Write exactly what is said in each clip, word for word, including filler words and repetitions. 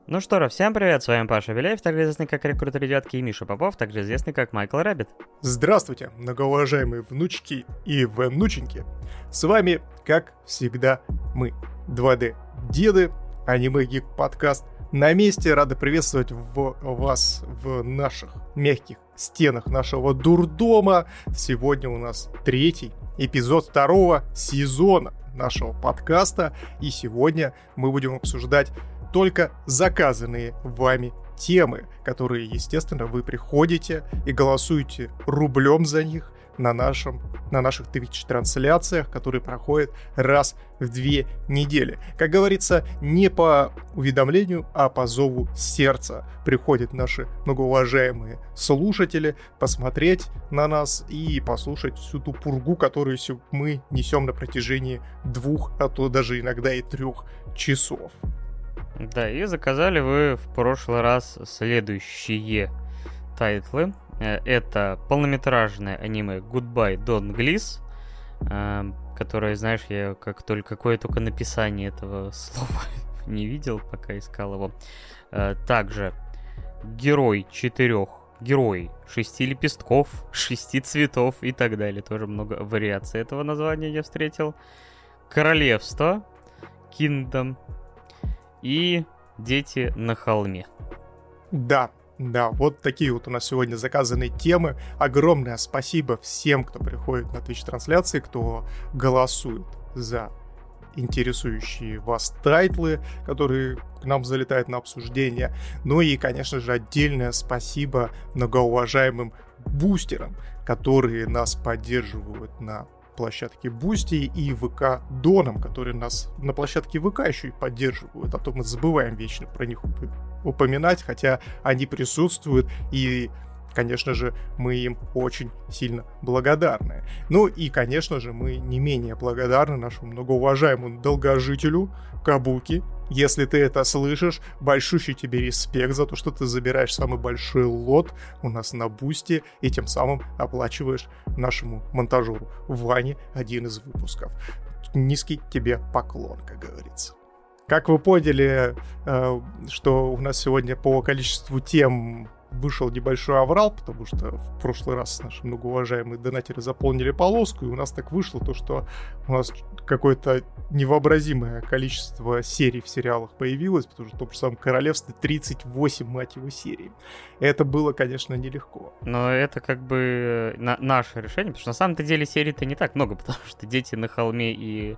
Ну что ж, всем привет, с вами Паша Беляев, также известный как Рекрутер Идиотки, и Миша Попов, также известный как Майкл Рэббит. Здравствуйте, многоуважаемые внучки и внученьки. С вами, как всегда, мы, два дэ-деды, Аниме Гик Подкаст. На месте, рады приветствовать в вас в наших мягких стенах нашего дурдома. Сегодня у нас третий эпизод второго сезона нашего подкаста, и сегодня мы будем обсуждать только заказанные вами темы, которые, естественно, вы приходите и голосуете рублем за них на, нашем, на наших Twitch-трансляциях, которые проходят раз в две недели. Как говорится, не по уведомлению, а по зову сердца приходят наши многоуважаемые слушатели посмотреть на нас и послушать всю ту пургу, которую мы несем на протяжении двух, а то даже иногда и трех часов. Да, и заказали вы в прошлый раз следующие тайтлы. Это полнометражное аниме Goodbye Don Gliss, которое, знаешь, я как только какое только написание этого слова не видел, пока искал его. Также Герой четырех, Герой шести лепестков, шести цветов и так далее. Тоже много вариаций этого названия я встретил. Королевство, Kingdom и Дети на холме. Да, да, вот такие вот у нас сегодня заказанные темы. Огромное спасибо всем, кто приходит на Twitch-трансляции, кто голосует за интересующие вас тайтлы, которые к нам залетают на обсуждение. Ну и, конечно же, отдельное спасибо многоуважаемым бустерам, которые нас поддерживают на площадке Boosty и ВК Доном, которые нас на площадке ВК еще и поддерживают, а то мы забываем вечно про них уп- упоминать, хотя они присутствуют, и, конечно же, мы им очень сильно благодарны. Ну и, конечно же, мы не менее благодарны нашему многоуважаемому долгожителю Кабуки. Если ты это слышишь, большущий тебе респект за то, что ты забираешь самый большой лот у нас на Бусти и тем самым оплачиваешь нашему монтажеру Ване один из выпусков. Низкий тебе поклон, как говорится. Как вы поняли, что у нас сегодня по количеству тем вышел небольшой аврал, потому что в прошлый раз наши многоуважаемые донатеры заполнили полоску, и у нас так вышло то, что у нас какое-то невообразимое количество серий в сериалах появилось, потому что в том же самом Королевстве тридцать восемь, мать его, серий. Это было, конечно, нелегко. Но это как бы на- наше решение, потому что на самом-то деле серий-то не так много, потому что Дети на холме и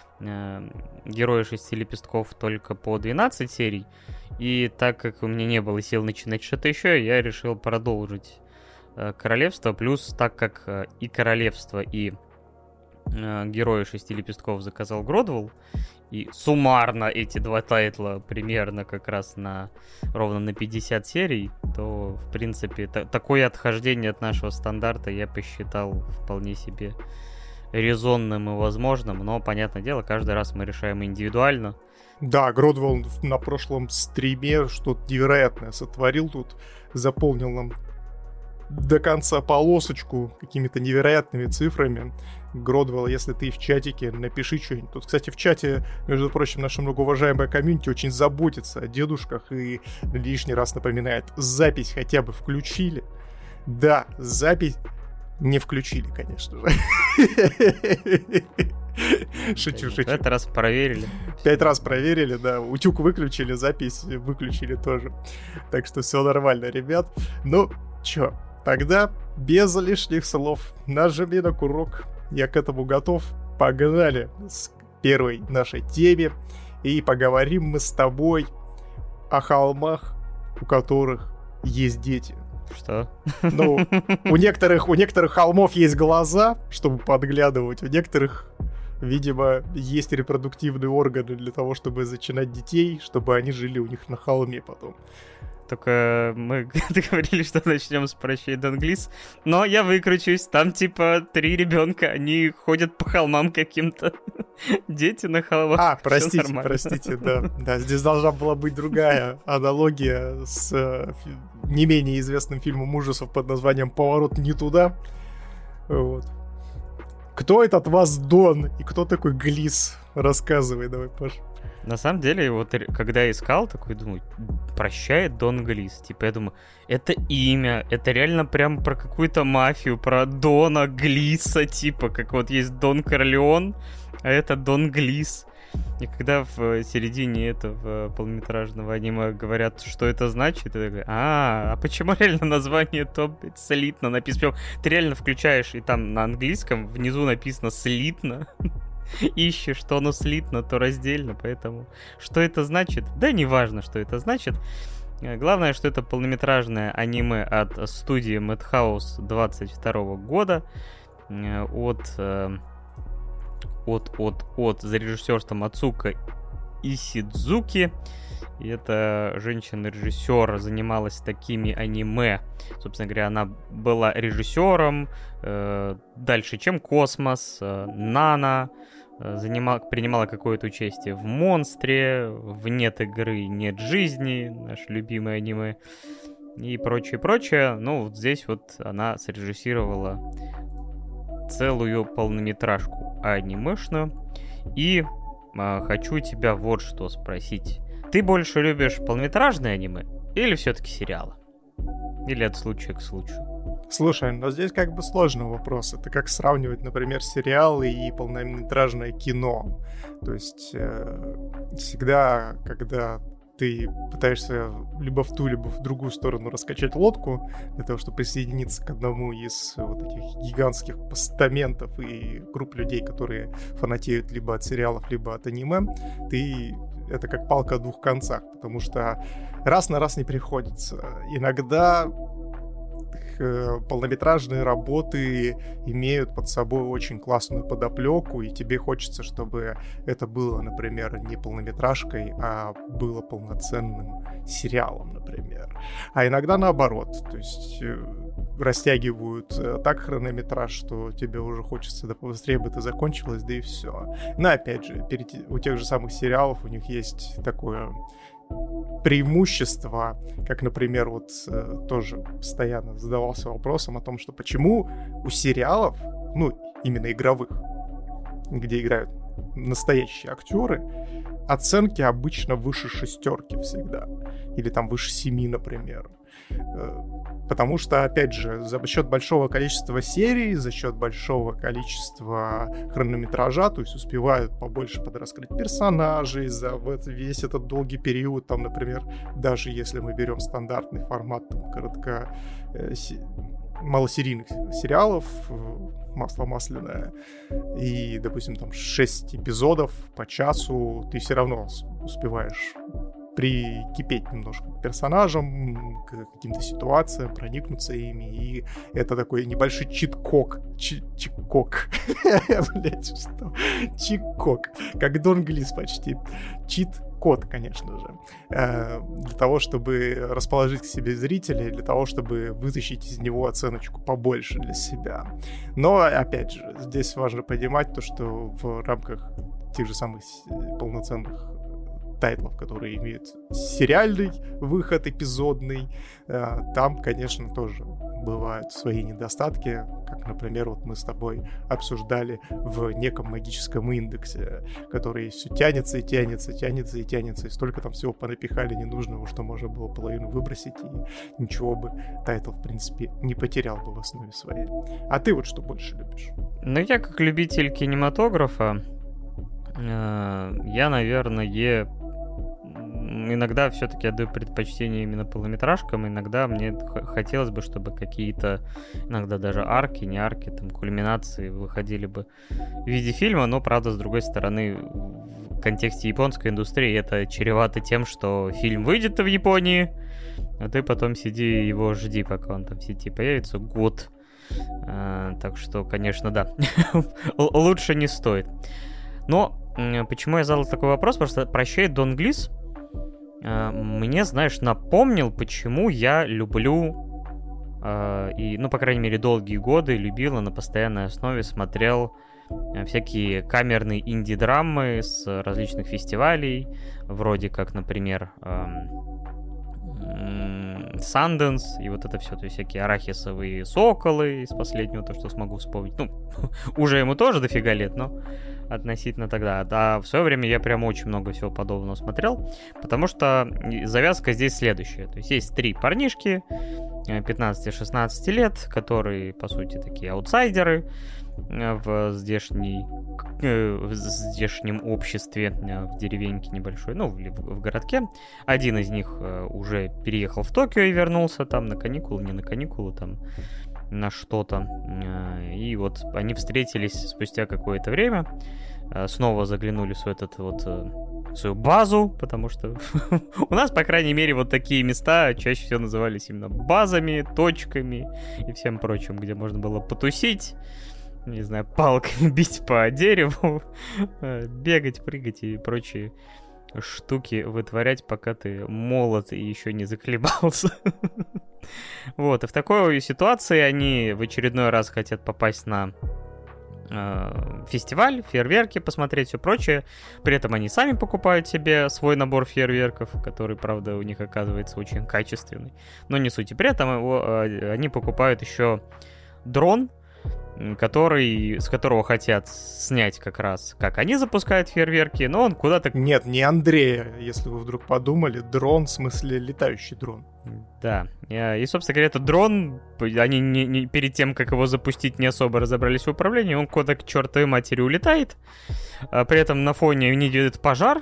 э, Герои шести лепестков только по двенадцать серий. И так как у меня не было сил начинать что-то еще, я решил продолжить э, Королевство. Плюс, так как э, и Королевство, и э, Герои шести лепестков заказал Гродвелл, и суммарно эти два тайтла примерно как раз на ровно на пятьдесят серий, то, в принципе, та- такое отхождение от нашего стандарта я посчитал вполне себе резонным и возможным. Но, понятное дело, каждый раз мы решаем индивидуально. Да, Гродвелл на прошлом стриме что-то невероятное сотворил тут, заполнил нам до конца полосочку какими-то невероятными цифрами. Гродвелл, если ты в чатике, напиши что-нибудь. Тут, кстати, в чате, между прочим, наша многоуважаемая комьюнити очень заботится о дедушках и лишний раз напоминает, запись хотя бы включили. Да, запись не включили, конечно же. Шучу, шучу. Пять раз проверили. Пять раз проверили, да. Утюг выключили, запись выключили тоже. Так что все нормально, ребят. Ну, чё, тогда без лишних слов нажми на курок. Я к этому готов. Погнали с первой нашей теме. И поговорим мы с тобой о холмах, у которых есть дети. Что? Ну, у некоторых, у некоторых холмов есть глаза, чтобы подглядывать. У некоторых, видимо, есть репродуктивные органы для того, чтобы зачинать детей, чтобы они жили у них на холме потом. Только мы договорились, что начнем с «Прощай, Дон Глисс», но я выкручусь. Там типа три ребенка, они ходят по холмам каким-то. Дети на холмах. А, простите, простите, да. Да, здесь должна была быть другая аналогия с э, не менее известным фильмом ужасов под названием «Поворот не туда». Вот. Кто этот вас Дон и кто такой Глисс? Рассказывай давай, Паш. На самом деле, вот когда я искал, такой думаю, прощает Дон Глис. Типа, я думаю, это имя, это реально прям про какую-то мафию, про Дона Глиса, типа, как вот есть Дон Корлеон, а это Дон Глис. И когда в середине этого полнометражного аниме говорят, что это значит, я такой, а, а почему реально название то слитно написано? Ты реально включаешь, и там на английском внизу написано слитно. Ищешь, что оно слитно, то раздельно, поэтому что это значит? Да не важно, что это значит. Главное, что это полнометражное аниме от студии Madhouse двадцать второго года от... от, от, от, за режиссерством Ацука Исидзуки. И эта женщина-режиссер занималась такими аниме. Собственно говоря, она была режиссером э, дальше, чем Космос, э, Нана, э, занимала, принимала какое-то участие в Монстре, в Нет игры, нет жизни, наше любимое аниме, и прочее, прочее. Ну, вот здесь вот она срежиссировала целую полнометражку анимешную. И э, хочу тебя вот что спросить. Ты больше любишь полнометражные аниме или все-таки сериалы? Или от случая к случаю? Слушай, но здесь как бы сложный вопрос. Это как сравнивать, например, сериалы и полнометражное кино. То есть э, всегда, когда ты пытаешься либо в ту, либо в другую сторону раскачать лодку для того, чтобы присоединиться к одному из вот этих гигантских постаментов и групп людей, которые фанатеют либо от сериалов, либо от аниме, ты... это как палка о двух концах, потому что раз на раз не приходится. Иногда полнометражные работы имеют под собой очень классную подоплеку, и тебе хочется, чтобы это было, например, не полнометражкой, а было полноценным сериалом, например. А иногда наоборот, то есть растягивают так хронометраж, что тебе уже хочется, да побыстрее бы это закончилось, да и все. Но опять же, перед, у тех же самых сериалов у них есть такое преимущество, как, например, вот тоже постоянно задавался вопросом о том, что почему у сериалов, ну, именно игровых, где играют настоящие актеры, оценки обычно выше шестерки всегда. Или там выше семи, например. Потому что, опять же, за счет большого количества серий, за счет большого количества хронометража, то есть успевают побольше подраскрыть персонажей за весь этот долгий период, там, например, даже если мы берем стандартный формат там, коротко малосерийных сериалов, масло масляное, и, допустим, там шесть эпизодов по часу, ты все равно успеваешь прикипеть немножко к персонажам, к каким-то ситуациям, проникнуться ими, и это такой небольшой чит-кок. Чит-кок. Блять, что? Чит-кок. Как Дон Глис почти. Чит-код, конечно же. Для того, чтобы расположить к себе зрителей, для того, чтобы вытащить из него оценочку побольше для себя. Но, опять же, здесь важно понимать то, что в рамках тех же самых полноценных тайтлов, которые имеют сериальный выход, эпизодный, там, конечно, тоже бывают свои недостатки, как, например, вот мы с тобой обсуждали в неком магическом индексе, который все тянется и тянется, тянется и тянется, и столько там всего понапихали ненужного, что можно было половину выбросить, и ничего бы тайтл, в принципе, не потерял бы в основе своей. А ты вот что больше любишь? Ну, я как любитель кинематографа, я, наверное, иногда все-таки отдаю предпочтение именно полнометражкам, иногда мне х- хотелось бы, чтобы какие-то, иногда даже арки, не арки, там, кульминации выходили бы в виде фильма, но, правда, с другой стороны, в контексте японской индустрии это чревато тем, что фильм выйдет в Японии, а ты потом сиди его жди, пока он там в сети появится, год. А, так что, конечно, да, лучше не стоит. Но почему я задал такой вопрос? Потому что «Прощай, Дон Глис» мне, знаешь, напомнил, почему я люблю, э, и, ну, по крайней мере, долгие годы любил и на постоянной основе смотрел всякие камерные инди-драмы с различных фестивалей, вроде как, например, э, Санденс и вот это все, то есть всякие арахисовые соколы из последнего, то, что смогу вспомнить. Ну, уже ему тоже дофига лет, но относительно тогда. А в свое время я прям очень много всего подобного смотрел, потому что завязка здесь следующая. То есть есть три парнишки пятнадцати-шестнадцати лет, которые, по сути, такие аутсайдеры в, здешней, в здешнем обществе, в деревеньке небольшой, ну, в, в городке. Один из них уже переехал в Токио и вернулся там на каникулы, не на каникулы, там на что-то. И вот они встретились спустя какое-то время, снова заглянули в свой этот вот в свою базу, потому что у нас, по крайней мере, вот такие места чаще всего назывались именно базами, точками и всем прочим, где можно было потусить, не знаю, палками бить по дереву, бегать, прыгать и прочие штуки вытворять, пока ты молод и еще не захлебался. Вот, и в такой ситуации они в очередной раз хотят попасть на э, фестиваль, фейерверки посмотреть, все прочее. При этом они сами покупают себе свой набор фейерверков, который, правда, у них оказывается очень качественный. Но не суть. И при этом его, э, они покупают еще дрон, который, с которого хотят снять как раз, как они запускают фейерверки, но он куда-то... Нет, не Андрея, если вы вдруг подумали. Дрон, в смысле летающий дрон. Да, и, собственно говоря, этот дрон, они не, не, перед тем, как его запустить, не особо разобрались в управлении, он куда к чертовой матери улетает, а при этом на фоне не видит пожар,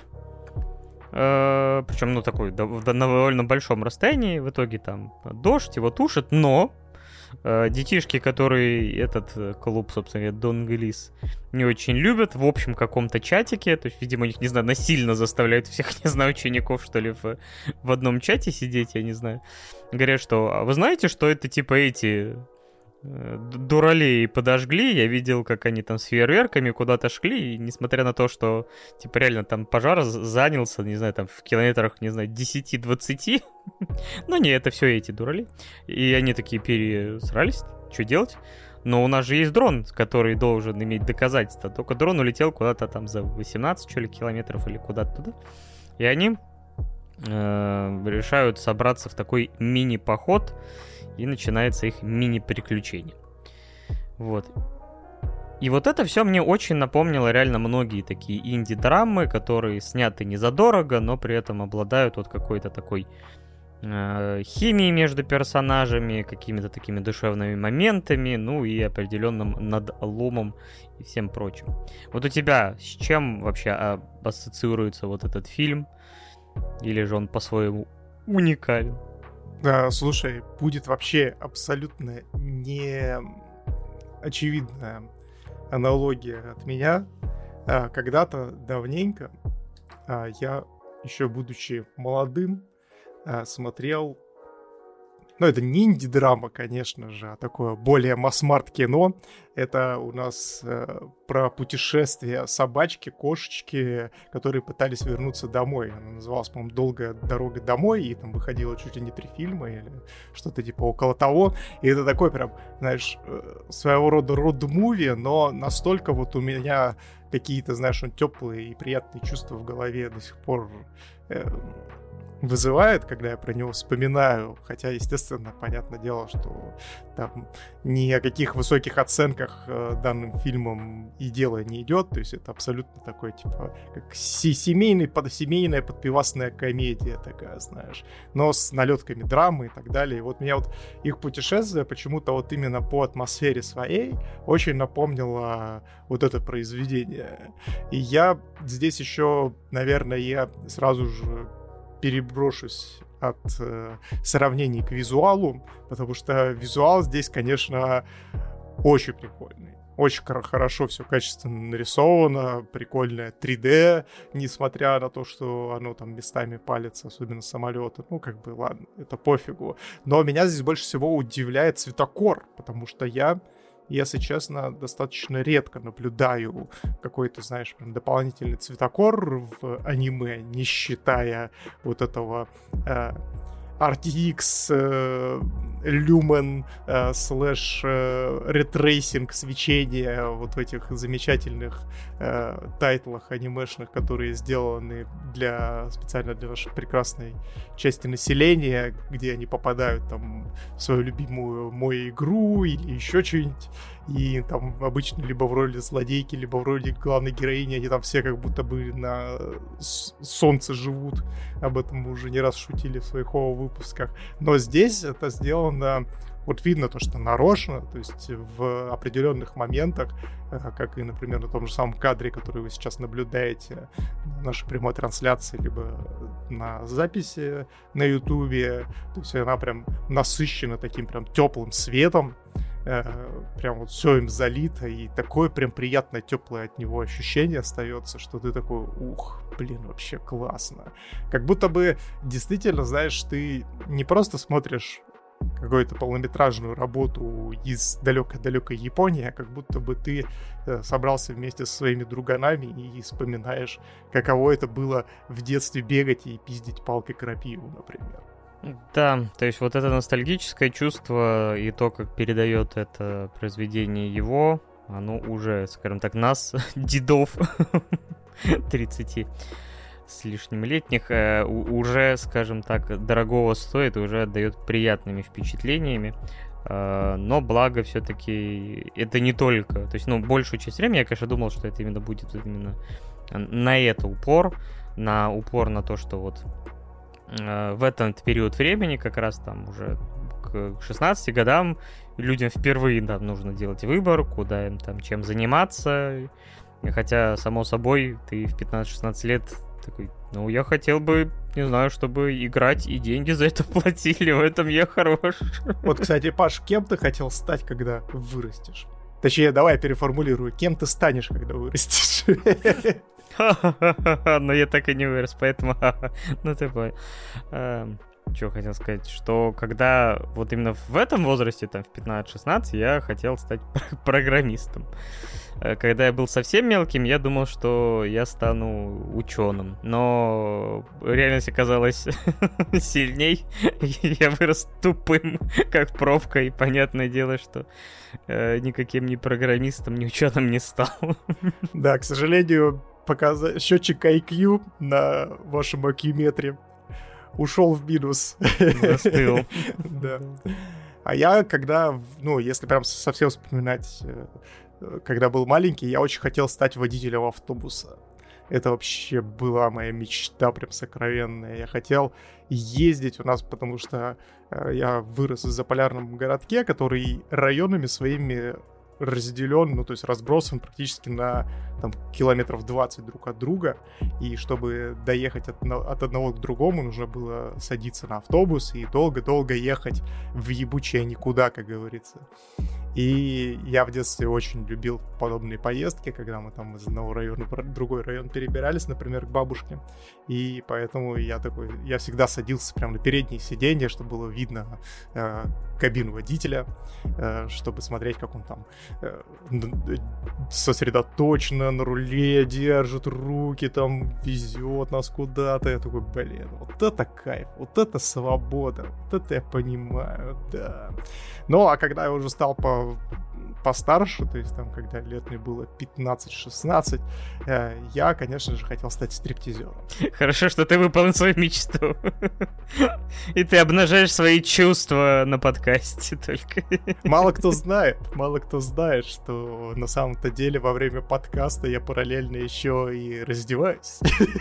э, причем, ну, такой, да, на довольно большом расстоянии, в итоге там дождь его тушит, но э, детишки, которые этот клуб, собственно говоря, Донглис, не очень любят, в общем каком-то чатике, то есть, видимо, их, не знаю, насильно заставляют всех, не знаю, учеников, что ли, в, в одном чате сидеть, я не знаю. Говорят, что, а вы знаете, что это, типа, эти э, дуралеи подожгли, я видел, как они там с фейерверками куда-то шли, и несмотря на то, что, типа, реально там пожар занялся, не знаю, там в километрах, не знаю, десять-двадцать, ну, не, это все эти дурали, и они такие пересрались, что делать? Но у нас же есть дрон, который должен иметь доказательства. Только дрон улетел куда-то там за восемнадцать, что ли, километров или куда-то туда. И они э, решают собраться в такой мини-поход, и начинается их мини-приключение. Вот. И вот это все мне очень напомнило реально многие такие инди-драмы, которые сняты не задорого, но при этом обладают вот какой-то такой химии между персонажами, какими-то такими душевными моментами, ну и определенным надломом и всем прочим. Вот у тебя с чем вообще ассоциируется вот этот фильм? Или же он по-своему уникален? Да, слушай, будет вообще абсолютно не очевидная аналогия от меня. Когда-то давненько я, еще будучи молодым, смотрел, ну, это не инди-драма, конечно же, а такое более масс-март кино. Это у нас э, про путешествия собачки, кошечки, которые пытались вернуться домой. Она называлась, по-моему, «Долгая дорога домой», и там выходило чуть ли не три фильма или что-то типа около того. И это такой прям, знаешь, своего рода род-муви, но настолько вот у меня какие-то, знаешь, он теплые и приятные чувства в голове до сих пор э, вызывает, когда я про него вспоминаю. Хотя, естественно, понятное дело, что там ни о каких высоких оценках э, данным фильмом и дело не идет. То есть это абсолютно такой, типа, как семейный, под, семейная подпивасная комедия такая, знаешь. Но с налетками драмы и так далее. И вот меня вот их путешествие почему-то вот именно по атмосфере своей очень напомнило вот это произведение. И я здесь еще, наверное, я сразу же переброшусь от э, сравнений к визуалу, потому что визуал здесь, конечно, очень прикольный. Очень хорошо все качественно нарисовано, прикольное три дэ, несмотря на то, что оно там местами палится, особенно самолеты. Ну, как бы, ладно, это пофигу. Но меня здесь больше всего удивляет цветокор, потому что я, если честно, достаточно редко наблюдаю какой-то, знаешь, прям дополнительный цветокор в аниме, не считая вот этого э, ар ти экс э, люмен э, слэш э, ретрейсинг свечения вот в этих замечательных э, тайтлах анимешных, которые сделаны для специально для нашей прекрасной части населения, где они попадают там в свою любимую мою игру или еще что-нибудь, и там обычно либо в роли злодейки, либо в роли главной героини, они там все как будто бы на солнце живут. Об этом мы уже не раз шутили в своих выпусках. Но здесь это сделано, вот видно то, что нарочно, то есть в определенных моментах, как и, например, на том же самом кадре, который вы сейчас наблюдаете на нашей прямой трансляции, либо на записи на Ютубе, то есть она прям насыщена таким прям теплым светом, прям вот все им залито, и такое прям приятное, теплое от него ощущение остается, что ты такой, ух, блин, вообще классно. Как будто бы действительно, знаешь, ты не просто смотришь какую-то полнометражную работу из далекой-далекой Японии, а как будто бы ты собрался вместе со своими друганами и вспоминаешь, каково это было в детстве бегать и пиздить палкой крапиву, например. Да, то есть вот это ностальгическое чувство и то, как передает это произведение его, оно уже, скажем так, нас, дедов тридцати с лишним летних, уже, скажем так, дорогого стоит и уже отдает приятными впечатлениями. Но благо все-таки это не только, то есть, ну, большую часть времени я, конечно, думал, что это именно будет именно на это упор, на упор на то, что вот в этот период времени, как раз там уже к шестнадцати годам, людям впервые, да, нужно делать выбор, куда им там, чем заниматься. Хотя, само собой, ты в пятнадцать-шестнадцать лет такой, ну, я хотел бы, не знаю, чтобы играть и деньги за это платили, в этом я хорош. Вот, кстати, Паш, кем ты хотел стать, когда вырастешь? Точнее, давай я переформулирую, кем ты станешь, когда вырастешь? Но я так и не вырос, поэтому... Ну, ты понял. Что хотел сказать, что когда вот именно в этом возрасте, там, в пятнадцать-шестнадцать, я хотел стать программистом. Когда я был совсем мелким, я думал, что я стану ученым. Но реальность оказалась сильней. Я вырос тупым, как пробка, и понятное дело, что э, никаким ни программистом, ни ученым не стал. Да, к сожалению, показ... счетчик ай кью на вашем ай кью-метре ушел в минус. Застыл. Да. А я, когда, ну, если прям совсем вспоминать, когда был маленький, я очень хотел стать водителем автобуса. Это вообще была моя мечта прям сокровенная. Я хотел ездить у нас, потому что я вырос в заполярном городке, который районами своими разделен, ну, то есть разбросан практически на там, километров двадцать друг от друга, и чтобы доехать от, от одного к другому, нужно было садиться на автобус и долго-долго ехать в ебучее никуда, как говорится. И я в детстве очень любил подобные поездки, когда мы там из одного района в другой район перебирались, например, к бабушке. И поэтому я такой, я всегда садился прямо на переднее сиденье, чтобы было видно э, кабину водителя, э, чтобы смотреть, как он там э, сосредоточенно на руле держит руки, там везет нас куда-то. Я такой, блин, вот это кайф, вот это свобода, вот это я понимаю, да. Ну, а когда я уже стал по постарше, то есть там, когда лет мне было пятнадцать-шестнадцать, э, я, конечно же, хотел стать стриптизером. Хорошо, что ты выполнил свою мечту. И ты обнажаешь свои чувства на подкасте только. Мало кто знает, мало кто знает, что на самом-то деле во время подкаста я параллельно еще и раздеваюсь.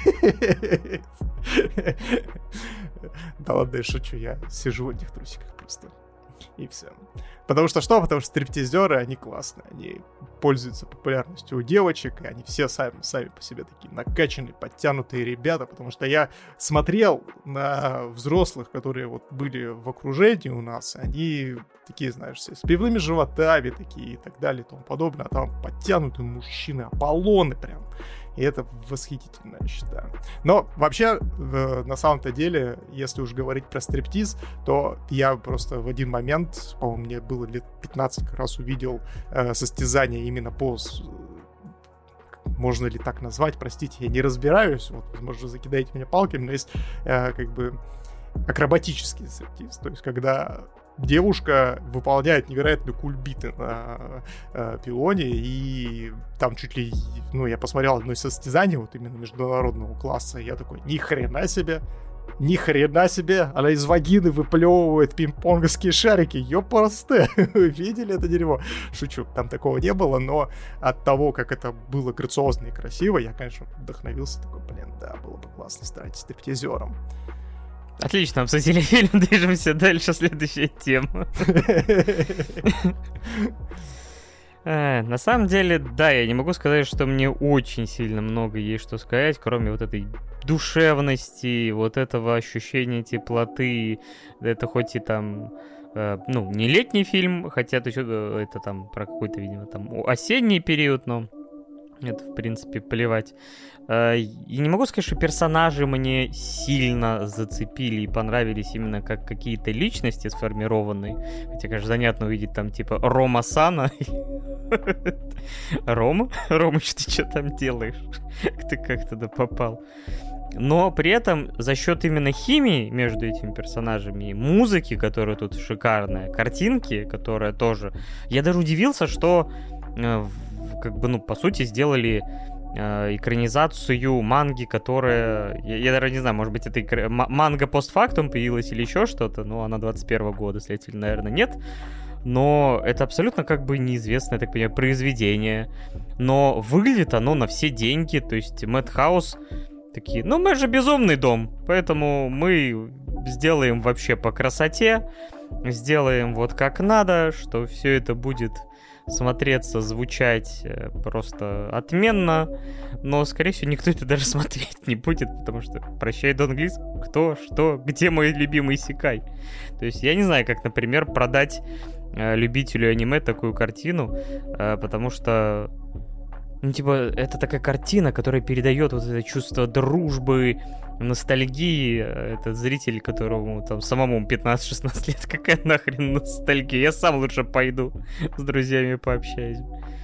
Да ладно, я шучу, я сижу в этих трусиках просто. И все. Потому что что? Потому что стриптизеры, они классные. Они пользуются популярностью у девочек, и они все сами, сами по себе такие накачанные, подтянутые ребята. Потому что я смотрел на взрослых, которые вот были в окружении у нас. Они такие, знаешь, все с пивными животами такие и так далее и тому подобное. А там подтянутые мужчины, Аполлоны прям. И это восхитительно, я считаю. Но вообще, на самом-то деле, если уж говорить про стриптиз, то я просто в один момент, по-моему, мне было лет пятнадцать, как раз увидел э, состязание именно по... Можно ли так назвать? Простите, я не разбираюсь. Вот, возможно, закидаете меня палками, но есть э, как бы акробатический стриптиз. То есть, когда девушка выполняет невероятные кульбиты на э, пилоне, и там чуть ли, ну, я посмотрел одно из состязаний, вот именно международного класса, и я такой, ни хрена себе, ни хрена себе, она из вагины выплевывает пинг-понговские шарики, ёпрсте, вы видели это дерьмо? Шучу, там такого не было, но от того, как это было грациозно и красиво, я, конечно, вдохновился, такой, блин, да, было бы классно стать стриптизером. Отлично, обсудили фильм, движемся дальше, следующая тема. На самом деле, да, я не могу сказать, что мне очень сильно много есть что сказать, кроме вот этой душевности, вот этого ощущения теплоты. Это хоть и там, э, ну, не летний фильм, хотя это, это там про какой-то, видимо, там осенний период, но это, в принципе, плевать. И не могу сказать, что персонажи мне сильно зацепили и понравились именно как какие-то личности сформированные. Хотя, конечно, занятно увидеть там типа Рома Сана. Рома? Ромыч, ты что там делаешь? Ты как туда попал? Но при этом за счет именно химии между этими персонажами, музыки, которая тут шикарная, картинки, которая тоже... Я даже удивился, что как бы, ну, по сути, сделали экранизацию манги, которая... Я, я даже не знаю, может быть, это экр... манга постфактум появилась или еще что-то, но она двадцать первого года, следовательно, наверное, нет. Но это абсолютно как бы неизвестное, я так понимаю, произведение. Но выглядит оно на все деньги, то есть Madhouse такие, ну мы же безумный дом, поэтому мы сделаем вообще по красоте, сделаем вот как надо, что все это будет... смотреться, звучать просто отменно, но, скорее всего, никто это даже смотреть не будет, потому что «Прощай, Дон Глис», кто, что, где мой любимый исекай? То есть я не знаю, как, например, продать э, любителю аниме такую картину, э, потому что, ну, типа, это такая картина, которая передает вот это чувство дружбы, ностальгии. Этот зритель, которому там самому пятнадцать-шестнадцать лет, какая нахрен ностальгия? Я сам лучше пойду с друзьями пообщаюсь.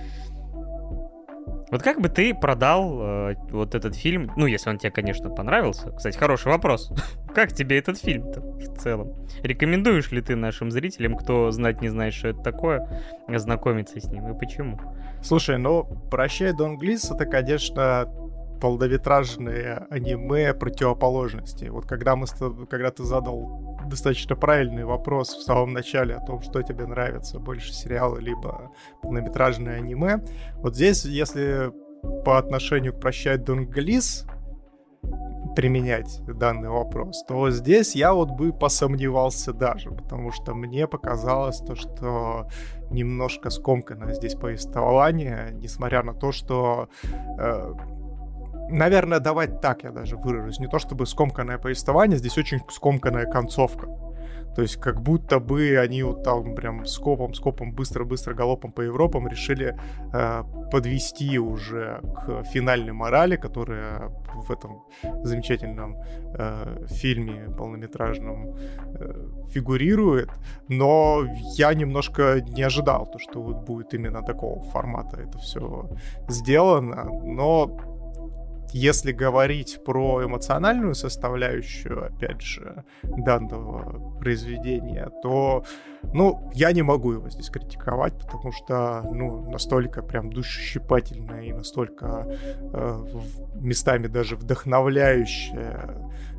Вот как бы ты продал э, вот этот фильм, ну, если он тебе, конечно, понравился. Кстати, хороший вопрос. Как тебе этот фильм-то в целом? Рекомендуешь ли ты нашим зрителям, кто знать не знает, что это такое, ознакомиться с ним и почему? Слушай, ну, «Прощай, Дон Глис» — это, конечно, полнометражные аниме противоположности. Вот когда, мы, когда ты задал достаточно правильный вопрос в самом начале о том, что тебе нравится, больше сериалы либо полнометражное аниме, вот здесь, если по отношению к «Прощай, Дон Глис» применять данный вопрос, то здесь я вот бы посомневался даже, потому что мне показалось то, что немножко скомканное здесь повествование, несмотря на то, что э, наверное, давать так я даже выражусь. Не то чтобы скомканное повествование, здесь очень скомканная концовка. То есть как будто бы они вот там прям скопом, скопом, быстро-быстро галопом по Европам решили э, подвести уже к финальной морали, которая в этом замечательном э, фильме полнометражном э, фигурирует. Но я немножко не ожидал, то, что вот будет именно такого формата это все сделано. Но если говорить про эмоциональную составляющую, опять же, данного произведения, то, ну, я не могу его здесь критиковать, потому что, ну, настолько прям душещипательное и настолько э, местами даже вдохновляющая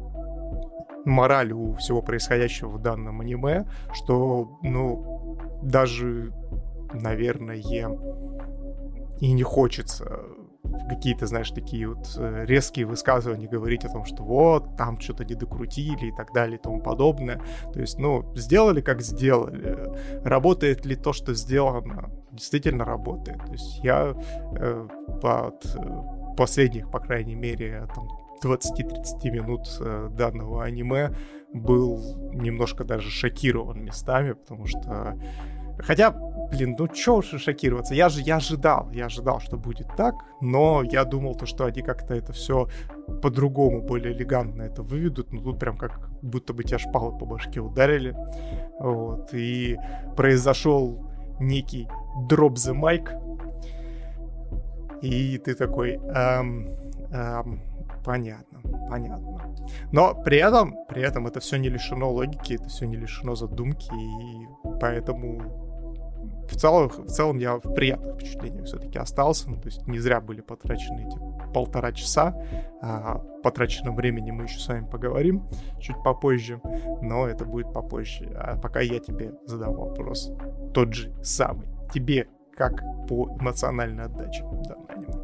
мораль у всего происходящего в данном аниме, что, ну, даже, наверное, и не хочется какие-то, знаешь, такие вот резкие высказывания говорить о том, что вот, там что-то не докрутили и так далее и тому подобное. То есть, ну, сделали как сделали. Работает ли то, что сделано? Действительно работает. То есть я э, под э, последних, по крайней мере, там, двадцать-тридцать минут э, данного аниме был немножко даже шокирован местами, потому что хотя, блин, ну чё уж шокироваться, я же я ожидал, я ожидал, что будет так, но я думал, то, что они как-то это все по-другому, более элегантно это выведут, но тут прям как будто бы тебя шпалы по башке ударили, вот, и произошел некий drop the mic, и ты такой, эм, эм, Понятно, понятно. Но при этом, при этом это все не лишено логики, это все не лишено задумки, и поэтому в целом, в целом я в приятных впечатлениях все-таки остался. Ну, то есть не зря были потрачены эти полтора часа. О потраченном времени мы еще с вами поговорим чуть попозже, но это будет попозже. А пока я тебе задам вопрос, тот же самый. Тебе как по эмоциональной отдаче данного аниме?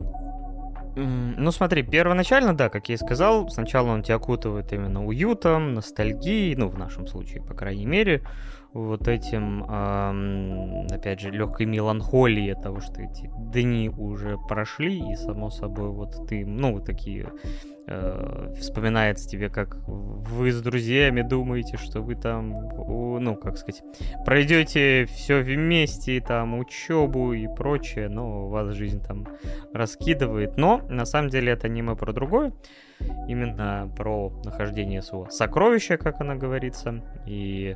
Ну смотри, первоначально, да, как я и сказал, сначала он тебя окутывает именно уютом, ностальгией, ну, в нашем случае, по крайней мере, вот этим, эм, опять же, легкой меланхолией от того, что эти дни уже прошли, и, само собой, вот ты, ну, вот такие, э, вспоминается тебе, как вы с друзьями думаете, что вы там, ну, как сказать, пройдете все вместе, там, учебу и прочее, но у вас жизнь там раскидывает. Но, на самом деле, это аниме про другое, именно про нахождение своего сокровища, как оно говорится, и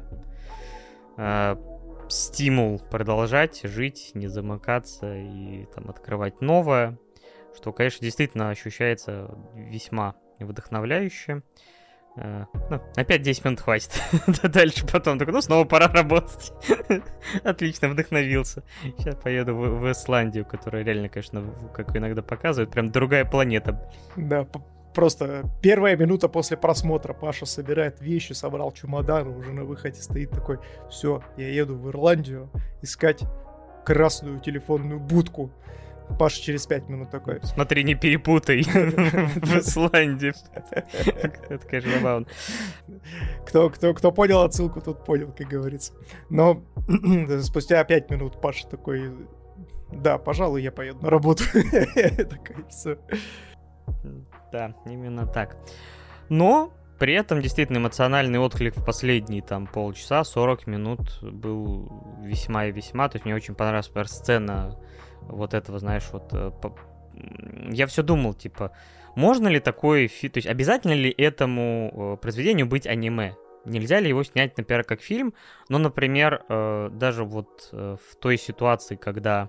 э, стимул продолжать жить, не замыкаться и там открывать новое, что, конечно, действительно ощущается весьма вдохновляюще. Uh, ну, опять десять минут хватит. Дальше потом такой, ну, снова пора работать. Отлично, вдохновился. Сейчас поеду в, в Исландию, которая реально, конечно, как иногда показывают, прям другая планета. Да, просто первая минута после просмотра. Паша собирает вещи, собрал чемодан, уже на выходе стоит такой, все, я еду в Ирландию искать красную телефонную будку. Паша через пять минут такой. Смотри, не перепутай в Исландии. Это, конечно, забавно. Кто, кто, кто понял отсылку, тот понял, как говорится. Но спустя пять минут Паша такой, да, пожалуй, я поеду на работу. Такая, все. Да, именно так. Но при этом действительно эмоциональный отклик в последние там полчаса, сорок минут был весьма и весьма. То есть мне очень понравилась, например, сцена вот этого, знаешь, вот... По... Я все думал, типа, можно ли такой... Фи... То есть обязательно ли этому произведению быть аниме? Нельзя ли его снять, например, как фильм? Но, например, даже вот в той ситуации, когда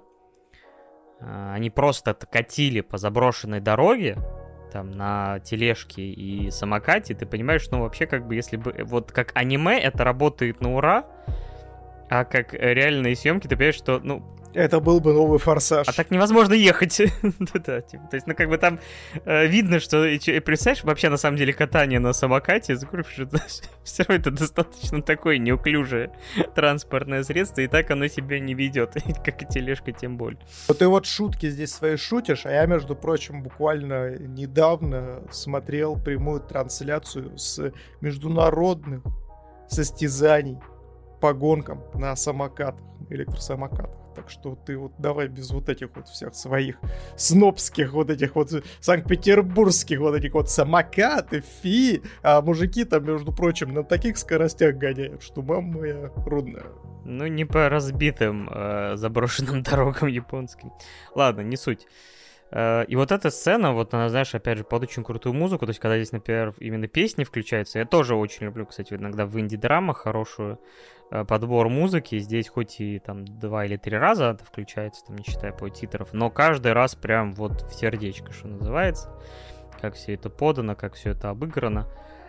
они просто катили по заброшенной дороге, там, на тележке и самокате, ты понимаешь, ну, вообще, как бы, если бы... Вот как аниме это работает на ура, а как реальные съемки, ты понимаешь, что, ну... Это был бы новый «Форсаж». А так невозможно ехать. Да, типа, то есть, ну, как бы там э, видно, что... Представляешь, вообще, на самом деле, катание на самокате, все равно это достаточно такое неуклюжее транспортное средство, и так оно себя не ведет, как и тележка, тем более. Вот ты вот шутки здесь свои шутишь, а я, между прочим, буквально недавно смотрел прямую трансляцию с международных состязаний по гонкам на самокатах, электросамокатах. Так что ты вот давай без вот этих вот всех своих снобских вот этих вот санкт-петербургских вот этих вот самокаты, фи. А мужики там, между прочим, на таких скоростях гоняют, что мама моя родная. Ну, не по разбитым э, заброшенным дорогам японским. Ладно, не суть. Э, и вот эта сцена, вот она, знаешь, опять же, под очень крутую музыку. То есть, когда здесь, например, именно песни включаются. Я тоже очень люблю, кстати, иногда в инди-драмах хорошую подбор музыки. Здесь хоть и там два или три раза это включается, там, не считая по титров, но каждый раз прям вот в сердечко, что называется, как все это подано, как все это обыграно.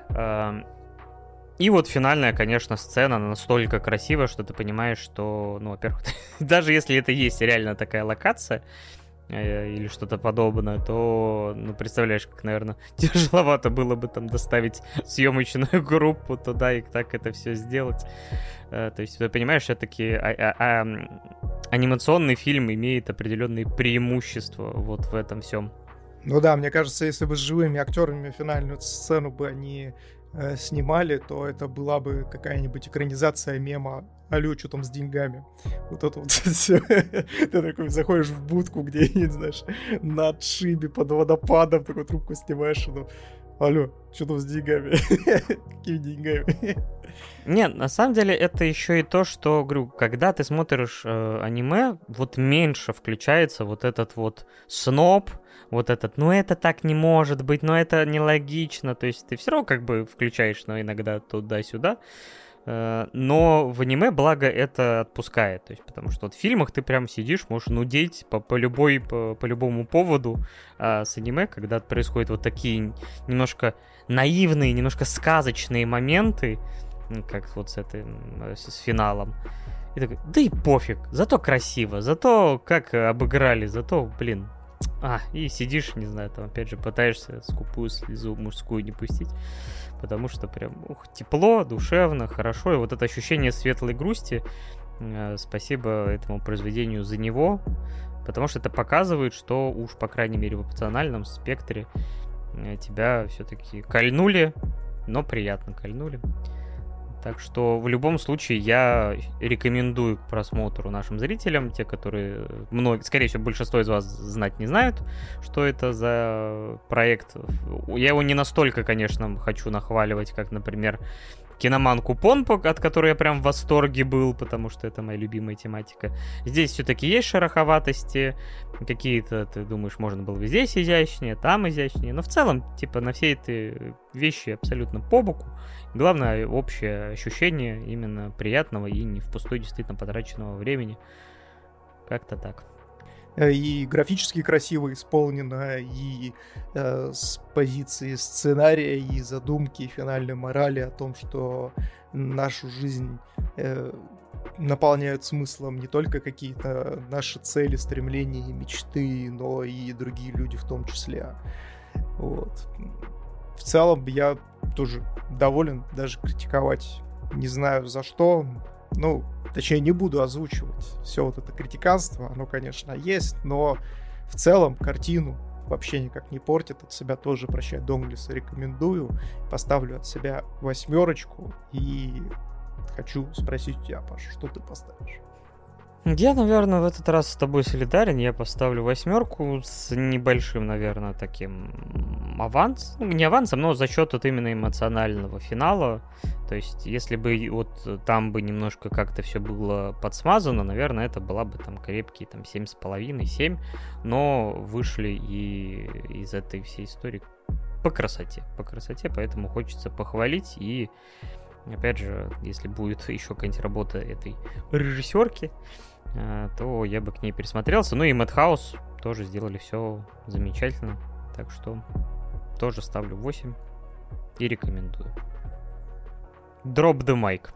И вот финальная, конечно, сцена настолько красивая, что ты понимаешь, что, ну, во-первых, даже если это есть реально такая локация или что-то подобное, то, ну, представляешь, как, наверное, тяжеловато было бы там доставить съемочную группу туда и так это все сделать. То есть, ты понимаешь, все-таки а- а- а- анимационный фильм имеет определенные преимущества вот в этом всем. Ну да, мне кажется, если бы с живыми актерами финальную сцену бы они э, снимали, то это была бы какая-нибудь экранизация мема «Алло, что там с деньгами?» Вот это вот все. Ты такой заходишь в будку, где, не знаешь, на отшибе под водопадом, такую трубку снимаешь, и ну, алло, что там с деньгами? Какими деньгами? Нет, на самом деле это еще и то, что, говорю, когда ты смотришь э, аниме, вот меньше включается вот этот вот сноб, вот этот, ну это так не может быть, ну это нелогично, то есть ты все равно как бы включаешь, но иногда туда-сюда. Но в аниме, благо, это отпускает. То есть, потому что вот в фильмах ты прям сидишь, можешь нудеть по, по, любой, по, по любому поводу. А с аниме, когда происходят вот такие немножко наивные, немножко сказочные моменты, как вот с этим, с финалом, и такой, да и пофиг, зато красиво, зато как обыграли, зато, блин, а, и сидишь, не знаю, там опять же пытаешься скупую слезу мужскую не пустить, потому что прям, ух, тепло, душевно, хорошо, и вот это ощущение светлой грусти, э, спасибо этому произведению за него, потому что это показывает, что уж, по крайней мере, в опциональном спектре э, тебя все-таки кольнули, но приятно кольнули. Так что в любом случае я рекомендую к просмотру нашим зрителям, те, которые, много, скорее всего, большинство из вас знать не знают, что это за проект. Я его не настолько, конечно, хочу нахваливать, как, например, Киноманку Понпо, от которой я прям в восторге был, потому что это моя любимая тематика. Здесь все-таки есть шероховатости, какие-то, ты думаешь, можно было бы здесь изящнее, там изящнее, но в целом, типа, на все эти вещи абсолютно по боку. Главное, общее ощущение именно приятного и не впустую действительно потраченного времени. Как-то так. И графически красиво исполнено, и э, с позиции сценария, и задумки, и финальной морали о том, что нашу жизнь э, наполняют смыслом не только какие-то наши цели, стремления и мечты, но и другие люди в том числе. Вот. В целом я тоже доволен, даже критиковать не знаю за что. Ну, точнее, не буду озвучивать все вот это критиканство, оно, конечно, есть, но в целом картину вообще никак не портит. От себя тоже «Прощай, Донглиса» рекомендую. Поставлю от себя восьмерочку и хочу спросить у тебя, Паша, что ты поставишь? Я, наверное, в этот раз с тобой солидарен. Я поставлю восьмерку с небольшим, наверное, таким аванс. Ну, не авансом, но за счет вот именно эмоционального финала. То есть, если бы вот там бы немножко как-то все было подсмазано, наверное, это была бы там крепкие там семь с половиной, семь. Но вышли и из этой всей истории по красоте. По красоте, поэтому хочется похвалить. И опять же, если будет еще какая-нибудь работа этой режиссерки, то я бы к ней присмотрелся. Ну и Madhouse тоже сделали все замечательно. Так что тоже ставлю восемь и рекомендую. Drop the mic.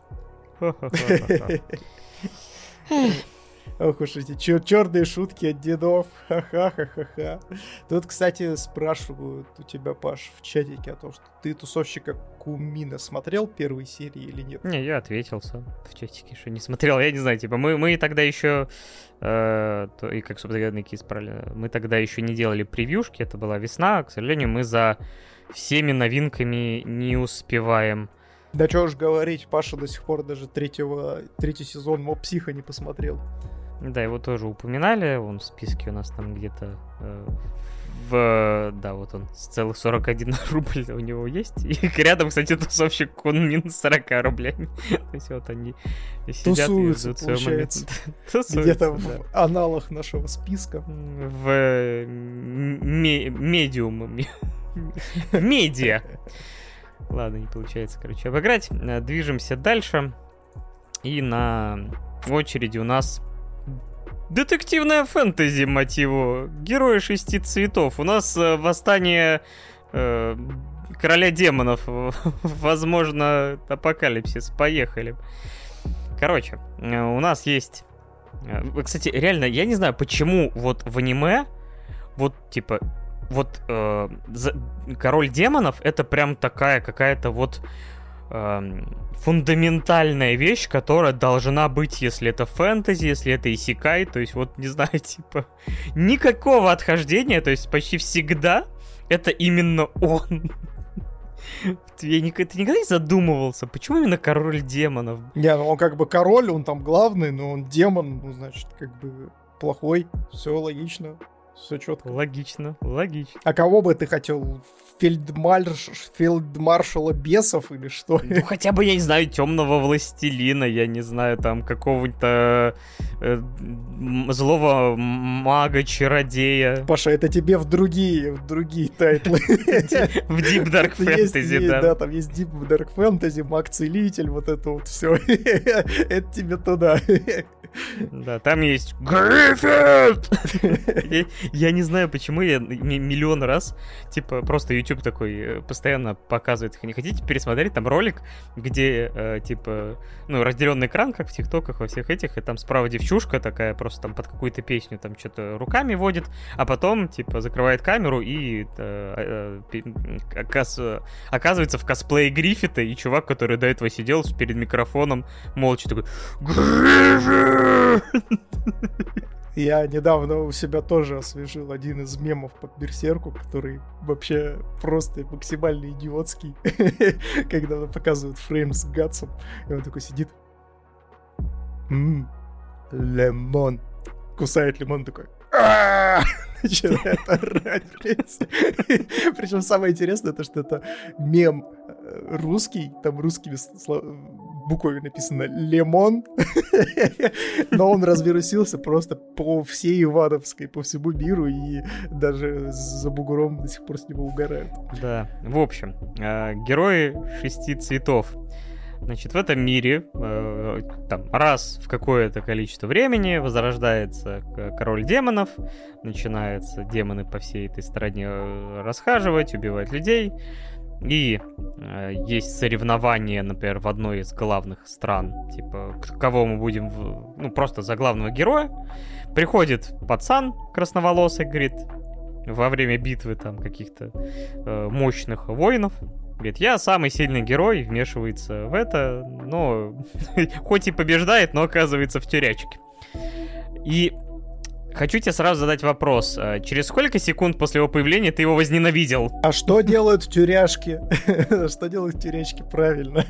Ох уж эти чер- черные шутки от дедов. Ха-ха-ха-ха-ха. Тут, кстати, спрашивают у тебя, Паш, в чатике о том, что ты «Тусовщика Кумина» смотрел первые серии или нет? Не, я ответил сам в чатике, что не смотрел. Я не знаю, типа, мы, мы тогда еще, э, то, и как, собственно, Никис правильно, мы тогда еще не делали превьюшки, это была весна. К сожалению, мы за всеми новинками не успеваем. Да что уж говорить, Паша до сих пор даже третьего, третий сезон «Моб Психо» не посмотрел. Да, его тоже упоминали, он в списке у нас там где-то э, в... Да, вот он, с целых сорок один рубль у него есть. И рядом, кстати, тусовщик Кунмин с сорок рублями. То есть вот они сидят тусуются, и ждут своего момента. Где-то в аналах нашего списка. В медиум. Медиа. Ладно, не получается, короче, обыграть. Движемся дальше. И на очереди у нас детективная фэнтези, мать его. Герои шести цветов. У нас э, восстание э, короля демонов. Возможно, апокалипсис. Поехали. Короче, э, у нас есть... Э, кстати, реально, я не знаю, почему вот в аниме вот, типа... Вот э, за... король демонов это прям такая какая-то вот э, фундаментальная вещь, которая должна быть, если это фэнтези, если это исекай, то есть вот, не знаю, типа, никакого отхождения, то есть почти всегда это именно он. Я не, ты никогда не задумывался, почему именно король демонов? Не, ну он как бы король, он там главный, но он демон, ну, значит, как бы плохой, все логично. Все четко. Логично, логично. А кого бы ты хотел? Фельдмарш... Фельдмаршала бесов или что? Ну, хотя бы, я не знаю, темного властелина, я не знаю, там, какого-то э, злого мага-чародея. Паша, это тебе в другие, в другие тайтлы. В Deep Dark Fantasy, да. Да, там есть Deep Dark Fantasy, маг-целитель, вот это вот все. Это тебе туда. Да, там есть Гриффит! я, я не знаю, почему я миллион раз, типа, просто YouTube такой постоянно показывает. Не хотите пересмотреть там ролик, где, э, типа, ну, разделенный экран, как в ТикТоках, во всех этих, и там справа девчушка такая, просто там под какую-то песню там что-то руками водит, а потом, типа, закрывает камеру и э, э, оказ, оказывается в косплее Гриффита, и чувак, который до этого сидел перед микрофоном, молча такой Гриффит! Я недавно у себя тоже освежил один из мемов по Берсерку, который вообще просто максимально идиотский, когда показывают фрейм с Гатсом, и он такой сидит. Ммм, лимон. Кусает лимон такой. Начинает орать, блядь. Причем самое интересное, то, что это мем русский, там русскими буквами написано «лимон», но он развирусился просто по всей Ивановской, по всему миру, и даже за бугром до сих пор с него угорают. Да, в общем, герои шести цветов. Значит, в этом мире э, там, раз в какое-то количество времени возрождается король демонов, начинаются демоны по всей этой стране расхаживать, убивать людей, и э, есть соревнования, например, в одной из главных стран, типа, кого мы будем, в... ну, просто за главного героя. Приходит пацан красноволосый, говорит, во время битвы там каких-то э, мощных воинов, говорит, я самый сильный герой, вмешивается в это, но хоть и побеждает, но оказывается в тюрячке. И хочу тебе сразу задать вопрос. Через сколько секунд после его появления ты его возненавидел? А что делают в тюряшке? Что делают в тюрячке? Правильно.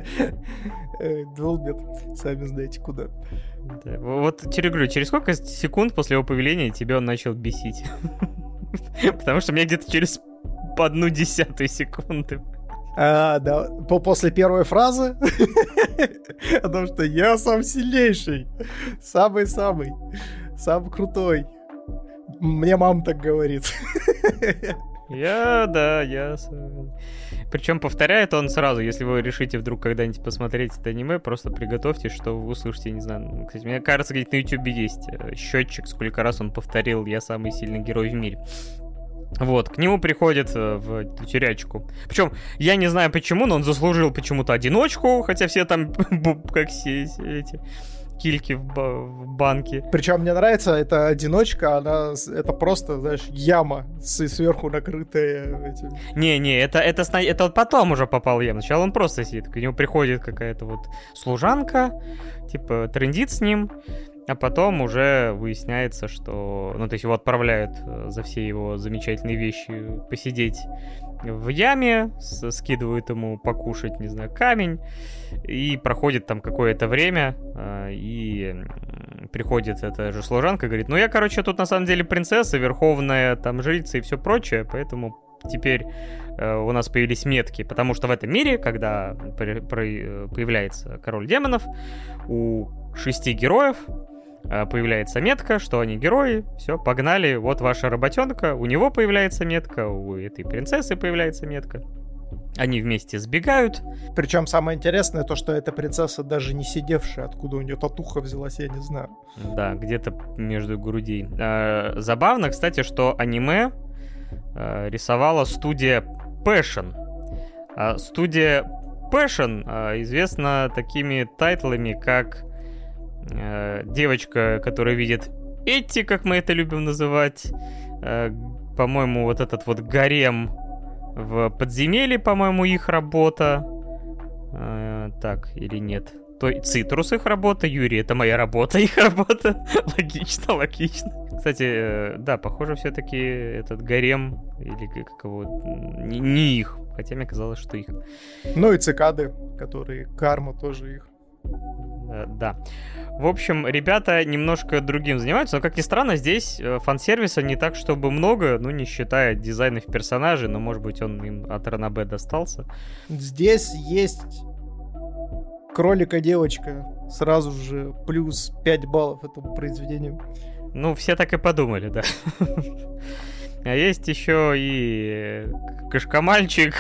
Долбят. Сами знаете куда. Да, вот тебе говорю, через сколько секунд после его появления тебя он начал бесить? Потому что мне где-то через по одну десятую секунды. А, да, по- после первой фразы, потому что я сам сильнейший, самый-самый, самый крутой. Мне мама так говорит. Я, да, я... Причем повторяет он сразу, если вы решите вдруг когда-нибудь посмотреть это аниме, просто приготовьтесь, что вы услышите, не знаю, кстати, мне кажется, где-то на ютубе есть счетчик, сколько раз он повторил «Я самый сильный герой в мире». Вот, к нему приходит э, в тюрячку. Причем, я не знаю почему, но он заслужил почему-то одиночку, хотя все там, как все эти кильки в, ба- в банке. Причем мне нравится, эта одиночка, она, это просто, знаешь, яма с, сверху накрытая этим. Не-не, это, это, это вот потом уже попал я. Сначала он просто сидит, к нему приходит какая-то вот служанка, типа трындит с ним. А потом уже выясняется, что... Ну, то есть его отправляют за все его замечательные вещи посидеть в яме, с- скидывают ему покушать, не знаю, камень, и проходит там какое-то время, э, и м, приходит эта же служанка и говорит, ну, я, короче, тут на самом деле принцесса, верховная там жрица и все прочее, поэтому теперь э, у нас появились метки, потому что в этом мире, когда при- при- появляется король демонов, у шести героев появляется метка, что они герои, все, погнали, вот ваша работенка, у него появляется метка, у этой принцессы появляется метка, они вместе сбегают. Причем самое интересное то, что эта принцесса даже не сидевшая, откуда у нее татуха взялась, я не знаю. Да, где-то между грудей. А, забавно, кстати, что аниме а, рисовала студия Passion. А, студия Passion а, известна такими тайтлами, как девочка, которая видит Эти, как мы это любим называть, э, по-моему, вот этот вот гарем в подземелье, по-моему, их работа. Э, так, или нет? То Цитрус их работа, Юрий, это моя работа, их работа. Логично, логично. Кстати, э, да, похоже, все-таки этот гарем, или как его, не, не их, хотя мне казалось, что их. Ну и цикады, которые карма тоже их. Да. В общем, ребята немножко другим занимаются, но, как ни странно, здесь фан-сервиса не так, чтобы много, ну, не считая дизайнов персонажей, но, может быть, он им от Ранобэ достался. Здесь есть кролика-девочка, сразу же плюс пять баллов этому произведению. Ну, все так и подумали, да. А есть еще и Кошкомальчик,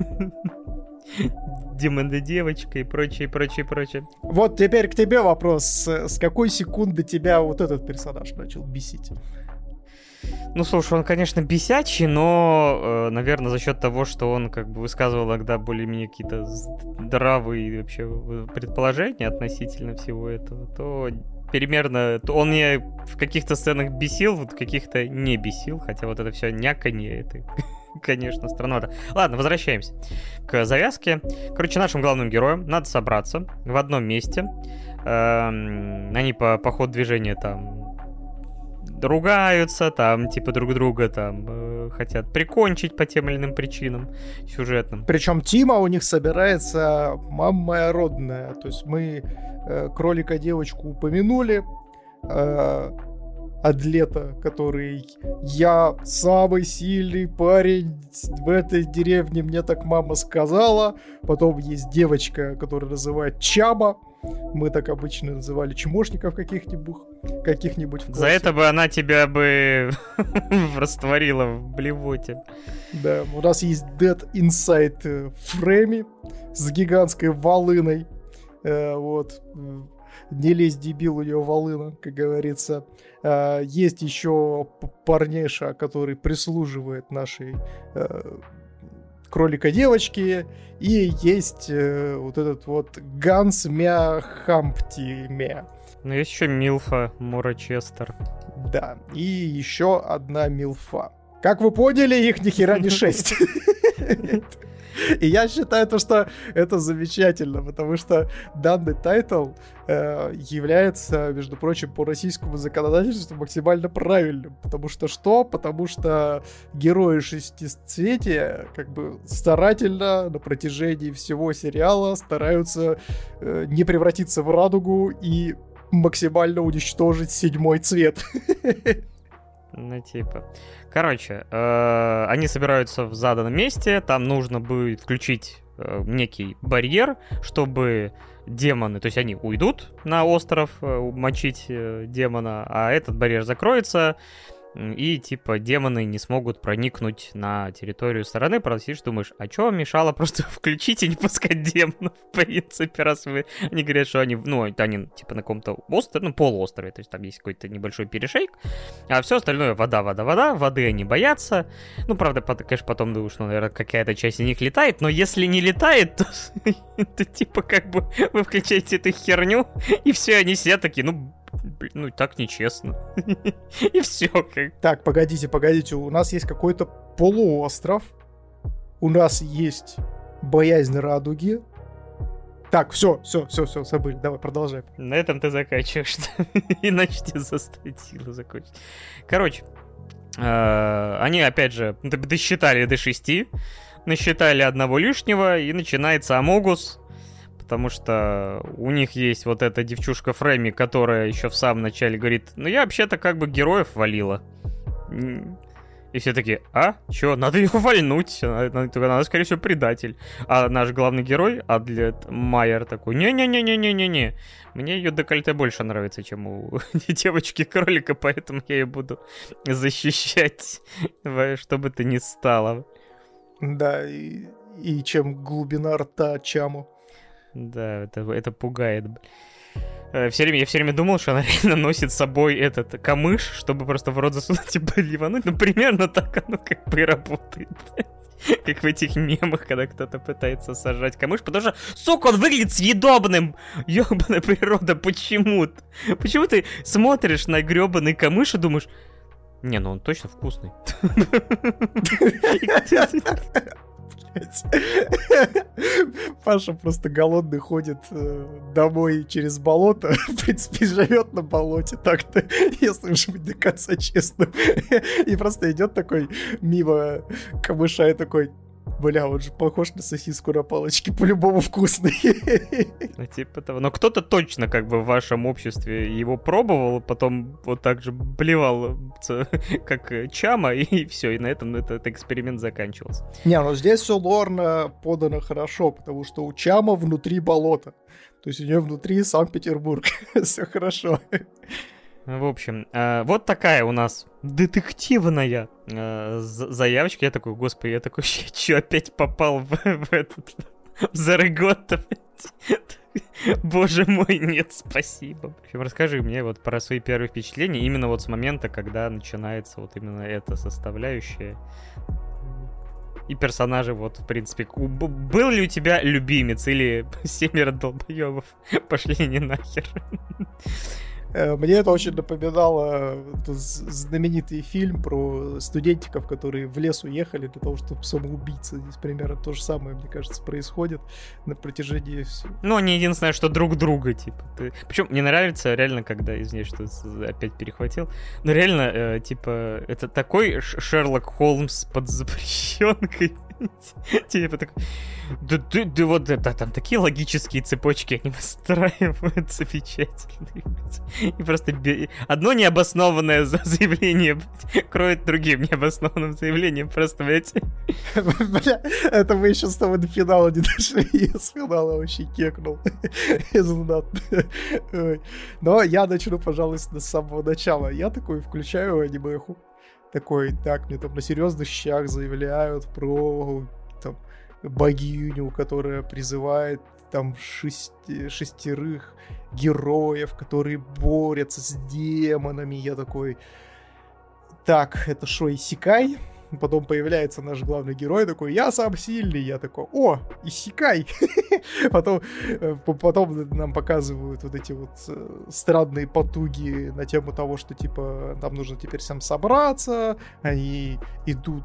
Демон девочка и прочее, прочее, прочее. Вот теперь к тебе вопрос. С какой секунды тебя вот этот персонаж начал бесить? Ну, слушай, он, конечно, бесячий, но, э, наверное, за счет того, что он как бы высказывал иногда более-менее какие-то здравые вообще предположения относительно всего этого, то примерно то он меня в каких-то сценах бесил, вот в каких-то не бесил, хотя вот это все няканье, это, конечно, странновато. Ладно, возвращаемся к завязке. Короче, нашим главным героям надо собраться в одном месте. Эм, они по, по ходу движения там ругаются, там, типа, друг друга там э, хотят прикончить по тем или иным причинам сюжетным. Причем Тима у них собирается мама моя родная. То есть мы э, кролика-девочку упомянули, э, Адлета, который я самый сильный парень в этой деревне, мне так мама сказала. Потом есть девочка, которая называет Чаба. Мы так обычно называли чмошников каких-нибудь, каких-нибудь в классе. За это бы она тебя бы растворила в блевоте. Да, у нас есть Dead Inside Фрейми с гигантской волыной. Э, вот. Не лезь, дебил, у нее волына, как говорится. Э, есть еще парнейша, который прислуживает нашей э, кролика-девочке. И есть э, вот этот вот Ганс Мя Хампти Мя. Ну, есть еще Милфа Мора Честер. Да, и еще одна Милфа. Как вы поняли, их ни хера не шесть. И я считаю, то, что это замечательно, потому что данный тайтл э, является, между прочим, по российскому законодательству максимально правильным. Потому что что? Потому что герои шестицветия как бы старательно на протяжении всего сериала стараются э, не превратиться в радугу и максимально уничтожить седьмой цвет. Ну, типа. Короче, э, они собираются в заданном месте, там нужно будет включить э, некий барьер, чтобы демоны, то есть они уйдут на остров э, мочить э, демона, а этот барьер закроется, и, типа, демоны не смогут проникнуть на территорию стороны. Правда, сидишь, думаешь, а что мешало просто включить и не пускать демонов, в принципе, раз вы... Они говорят, что они, ну, они, типа, на каком-то острове, ну, полуострове, то есть там есть какой-то небольшой перешейк, а все остальное вода, вода, вода, воды они боятся. Ну, правда, конечно, потом думаю, что, наверное, какая-то часть из них летает, но если не летает, то, то типа, как бы, вы включаете эту херню, и все, они сидят такие, ну, ну, так нечестно. И все. Как... Так, погодите, погодите. У нас есть какой-то полуостров. У нас есть боязнь радуги. Так, все, все, все, все, забыли. Давай, продолжай. На этом ты заканчиваешь. Иначе тебя заставить силу закончить. Короче, они, опять же, досчитали до шести, насчитали одного лишнего, и начинается Амогус. Потому что у них есть вот эта девчушка Фрейми, которая еще в самом начале говорит, ну я вообще-то как бы героев валила. И все такие, а? Че? Надо ее вальнуть. Она, она, скорее всего, предатель. А наш главный герой, Адлет Майер, такой, не-не-не-не-не-не-не. Мне ее декольте больше нравится, чем у девочки-кролика, поэтому я ее буду защищать, что бы то ни стало. Да, и, и чем глубина рта Чаму. Да, это, это пугает. Все время, я все время думал, что она реально носит с собой этот камыш, чтобы просто в рот засунуть и ливануть. Ну, примерно так оно как бы и работает. Как в этих мемах, когда кто-то пытается сажать камыш. Потому что, сука, он выглядит съедобным! Ёбаная природа, почему? Почему ты смотришь на грёбаный камыш и думаешь, не, ну он точно вкусный. Паша просто голодный ходит э, домой через болото. В принципе, живет на болоте так-то, если уж быть до конца честным. И просто идет такой мимо камыша и такой: Бля, он же похож на сосиску на палочке, по-любому вкусный. Ну, типа того. Но кто-то точно как бы в вашем обществе его пробовал, потом вот так же блевал, как Чама, и все, и на этом этот эксперимент заканчивался. Не, ну здесь все лорно подано хорошо, потому что у Чама внутри болото. То есть у нее внутри Санкт-Петербург. Все хорошо. В общем, э, вот такая у нас детективная э, заявочка. Я такой, господи, я такой, что опять попал в, в этот в Зареготто? Боже мой, нет, спасибо. В общем, расскажи мне вот про свои первые впечатления именно вот с момента, когда начинается вот именно эта составляющая. И персонажи, вот, в принципе, был ли у тебя любимец или семеро долбоебов пошли не нахер? Мне это очень напоминало знаменитый фильм про студентиков, которые в лес уехали для того, чтобы самоубийца. Здесь примерно то же самое, мне кажется, происходит на протяжении всего. Ну, они единственное, что друг друга, типа. Ты... Причем мне нравится реально, когда, извиняюсь, что опять перехватил, но реально, э, типа, это такой Шерлок Холмс под запрещенкой. Типа такой, да, да, да вот это, там такие логические цепочки они выстраивают замечательные. И просто бе... одно необоснованное заявление кроет другим необоснованным заявлением. Просто, блядь. Бля, это мы еще с тобой до финала не дошли. Я с финала вообще кекнул. Но я начну, пожалуй, с самого начала. Я такой включаю анимеху. Такой, так, мне там на серьезных щах заявляют про там, богиню, которая призывает там шести, шестерых героев, которые борются с демонами. Я такой, так, это шо, исекай? Потом появляется наш главный герой, такой, я сам сильный. Я такой, о, исекай. Потом, потом нам показывают вот эти вот странные потуги на тему того, что, типа, нам нужно теперь всем собраться. Они идут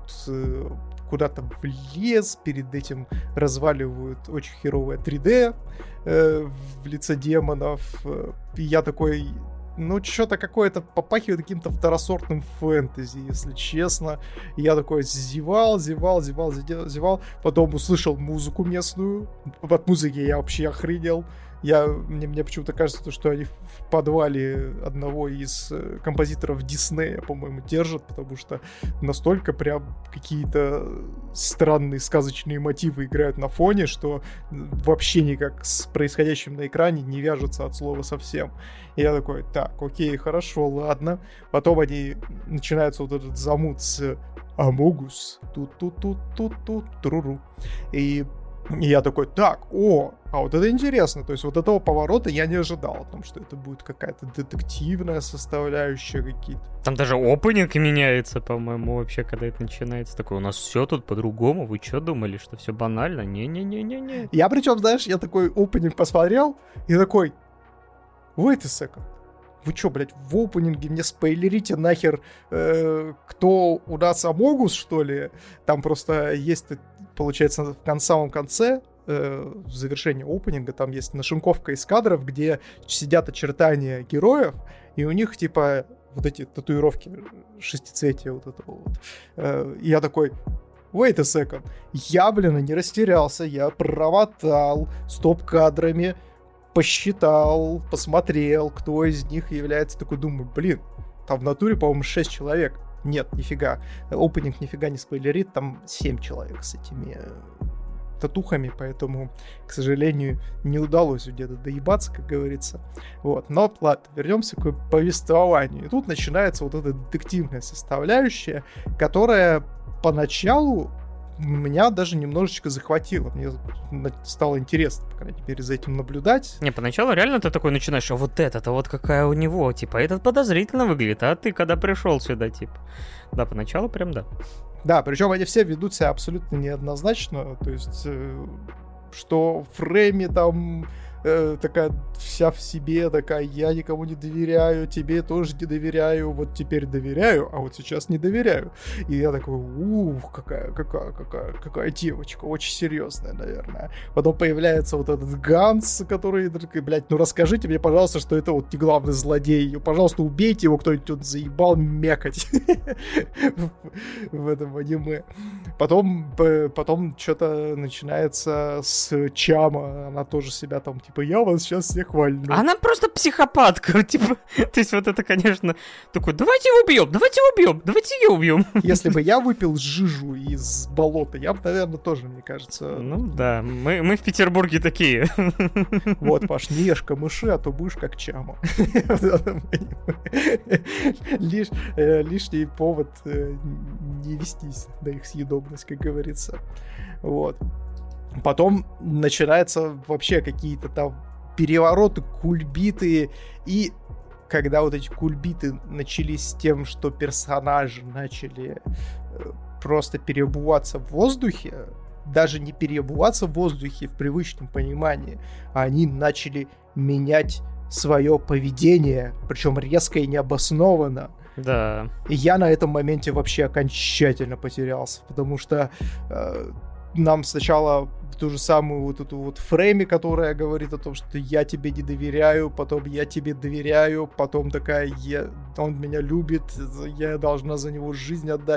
куда-то в лес, перед этим разваливают очень херовое три дэ э, в лице демонов. И я такой... Ну, что-то какое-то попахивает каким-то второсортным фэнтези, если честно. И я такой зевал, зевал, зевал, зевал. Потом услышал музыку местную. От музыки я вообще охренел. Я, мне, мне почему-то кажется, что они в подвале одного из композиторов Диснея, по-моему, держат, потому что настолько прям какие-то странные сказочные мотивы играют на фоне, что вообще никак с происходящим на экране не вяжется от слова совсем. И я такой, так, окей, хорошо, ладно. Потом они начинаются вот этот замут с Амогус, тут-тут-тут-тут-тут, труру. И И я такой, так, о, а вот это интересно. То есть вот этого поворота я не ожидал, о том, что это будет какая-то детективная составляющая, какие-то. Там даже опенинг меняется, по-моему, вообще, когда это начинается. Такой, у нас все тут по-другому. Вы что думали, что все банально? Не-не-не-не-не. Я причем, знаешь, я такой опенинг посмотрел и такой, wait a second. Вы чё, блядь, в опенинге мне спойлерите нахер, э, кто у нас Амогус, что ли? Там просто есть, получается, в самом конце, э, в завершении опенинга, там есть нашинковка из кадров, где сидят очертания героев, и у них, типа, вот эти татуировки, шестицветия вот этого вот. Э, и я такой... Wait a second. Я, блин, не растерялся, я промотал стоп-кадрами, посчитал, посмотрел, кто из них является, такой думаю, блин, там в натуре, по-моему, шесть человек. Нет, нифига. Опенинг нифига не спойлерит, там семь человек с этими татухами, поэтому, к сожалению, не удалось где-то доебаться, как говорится. Вот. Но, ладно, вернемся к повествованию. И тут начинается вот эта детективная составляющая, которая поначалу меня даже немножечко захватило. Мне стало интересно, по крайней мере, за этим наблюдать. Не, поначалу реально ты такой начинаешь, а вот этот, а вот какая у него, типа, этот подозрительно выглядит, а ты когда пришел сюда, типа. Да, поначалу прям да. Да, причем они все ведут себя абсолютно неоднозначно, то есть, э, что в фрейме там э, такая вся в себе, такая, я никому не доверяю, тебе тоже не доверяю, вот теперь доверяю, а вот сейчас не доверяю. И я такой, ух, какая, какая, какая, какая девочка, очень серьезная, наверное. Потом появляется вот этот Ганс, который, блядь, ну расскажите мне, пожалуйста, что это вот не главный злодей, пожалуйста, убейте его, кто-нибудь он заебал мекать в этом аниме. Потом, потом что-то начинается с Чама, она тоже себя там, типа, я вас сейчас всех вальну. Она просто психопатка, типа, то есть вот это, конечно, такой, давайте его убьем, давайте его убьем, давайте ее убьем. Если бы я выпил жижу из болота, я бы, наверное, тоже, мне кажется... Ну да, мы, мы в Петербурге такие. Вот, Паш, не ешь камыши, а то будешь как Чама. Лиш, э, лишний повод э, не вестись на их съедобность, как говорится. Вот. Потом начинаются вообще какие-то там перевороты, кульбиты. И когда вот эти кульбиты начались с тем, что персонажи начали э, просто переобуваться в воздухе, даже не переобуваться в воздухе в привычном понимании, а они начали менять свое поведение, причем резко и необоснованно. Да. И я на этом моменте вообще окончательно потерялся, потому что э, нам сначала ту же самую вот эту вот Фрейми, которая говорит о том, что я тебе не доверяю, потом я тебе доверяю, потом такая, я, он меня любит, я должна за него жизнь отдать.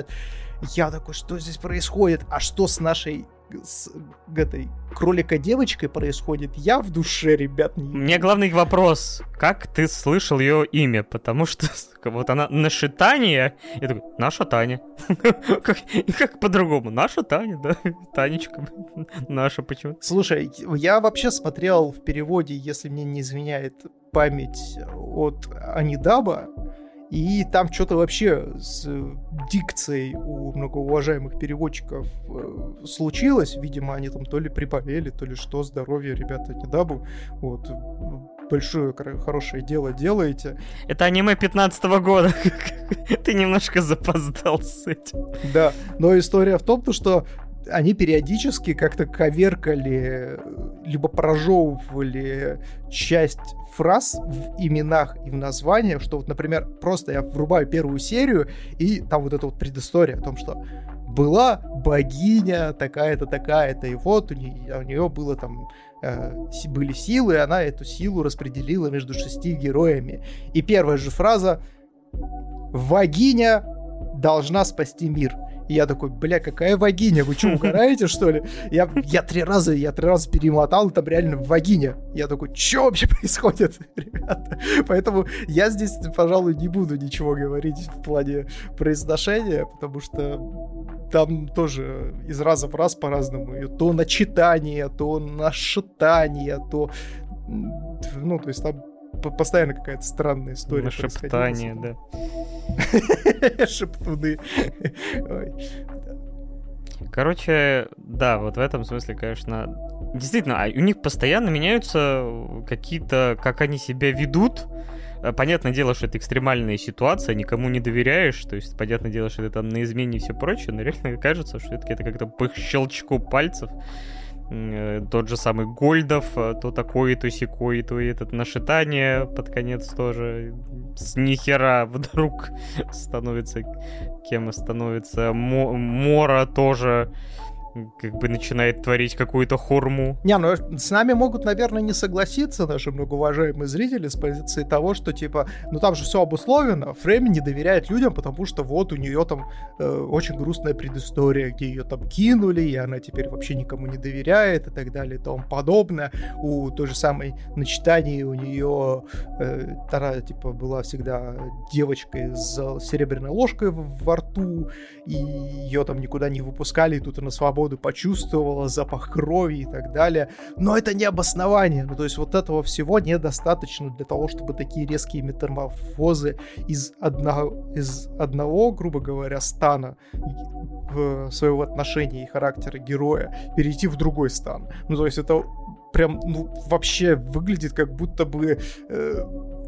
Я такой, что здесь происходит? А что с нашей с этой кролика-девочкой происходит, я в душе, ребят, не... У меня главный вопрос, как ты слышал ее имя? Потому что вот она Нашитания, я такой, наша Таня. как, как по-другому? Наша Таня, да? Танечка. Наша почему? Слушай, я вообще смотрел в переводе, если мне не изменяет память, от Анидаба, и там что-то вообще с дикцией у многоуважаемых переводчиков э, случилось. Видимо, они там то ли приболели, то ли что. Здоровье, ребята, не дабу. Вот. Большое, хорошее дело делаете. Это аниме пятнадцатого года. Ты немножко запоздал с этим. Да, но история в том, что они периодически как-то коверкали, либо прожевывали часть фраз в именах и в названиях, что вот, например, просто я врубаю первую серию, и там вот эта вот предыстория о том, что была богиня такая-то, такая-то, и вот у нее, у нее было там э, были силы, и она эту силу распределила между шести героями. И первая же фраза «Вагиня должна спасти мир». И я такой, бля, какая вагиня? Вы что, угораете, что ли? Я, я три раза, я три раза перемотал, там реально вагиня. Я такой, что вообще происходит, ребята? Поэтому я здесь, пожалуй, не буду ничего говорить в плане произношения, потому что там тоже из раза в раз по-разному. И то на читание, то на шатание, то... Ну, то есть там постоянно какая-то странная история. На шептание, да. Шептуны. Короче, да, вот в этом смысле, конечно, действительно, у них постоянно меняются какие-то, как они себя ведут. Понятное дело, что это экстремальная ситуация, никому не доверяешь, то есть, понятное дело, что это там на измене и все прочее, но реально кажется, что это как-то по щелчку пальцев. Тот же самый Гольдов, то такой, то сякой, то и этот Нашитание под конец тоже с нихера вдруг становится кем становится. Мора тоже как бы начинает творить какую-то хурму. Не, ну с нами могут, наверное, не согласиться наши многоуважаемые зрители с позиции того, что типа, ну там же все обусловлено, Фрейми не доверяет людям, потому что вот у нее там э, очень грустная предыстория, где ее там кинули, и она теперь вообще никому не доверяет и так далее и тому подобное. У той же самой Начитании у нее э, она типа была всегда девочкой с серебряной ложкой во рту, и ее там никуда не выпускали, и тут она свободно почувствовала запах крови и так далее. Но это не обоснование. Ну, то есть вот этого всего недостаточно для того, чтобы такие резкие метаморфозы из одного, из одного, грубо говоря, стана в своего отношения и характера героя перейти в другой стан. Ну, то есть это прям, ну, вообще выглядит как будто бы... Э,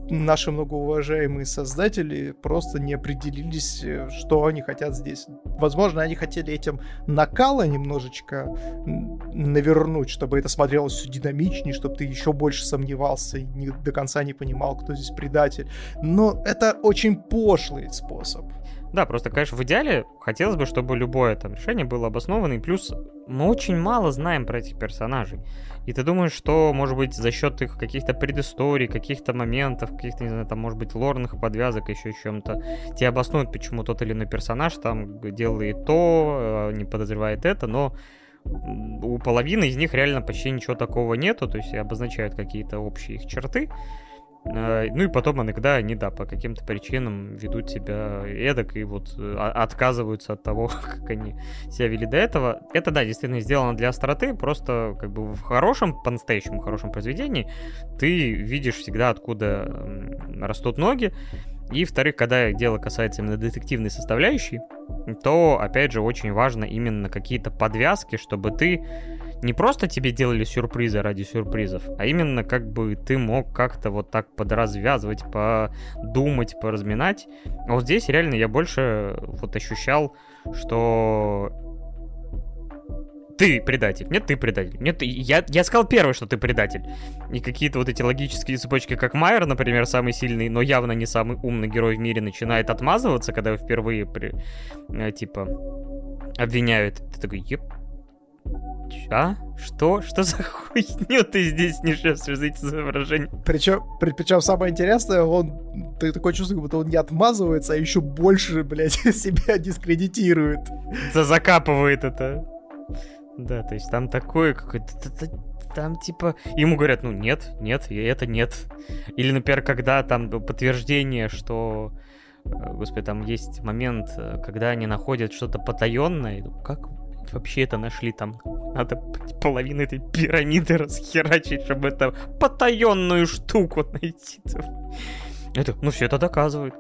наши многоуважаемые создатели просто не определились, что они хотят здесь. Возможно, они хотели этим накала немножечко навернуть, чтобы это смотрелось все динамичнее, чтобы ты еще больше сомневался и не, до конца не понимал, кто здесь предатель. Но это очень пошлый способ. Да, просто, конечно, в идеале хотелось бы, чтобы любое там решение было обоснованно, и плюс мы очень мало знаем про этих персонажей. И ты думаешь, что, может быть, за счет их каких-то предысторий, каких-то моментов, каких-то, не знаю, там, может быть, лорных подвязок, еще чем-то, тебе обоснуют, почему тот или иной персонаж там делает то, не подозревает это, но у половины из них реально почти ничего такого нету, то есть обозначают какие-то общие их черты. Ну и потом иногда они, да, по каким-то причинам ведут себя эдак и вот отказываются от того, как они себя вели до этого. Это, да, действительно сделано для остроты, просто как бы в хорошем, по-настоящему хорошем произведении ты видишь всегда, откуда растут ноги. И, во-вторых, когда дело касается именно детективной составляющей, то, опять же, очень важно именно какие-то подвязки, чтобы ты не просто тебе делали сюрпризы ради сюрпризов, а именно как бы ты мог как-то вот так подразвязывать, подумать, поразминать. А вот здесь реально я больше вот ощущал, что ты предатель. Нет, ты предатель. Нет, я, я сказал первый, что ты предатель. И какие-то вот эти логические цепочки, как Майер, например, самый сильный, но явно не самый умный герой в мире, начинает отмазываться, когда его впервые при, типа обвиняют. Ты такой, еп. А? Что? Что за хуйню ты здесь несешь из этих изображений? Причем, при, причем самое интересное, он, ты такое чувство, как будто он не отмазывается, а еще больше, блядь, себя дискредитирует. Закапывает это. Да, то есть там такое какое-то... Там типа... Ему говорят, ну нет, нет, и это нет. Или, например, когда там подтверждение, что... Господи, там есть момент, когда они находят что-то потаенное. Как вообще это нашли там? Надо половину этой пирамиды расхерачить, чтобы это потаенную штуку найти. Это, ну все это доказывает.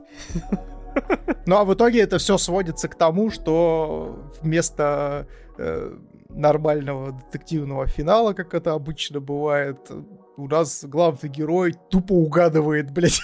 Ну а в итоге это все сводится к тому, что вместо э, нормального детективного финала, как это обычно бывает, у нас главный герой тупо угадывает, блядь.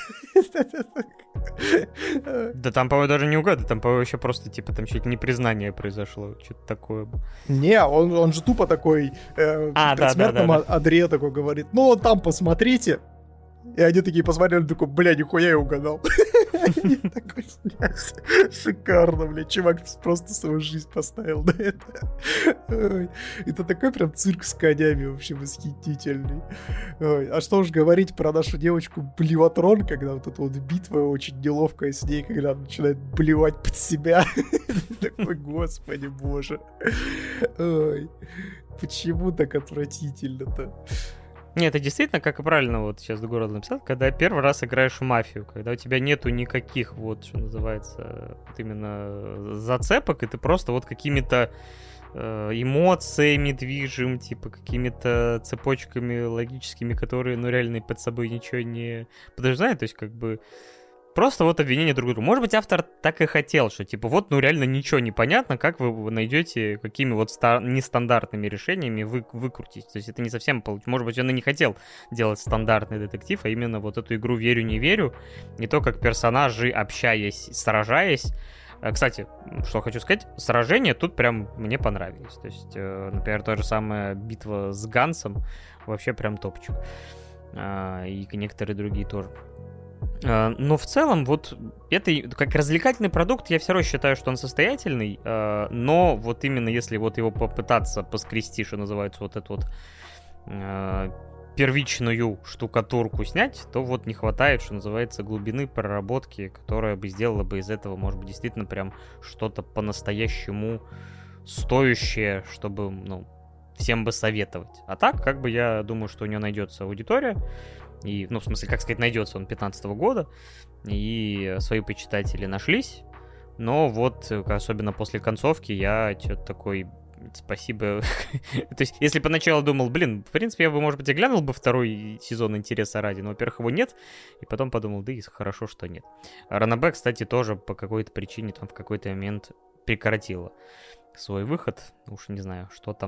Да там, по-моему, даже не угадывает, там, по-моему, вообще просто, типа, там чуть не признание произошло, что-то такое. Не, он, он же тупо такой, э, а, в предсмертном да, да, да, Адре такой говорит, ну, там посмотрите. И они такие посмотрели, такой, бля, нихуя я угадал. Такой, блядь, шикарно, блядь, чувак просто свою жизнь поставил на это. Это такой прям цирк с конями вообще восхитительный. А что уж говорить про нашу девочку Блеватрон, когда вот эта вот битва очень неловкая с ней, когда она начинает блевать под себя. Такой, господи боже. Почему так отвратительно-то? Нет, это действительно, как и правильно вот сейчас Дегород написал, когда первый раз играешь в мафию, когда у тебя нету никаких вот, что называется, вот именно зацепок, и ты просто вот какими-то э, эмоциями движим, типа какими-то цепочками логическими, которые, ну, реально под собой ничего не подразумевают, то есть как бы просто вот обвинение друг другу. Может быть, автор так и хотел, что типа вот, ну реально ничего не понятно, как вы найдете, какими вот ста- нестандартными решениями вы выкрутить. То есть это не совсем получится. Может быть, он и не хотел делать стандартный детектив, а именно вот эту игру верю-не верю. Не то, как персонажи, общаясь, сражаясь. Кстати, что хочу сказать, сражения тут прям мне понравились. То есть, например, та же самая битва с Гансом вообще прям топчик. И некоторые другие тоже. Но в целом, вот это как развлекательный продукт, я все равно считаю, что он состоятельный, но вот именно если вот его попытаться поскрести, что называется, вот эту вот первичную штукатурку снять, то вот не хватает, что называется, глубины проработки, которая бы сделала бы из этого, может быть, действительно прям что-то по-настоящему стоящее, чтобы, ну, всем бы советовать. А так, как бы я думаю, что у него найдется аудитория. И, ну, в смысле, как сказать, найдется он пятнадцатого года, и свои почитатели нашлись, но вот, особенно после концовки, я что-то такой, спасибо. То есть, если поначалу думал, блин, в принципе, я бы, может быть, и глянул бы второй сезон интереса ради, но, во-первых, его нет, и потом подумал, да и хорошо, что нет. Ранобэ, кстати, тоже по какой-то причине там в какой-то момент прекратила свой выход, уж не знаю, что там.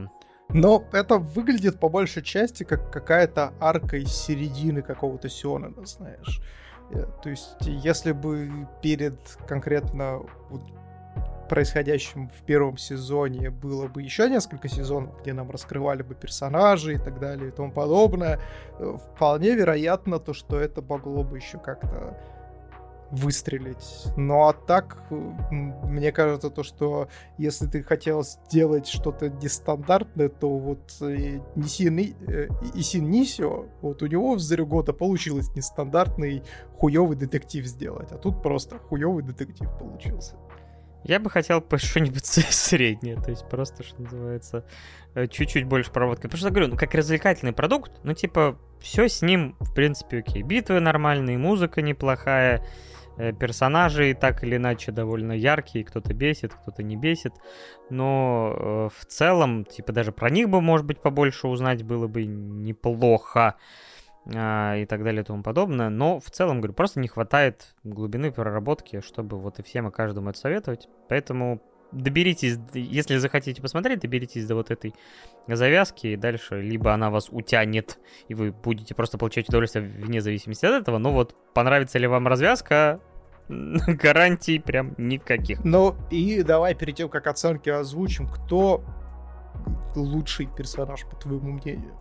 Но это выглядит по большей части как какая-то арка из середины какого-то сёнэна, знаешь. То есть, если бы перед конкретно вот происходящим в первом сезоне было бы еще несколько сезонов, где нам раскрывали бы персонажей и так далее и тому подобное, вполне вероятно то, что это могло бы еще как-то выстрелить. Ну а так, мне кажется, то, что если ты хотел сделать что-то нестандартное, то вот Исин Нисио, вот у него в Зеро года получилось нестандартный хуёвый детектив сделать, а тут просто хуёвый детектив получился. Я бы хотел что-нибудь среднее, то есть просто, что называется, чуть-чуть больше проводки. Потому что, говорю, ну, как развлекательный продукт, ну, типа, все с ним, в принципе, окей. Битвы нормальные, музыка неплохая, персонажи так или иначе довольно яркие, кто-то бесит, кто-то не бесит, но э, в целом, типа, даже про них бы, может быть, побольше узнать было бы неплохо, э, и так далее и тому подобное, но в целом, говорю, просто не хватает глубины проработки, чтобы вот и всем и каждому это советовать, поэтому доберитесь, если захотите посмотреть, доберитесь до вот этой завязки, и дальше либо она вас утянет, и вы будете просто получать удовольствие вне зависимости от этого, но вот понравится ли вам развязка, гарантий прям никаких. Ну и давай перед тем, как оценки озвучим, кто лучший персонаж, по твоему мнению,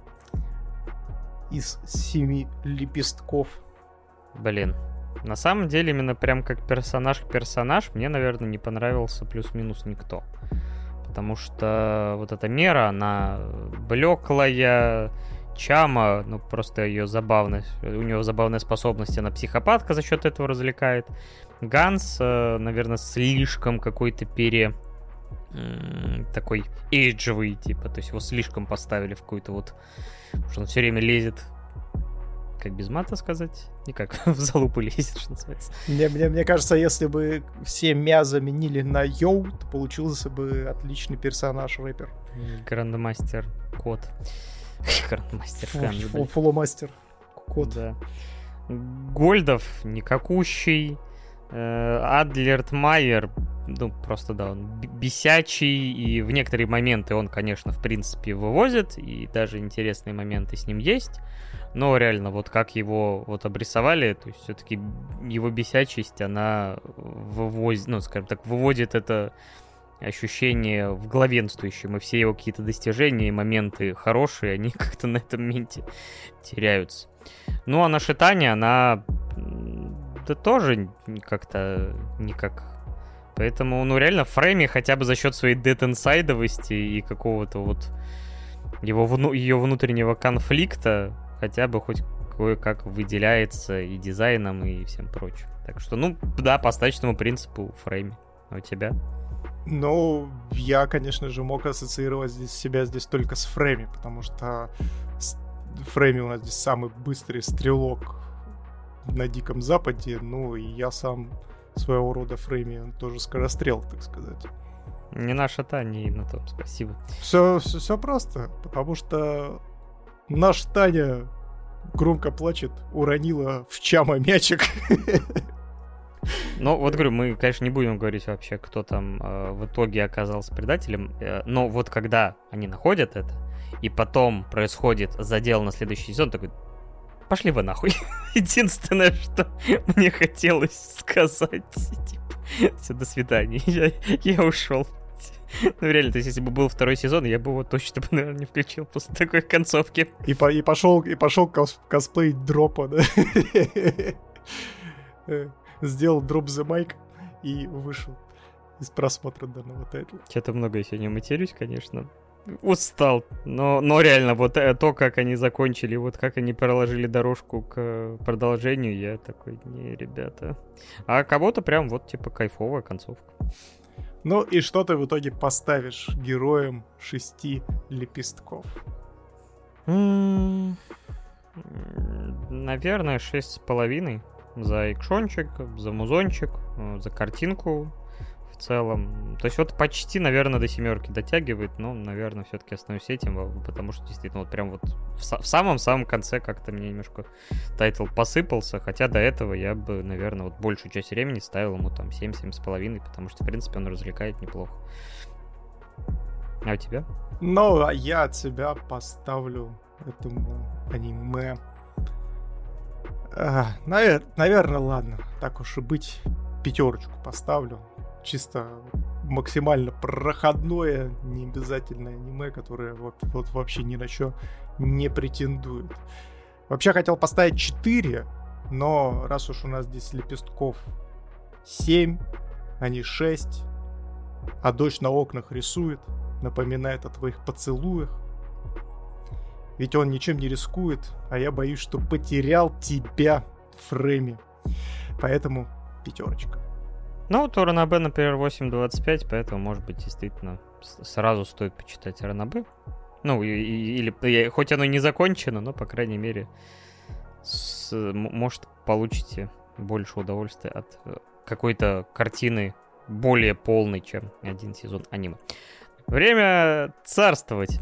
из семи лепестков? Блин, на самом деле, именно прям как персонаж-персонаж, мне, наверное, не понравился плюс-минус никто. Потому что вот эта Мера, она блеклая, Чама, ну просто ее забавность, у нее забавная способность, она психопатка за счет этого развлекает. Ганс, наверное, слишком какой-то пере... такой эйджевый, типа, то есть его слишком поставили в какую-то вот... Потому что он все время лезет... Как без мата сказать? Никак, в залупу лезет, что называется. Мне, мне, мне кажется, если бы все мя заменили на йоу, то получился бы отличный персонаж-рэпер. Грандмастер Кот. Грандмастер Ганс. Фулломастер Кот. Да. Гольдов никакущий. Адлерт Майер, ну, просто, да, он бесячий, и в некоторые моменты он, конечно, в принципе, вывозит, и даже интересные моменты с ним есть, но реально, вот как его вот обрисовали, то есть все-таки его бесячесть, она вывозит, ну, скажем так, выводит это ощущение в главенствующем, и все его какие-то достижения и моменты хорошие, они как-то на этом моменте теряются. Ну, а наша Таня, она... да тоже как-то никак. Поэтому, ну, реально, в Фрейме хотя бы за счет своей дед-инсайдовости и какого-то вот его вну- ее внутреннего конфликта хотя бы хоть кое-как выделяется и дизайном, и всем прочим. Так что, ну, да, по стачному принципу Фрейме. А у тебя? Ну, я, конечно же, мог ассоциировать здесь себя здесь только с Фрейми, потому что Фрейми у нас здесь самый быстрый стрелок на Диком Западе, ну и я сам своего рода Фрейми тоже скорострел, так сказать. Не наша Таня, и на том спасибо. Все, все, все просто, потому что наш Таня громко плачет, уронила в Чама мячик. Ну, вот говорю, мы, конечно, не будем говорить вообще, кто там э, в итоге оказался предателем, э, но вот когда они находят это, и потом происходит задел на следующий сезон, такой, пошли вы нахуй. Единственное, что мне хотелось сказать, типа, все, до свидания, я, я ушел. Ну, реально, то есть, если бы был второй сезон, я бы его точно, наверное, не включил после такой концовки. И, по, и пошел, и пошел кос, косплей дропа, да? Сделал дроп the mic и вышел из просмотра данного тайтла. Что-то много я сегодня матерюсь, конечно. Устал, но, но реально, вот то, как они закончили, вот как они проложили дорожку к продолжению, я такой, не, ребята. А кого-то прям вот, типа, кайфовая концовка. Ну и что ты в итоге поставишь героям шести лепестков? Наверное, шесть с половиной. За экшончик, за музончик, за картинку в целом. То есть вот почти, наверное, до семерки дотягивает, но, наверное, все-таки остановлюсь этим, потому что действительно вот прям вот в, в самом-самом конце как-то мне немножко тайтл посыпался, хотя до этого я бы, наверное, вот большую часть времени ставил ему там семь-семь с половиной, потому что, в принципе, он развлекает неплохо. А у тебя? Ну, а я от себя поставлю этому аниме. А, навер- наверное, ладно. Так уж и быть, пятерочку поставлю. Чисто максимально проходное, не обязательное аниме, которое вот, вот вообще ни на что не претендует. Вообще хотел поставить четыре, но раз уж у нас здесь лепестков семь, а не шесть, а дождь на окнах рисует, напоминает о твоих поцелуях. Ведь он ничем не рискует, а я боюсь, что потерял тебя в фрейме. Поэтому пятерочка. Ну, вот у Ранобэ, например, восемь двадцать пять, поэтому, может быть, действительно сразу стоит почитать Ранобэ. Ну, и, и, или хоть оно и не закончено, но, по крайней мере, с, может, получите больше удовольствия от какой-то картины более полной, чем один сезон аниме. Время царствовать.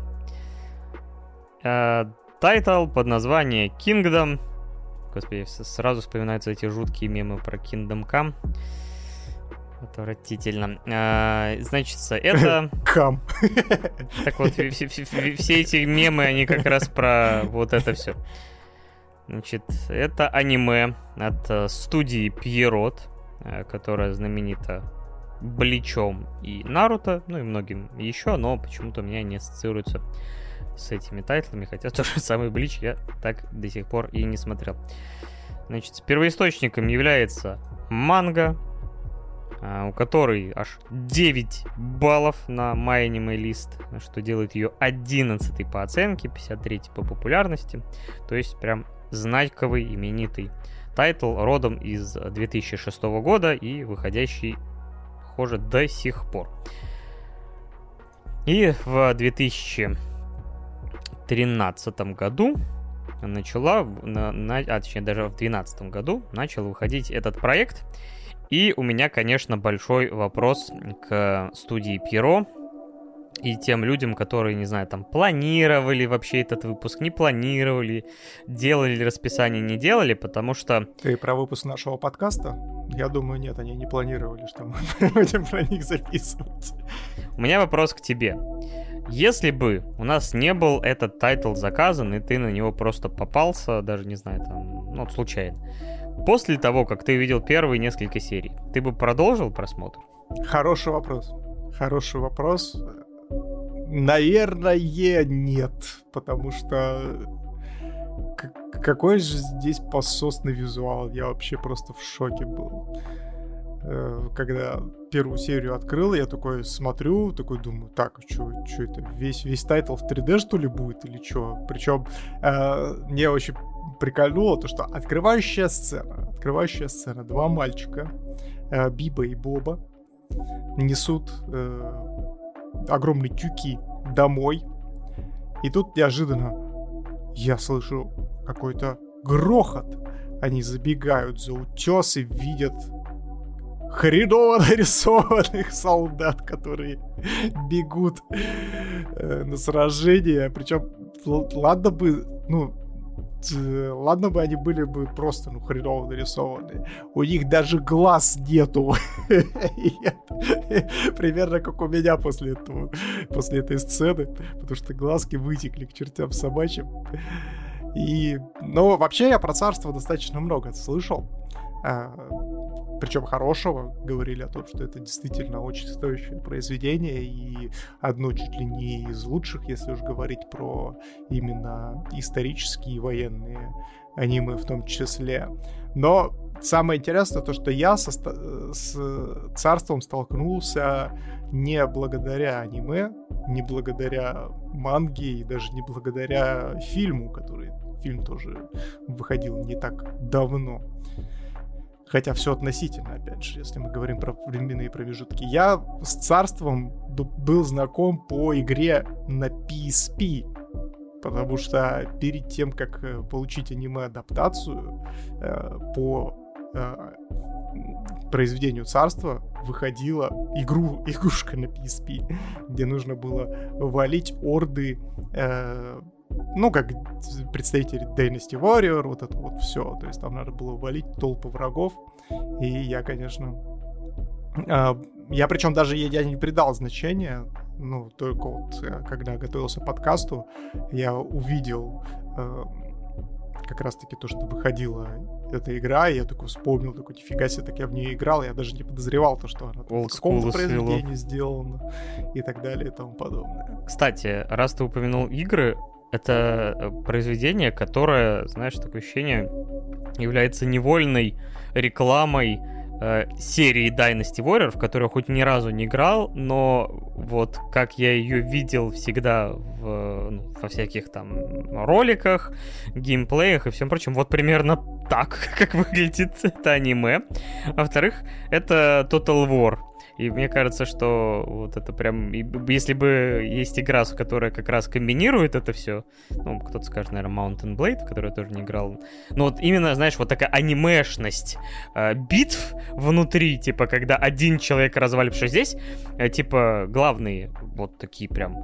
Тайтл под названием Kingdom. Господи, сразу вспоминаются эти жуткие мемы про Kingdom Come. Отвратительно. А, значит, это... Кам. Так вот, все, все, все эти мемы, они как раз про вот это все. Значит, это аниме от студии Pierrot, которая знаменита Бличом и Наруто, ну и многим еще, но почему-то у меня не ассоциируется с этими тайтлами, хотя тот же самый Блич я так до сих пор и не смотрел. Значит, первоисточником является манга, у которой аж девять баллов на MyAnimeList, что делает ее одиннадцатой по оценке, пятьдесят третьей по популярности. То есть прям знаковый, именитый тайтл, родом из две тысячи шестого года и выходящий, похоже, до сих пор. И в две тысячи тринадцатом году начала, на, на, а точнее даже в две тысячи двенадцатом году начал выходить этот проект. И у меня, конечно, большой вопрос к студии Pierrot и тем людям, которые, не знаю, там планировали вообще этот выпуск, не планировали, делали ли расписание, не делали, потому что... Ты про выпуск нашего подкаста? Я думаю, нет, они не планировали, что мы будем про них записывать. У меня вопрос к тебе. Если бы у нас не был этот тайтл заказан, и ты на него просто попался, даже, не знаю, там, ну, случайно, после того, как ты увидел первые несколько серий, ты бы продолжил просмотр? Хороший вопрос. Хороший вопрос. Наверное, нет, потому что к- какой же здесь пососный визуал. Я вообще просто в шоке был. Когда первую серию открыл, я такой смотрю, такой думаю, так, что это, весь, весь тайтл в три дэ, что ли, будет, или что? Причем э, мне очень прикольнуло то, что открывающая сцена, открывающая сцена, два мальчика, э, Биба и Боба, несут э, огромные тюки домой, и тут неожиданно я слышу какой-то грохот. Они забегают за утес и видят хреново нарисованных солдат, которые бегут э, на сражение. Причем, л- ладно бы, ну, э, ладно бы они были бы просто, ну, хреново нарисованные. У них даже глаз нету. Примерно как у меня после этого, после этой сцены, потому что глазки вытекли к чертям собачьим. И, ну, вообще я про царство достаточно много слышал. Причем хорошего, говорили о том, что это действительно очень стоящее произведение и одно чуть ли не из лучших, если уж говорить про именно исторические и военные аниме в том числе. Но самое интересное то, что я со, с царством столкнулся не благодаря аниме, не благодаря манге и даже не благодаря фильму, который фильм тоже выходил не так давно. Хотя все относительно, опять же, если мы говорим про временные промежутки. Я с царством б- был знаком по игре на пи эс пи, потому что перед тем, как получить аниме-адаптацию э, по э, произведению царства, выходила игру, игрушка на пи эс пи, где нужно было валить орды... Э, ну, как представители Dynasty Warrior, вот это вот все. То есть там надо было валить толпы врагов. И я, конечно... Э, я причем даже я, я не придал значения ну, только вот, когда готовился к подкасту, я увидел э, как раз-таки то, что выходила эта игра, и я такой вспомнил, такой, нифига себе, так я в нее играл, я даже не подозревал то, что она в каком-то произведении сделана, и так далее, и тому подобное. Кстати, раз ты упомянул игры, это произведение, которое, знаешь, такое ощущение, является невольной рекламой э, серии Dynasty Warrior, в которую я хоть ни разу не играл, но вот как я ее видел всегда в, ну, во всяких там роликах, геймплеях и всем прочем, вот примерно так, как выглядит это аниме. А во-вторых, это Total War. И мне кажется, что вот это прям... Если бы есть игра, которая как раз комбинирует это все, ну, кто-то скажет, наверное, Mountain Blade, в которую я тоже не играл. Но вот именно, знаешь, вот такая анимешность э, битв внутри, типа, когда один человек разваливший здесь, э, типа, главные вот такие прям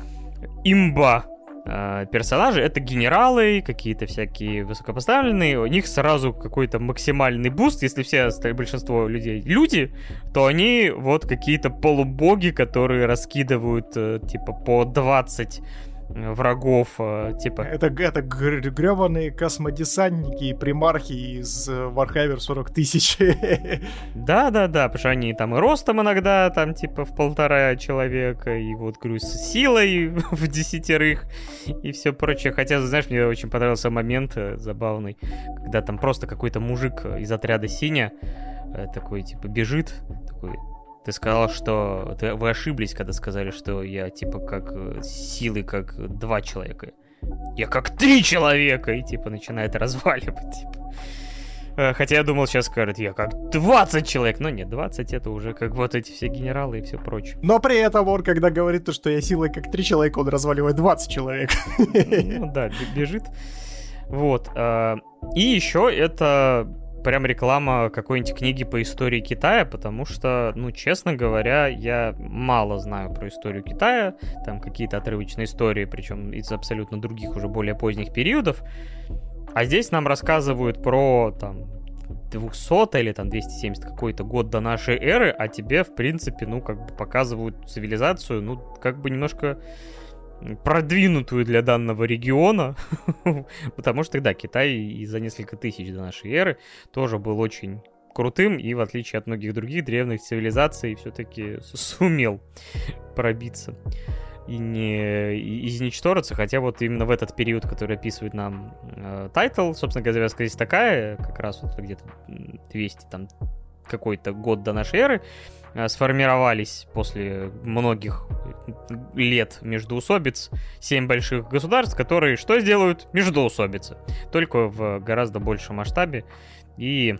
имба персонажи — это генералы, какие-то всякие высокопоставленные, у них сразу какой-то максимальный буст. Если все большинство людей люди, то они вот какие-то полубоги, которые раскидывают типа по двадцать врагов, типа... Это, это гребаные космодесантники и примархи из Warhammer сорок тысяч. Да-да-да, потому что они там и ростом иногда, там типа в полтора человека, и вот, говорю, с силой в десятерых, и все прочее. Хотя, знаешь, мне очень понравился момент забавный, когда там просто какой-то мужик из отряда Синя такой, типа, бежит, такой... Ты сказал, что... Ты, вы ошиблись, когда сказали, что я, типа, как силы, как два человека. Я как три человека! И, типа, начинает разваливать, типа. Хотя я думал, сейчас скажет, я как двадцать человек. Но нет, двадцать это уже как вот эти все генералы и все прочее. Но при этом он, когда говорит, то, что я силой как три человека, он разваливает двадцать человек. Ну да, бежит. Вот. И еще это... прям реклама какой-нибудь книги по истории Китая, потому что, ну, честно говоря, я мало знаю про историю Китая, там какие-то отрывочные истории, причем из абсолютно других, уже более поздних периодов, а здесь нам рассказывают про, там, двухсотый или там двести семидесятый какой-то год до нашей эры, а тебе, в принципе, ну, как бы показывают цивилизацию, ну, как бы немножко... продвинутую для данного региона, потому что, да, Китай и за несколько тысяч до нашей эры тоже был очень крутым, и в отличие от многих других древних цивилизаций все-таки сумел пробиться и не и изничтожиться, хотя вот именно в этот период, который описывает нам тайтл, э, собственно говоря, завязка здесь такая, как раз вот где-то двести там какой-то год до нашей эры, сформировались после многих лет междоусобиц семь больших государств, которые что сделают? Междоусобицы. Только в гораздо большем масштабе. И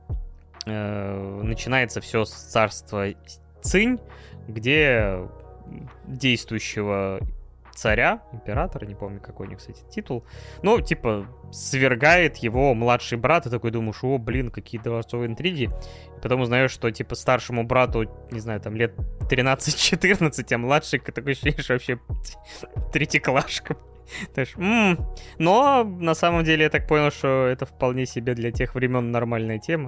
э, начинается все с царства Цинь, где действующего царя, императора, не помню, какой у них, кстати, титул, но, типа, свергает его младший брат, и такой думаешь, о, блин, какие дворцовые интриги. И потом узнаешь, что, типа, старшему брату, не знаю, там, лет тринадцать-четырнадцать, а младший, такой ощущение, что вообще третьеклашка. М-м. Но, на самом деле, я так понял, что это вполне себе для тех времен нормальная тема.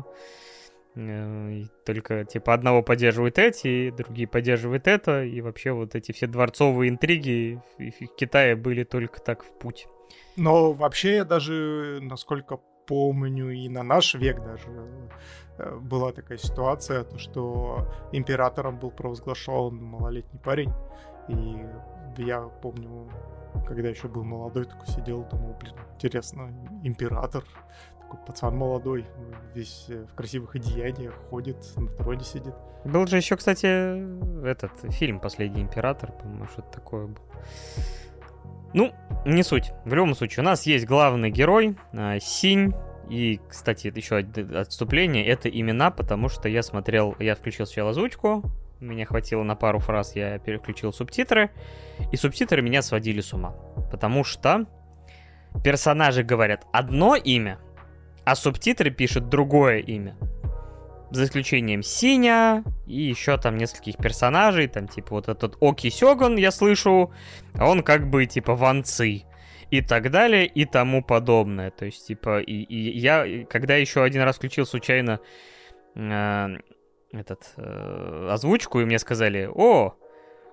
И только, типа, одного поддерживают эти, другие поддерживают это, и вообще вот эти все дворцовые интриги в Китае были только так в путь. Но вообще я даже, насколько помню, и на наш век даже была такая ситуация, то что императором был провозглашен малолетний парень, и я помню, когда еще был молодой, такой сидел, думал, блин, интересно, император... Такой пацан молодой, весь в красивых одеяниях, ходит, на троне сидит. Был же еще, кстати, этот фильм «Последний император», по-моему, что-то такое было. Ну, не суть. В любом случае, у нас есть главный герой, Синь. И, кстати, еще отступление, это имена, потому что я смотрел, я включил сначала озвучку, меня хватило на пару фраз, я переключил субтитры, и субтитры меня сводили с ума. Потому что персонажи говорят одно имя, а субтитры пишут другое имя. За исключением Синя и еще там нескольких персонажей. Там типа вот этот Оки Сёгун, я слышу, а он как бы типа Ван Ци. И так далее, и тому подобное. То есть типа и, и я, когда еще один раз включил случайно э, этот, э, озвучку, и мне сказали, о,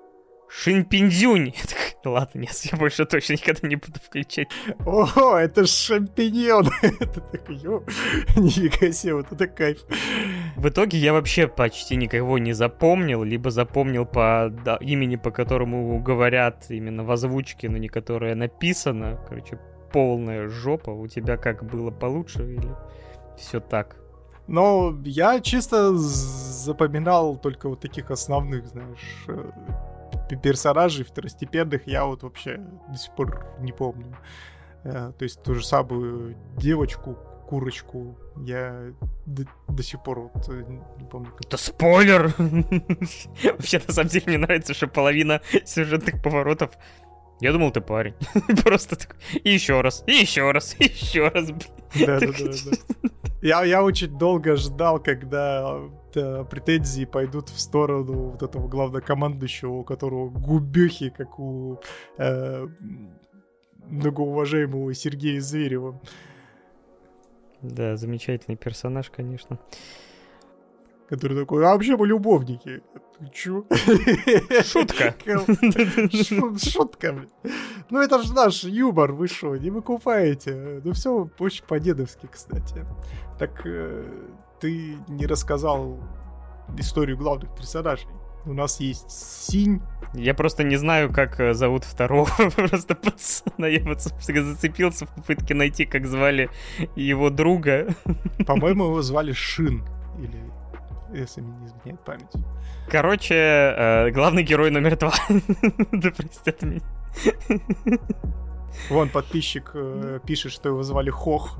Шинпиндзюнь. Ладно, нет, я больше точно никогда не буду включать. О, это ж шампиньон. Это такой, нифига себе, вот это кайф. В итоге я вообще почти никого не запомнил, либо запомнил по да, имени, по которому говорят именно в озвучке, но не которое написано. Короче, полная жопа. У тебя как было получше или все так? Ну, я чисто запоминал только вот таких основных, знаешь, персонажей второстепенных. Я вот вообще до сих пор не помню. То есть ту же самую девочку, курочку, я до, до сих пор вот не помню. Как... Это спойлер! Вообще, на самом деле, мне нравится, что половина сюжетных поворотов. Я думал, ты парень. Просто такой. И еще раз, и еще раз, и еще раз. Да, да, да, да. Я, я очень долго ждал, когда да, претензии пойдут в сторону вот этого главнокомандующего, у которого губехи, как у э, многоуважаемого Сергея Зверева. Да, замечательный персонаж, конечно. Который такой, а вообще мы любовники. Чё? Шутка. Шутка, блин. Ну это же наш юмор, вы шо, не выкупаете. Ну все очень по-дедовски, кстати. Так ты не рассказал историю главных персонажей. У нас есть Синь. Я просто не знаю, как зовут второго просто пацана. Я вот, собственно, зацепился в попытке найти, как звали его друга. По-моему, его звали Шин. Или... если мне не изменяет память. Короче, э, главный герой номер два. Да простят меня. Вон подписчик э, пишет, что его звали Хох.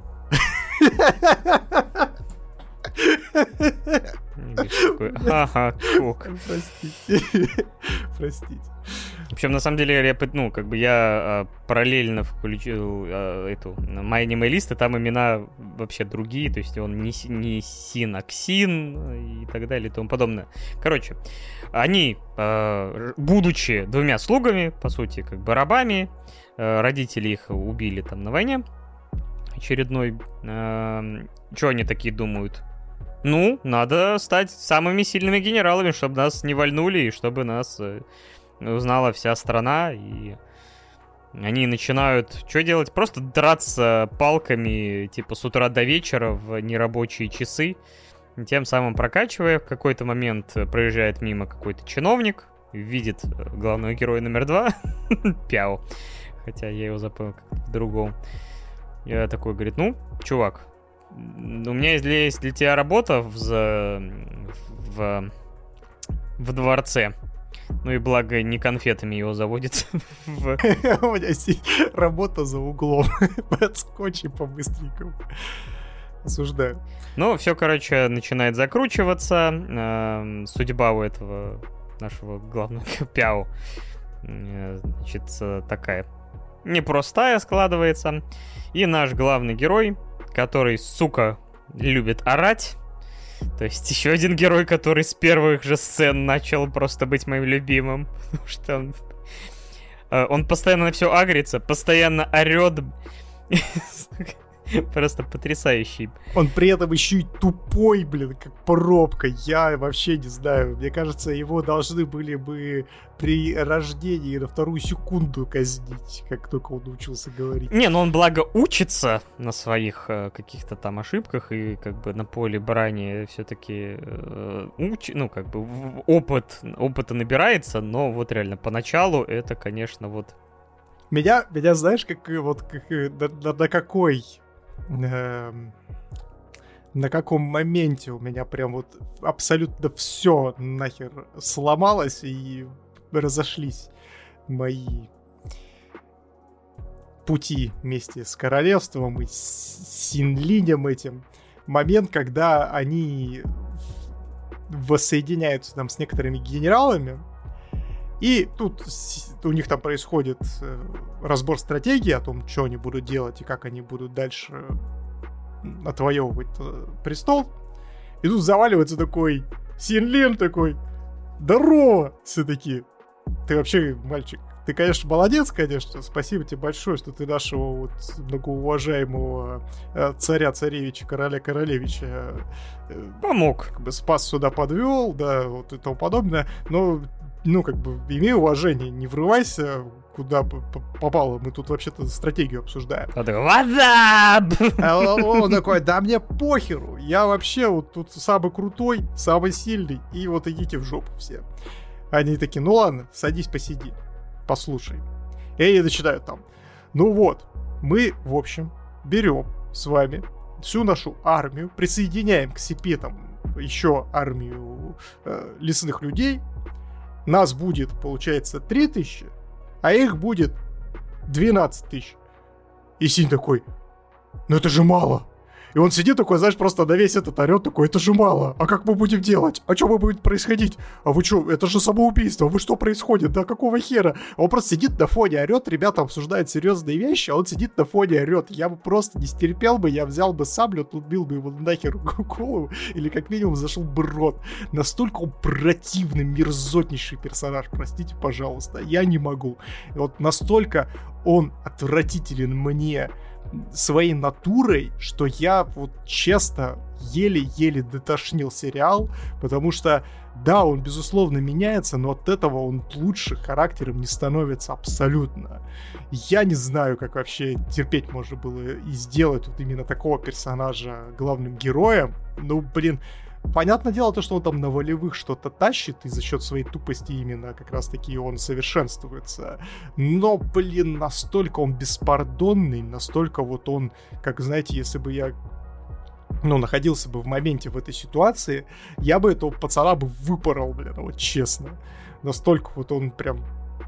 Ага, Хох. Простите. Простите. В общем, на самом деле, я, ну, как бы я а, параллельно включил а, эту My Anime List, и там имена вообще другие, то есть он не, не Син, а Ксин и так далее и тому подобное. Короче, они, а, будучи двумя слугами, по сути, как бы рабами, а, родители их убили там на войне очередной. А, что они такие думают? Ну, надо стать самыми сильными генералами, чтобы нас не вальнули и чтобы нас... узнала вся страна, и они начинают что делать? Просто драться палками, типа, с утра до вечера в нерабочие часы, тем самым прокачивая. В какой-то момент проезжает мимо какой-то чиновник, видит главного героя номер два, Пяо, хотя я его запомнил как-то по-другому. Я такой, говорит, ну, чувак, у меня есть для, есть для тебя работа в, в, в дворце. Ну и благо не конфетами его заводят. У меня есть работа за углом. Подскочи по-быстренькому. Осуждаю. Ну, все, короче, начинает закручиваться. Судьба у этого нашего главного Пяо, значит, такая непростая складывается. И наш главный герой, который, сука, любит орать. То есть еще один герой, который с первых же сцен начал просто быть моим любимым. Потому что он, он постоянно на все агрится, постоянно орет. Просто потрясающий. Он при этом еще и тупой, блин, как пробка. Я вообще не знаю. Мне кажется, его должны были бы при рождении на вторую секунду казнить, как только он научился говорить. Не, ну он благо учится на своих э, каких-то там ошибках и как бы на поле брани все-таки э, уч... ну как бы опыт, опыта набирается, но вот реально поначалу это, конечно, вот... Меня, меня знаешь, как вот как, на, на, на какой... Э, на каком моменте у меня прям вот абсолютно все нахер сломалось и разошлись мои пути вместе с королевством и с Синлинем этим. Момент, когда они воссоединяются там с некоторыми генералами, и тут у них там происходит разбор стратегии о том, что они будут делать и как они будут дальше отвоевывать престол. И тут заваливается такой Синлин такой: здорово! Все такие: ты вообще, мальчик, ты, конечно, молодец, конечно. Спасибо тебе большое, что ты нашего вот многоуважаемого царя-царевича, короля-королевича помог. Как бы спас, сюда подвел, да, вот и тому подобное. Но ну, как бы, имей уважение, не врывайся куда попало. Мы тут вообще-то стратегию обсуждаем. What's up? А он такой, да мне похеру. Я вообще вот тут самый крутой, самый сильный. И вот идите в жопу все. Они такие, ну ладно, садись, посиди. Послушай. И они начинают там. Ну вот, мы, в общем, берем с вами всю нашу армию, присоединяем к себе там еще армию э, лесных людей. Нас будет, получается, три тысячи, а их будет двенадцать тысяч. И Синь такой, ну это же мало. И он сидит такой, знаешь, просто на весь этот орёт такой, это же мало. А как мы будем делать? А что будет происходить? А вы что, это же самоубийство. Вы что происходит? Да какого хера? Он просто сидит на фоне, орёт, ребята обсуждают серьезные вещи, а он сидит на фоне, орёт. Я бы просто не стерпел бы, я взял бы саблю, отлупил бы его нахер голову, или как минимум зашел бы рот. Настолько он противный, мерзотнейший персонаж, простите, пожалуйста. Я не могу. И вот настолько он отвратителен мне своей натурой, что я вот честно еле-еле дотошнил сериал, потому что да, он безусловно меняется, но от этого он лучше характером не становится абсолютно. Я не знаю, как вообще терпеть можно было и сделать вот именно такого персонажа главным героем. Ну, блин, понятное дело то, что он там на волевых что-то тащит, и за счет своей тупости именно как раз-таки он совершенствуется. Но, блин, настолько он беспардонный, настолько вот он, как, знаете, если бы я, ну, находился бы в моменте в этой ситуации, я бы этого пацана бы выпорол, блин, вот честно. Настолько вот он прям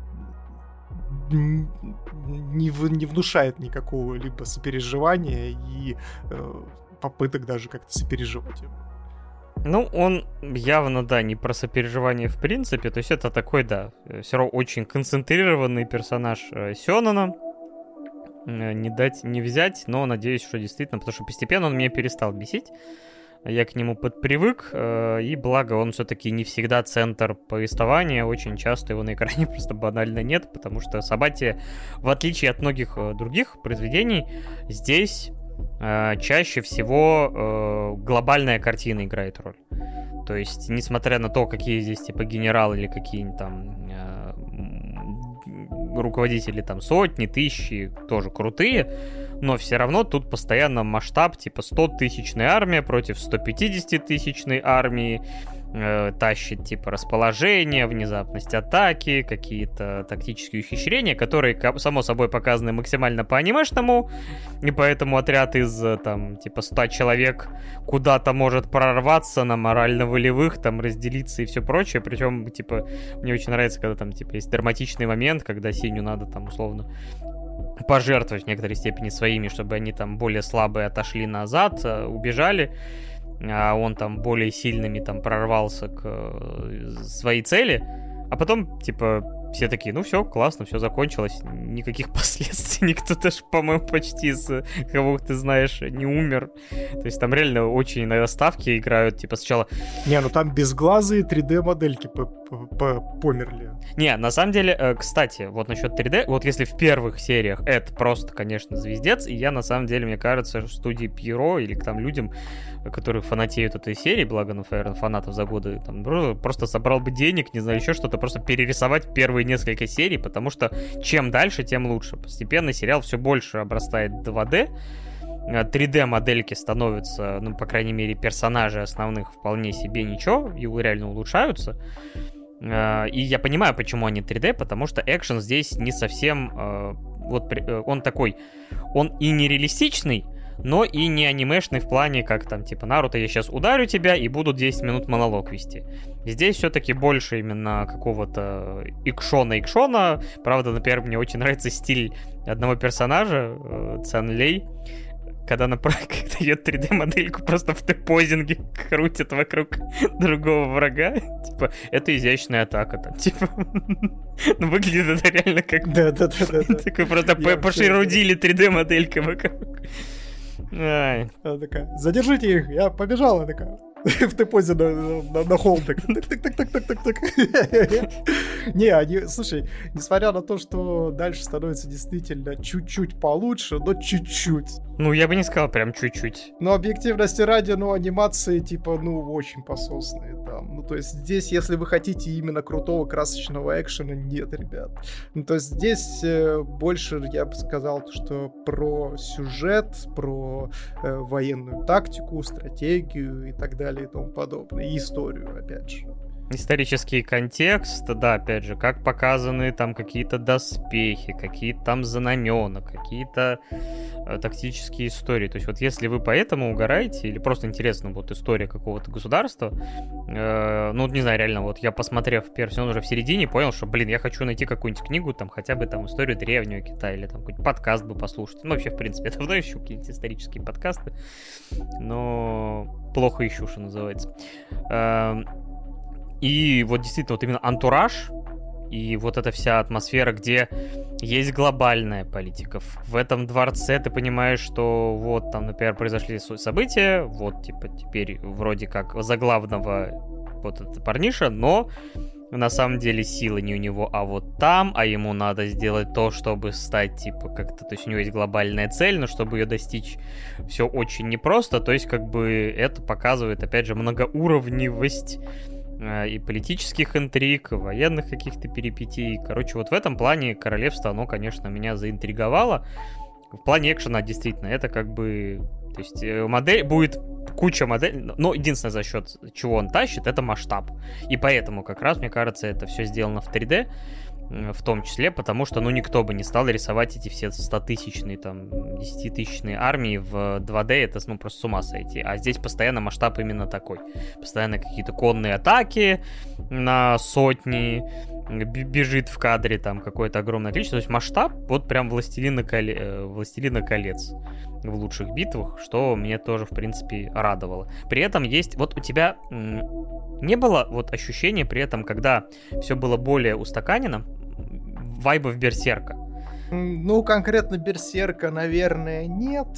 не, не внушает никакого либо сопереживания и э, попыток даже как-то сопереживать ему. Ну, он явно, да, не про сопереживание в принципе, то есть это такой, да, все равно очень концентрированный персонаж э, Сёнэна, э, не дать, не взять, но надеюсь, что действительно, потому что постепенно он меня перестал бесить, я к нему подпривык, э, и благо он все-таки не всегда центр повествования, очень часто его на экране просто банально нет, потому что Сабати, в отличие от многих э, других произведений, здесь чаще всего э, глобальная картина играет роль. То есть, несмотря на то, какие здесь типа генералы или какие-нибудь там э, руководители там сотни, тысячи, тоже крутые, но все равно тут постоянно масштаб типа сто-тысячная армия против сто-пятидесятитысячной армии, э, тащит типа расположение, внезапность атаки, какие-то тактические ухищрения, которые, само собой, показаны максимально по-анимешному, и поэтому отряд из там типа ста человек куда-то может прорваться на морально-волевых, там разделиться и все прочее, причем типа мне очень нравится, когда там типа есть драматичный момент, когда Синю надо там условно пожертвовать в некоторой степени своими, чтобы они там более слабые отошли назад, убежали, а он там более сильными там прорвался к своей цели, а потом, типа, все такие, ну все, классно, все закончилось, никаких последствий, никто даже, по-моему, почти из кого ты знаешь не умер. То есть там реально очень иногда ставки играют, типа сначала... Не, ну там безглазые три дэ-модельки померли. Не, на самом деле, кстати, вот насчет три дэ, вот если в первых сериях это просто, конечно, звездец, и я на самом деле, мне кажется, в студии Пьеро или к там людям, которые фанатеют этой серии, благо, ну, фанатов за годы, там, просто собрал бы денег, не знаю, еще что-то, просто перерисовать первые несколько серий, потому что чем дальше, тем лучше. Постепенно сериал все больше обрастает два дэ, три дэ-модельки становятся, ну, по крайней мере, персонажи основных вполне себе ничего, и реально улучшаются. И я понимаю, почему они три дэ, потому что экшен здесь не совсем... Вот он такой... Он и нереалистичный, но и не анимешный в плане, как там, типа, Наруто, я сейчас ударю тебя и буду десять минут монолог вести. Здесь все-таки больше именно какого-то икшона-икшона. Правда, например, мне очень нравится стиль одного персонажа, Цан Лей, когда она когда ее три дэ-модельку просто в Т-позинге крутит вокруг другого врага. Типа, это изящная атака. Там, типа, ну, выглядит это реально как... Да-да-да. Такой просто пошерудили три дэ-моделькой вокруг. Ай. Она такая, задержите их, я побежала, такая. В Т-позе на, на, на холм так. Так-так-так-так-так-так. Не, они, слушай, несмотря на то, что дальше становится действительно чуть-чуть получше, но чуть-чуть. Ну, я бы не сказал прям чуть-чуть. Но объективности ради, ну, анимации, типа, ну, очень пососные, да. Ну, то есть здесь, если вы хотите именно крутого красочного экшена, нет, ребят. Ну, то есть здесь э, больше, я бы сказал, что про сюжет, про э, военную тактику, стратегию и так далее и тому подобное. И историю, опять же. Исторический контекст, да, опять же, как показаны там какие-то доспехи, какие-то там знамена, какие-то э, тактические истории. То есть вот если вы поэтому угораете, или просто интересна вот история какого-то государства, э, ну, не знаю, реально, вот я, посмотрев первый сезон уже в середине, понял, что, блин, я хочу найти какую-нибудь книгу, там, хотя бы там историю древнего Китая, или там какой-нибудь подкаст бы послушать. Ну, вообще, в принципе, я давно ищу какие-нибудь исторические подкасты, но плохо ищу, что называется. Э, И вот действительно, вот именно антураж и вот эта вся атмосфера, где есть глобальная политика. В этом дворце ты понимаешь, что вот там, например, произошли события, вот типа теперь вроде как за главного вот этот парниша, но на самом деле сила не у него, а вот там, а ему надо сделать то, чтобы стать типа как-то, то есть у него есть глобальная цель, но чтобы ее достичь, все очень непросто, то есть как бы это показывает, опять же, многоуровневость и политических интриг, и военных каких-то перипетий. Короче, вот в этом плане королевство, оно, конечно, меня заинтриговало. В плане экшена, действительно, это как бы... То есть модель будет куча моделей, но единственное, за счет чего он тащит, это масштаб. И поэтому как раз, мне кажется, это все сделано в три дэ, в том числе, потому что, ну, никто бы не стал рисовать эти все стотысячные, там, десятитысячные армии в два дэ, это, ну, просто с ума сойти. А здесь постоянно масштаб именно такой. Постоянно какие-то конные атаки на сотни, бежит в кадре там какое-то огромное количество. То есть масштаб вот прям Властелина, коле... Властелина колец в лучших битвах, что мне тоже, в принципе, радовало. При этом есть... Вот у тебя не было вот ощущения при этом, когда все было более устаканено, вайбов Берсерка? Ну, конкретно Берсерка, наверное, нет.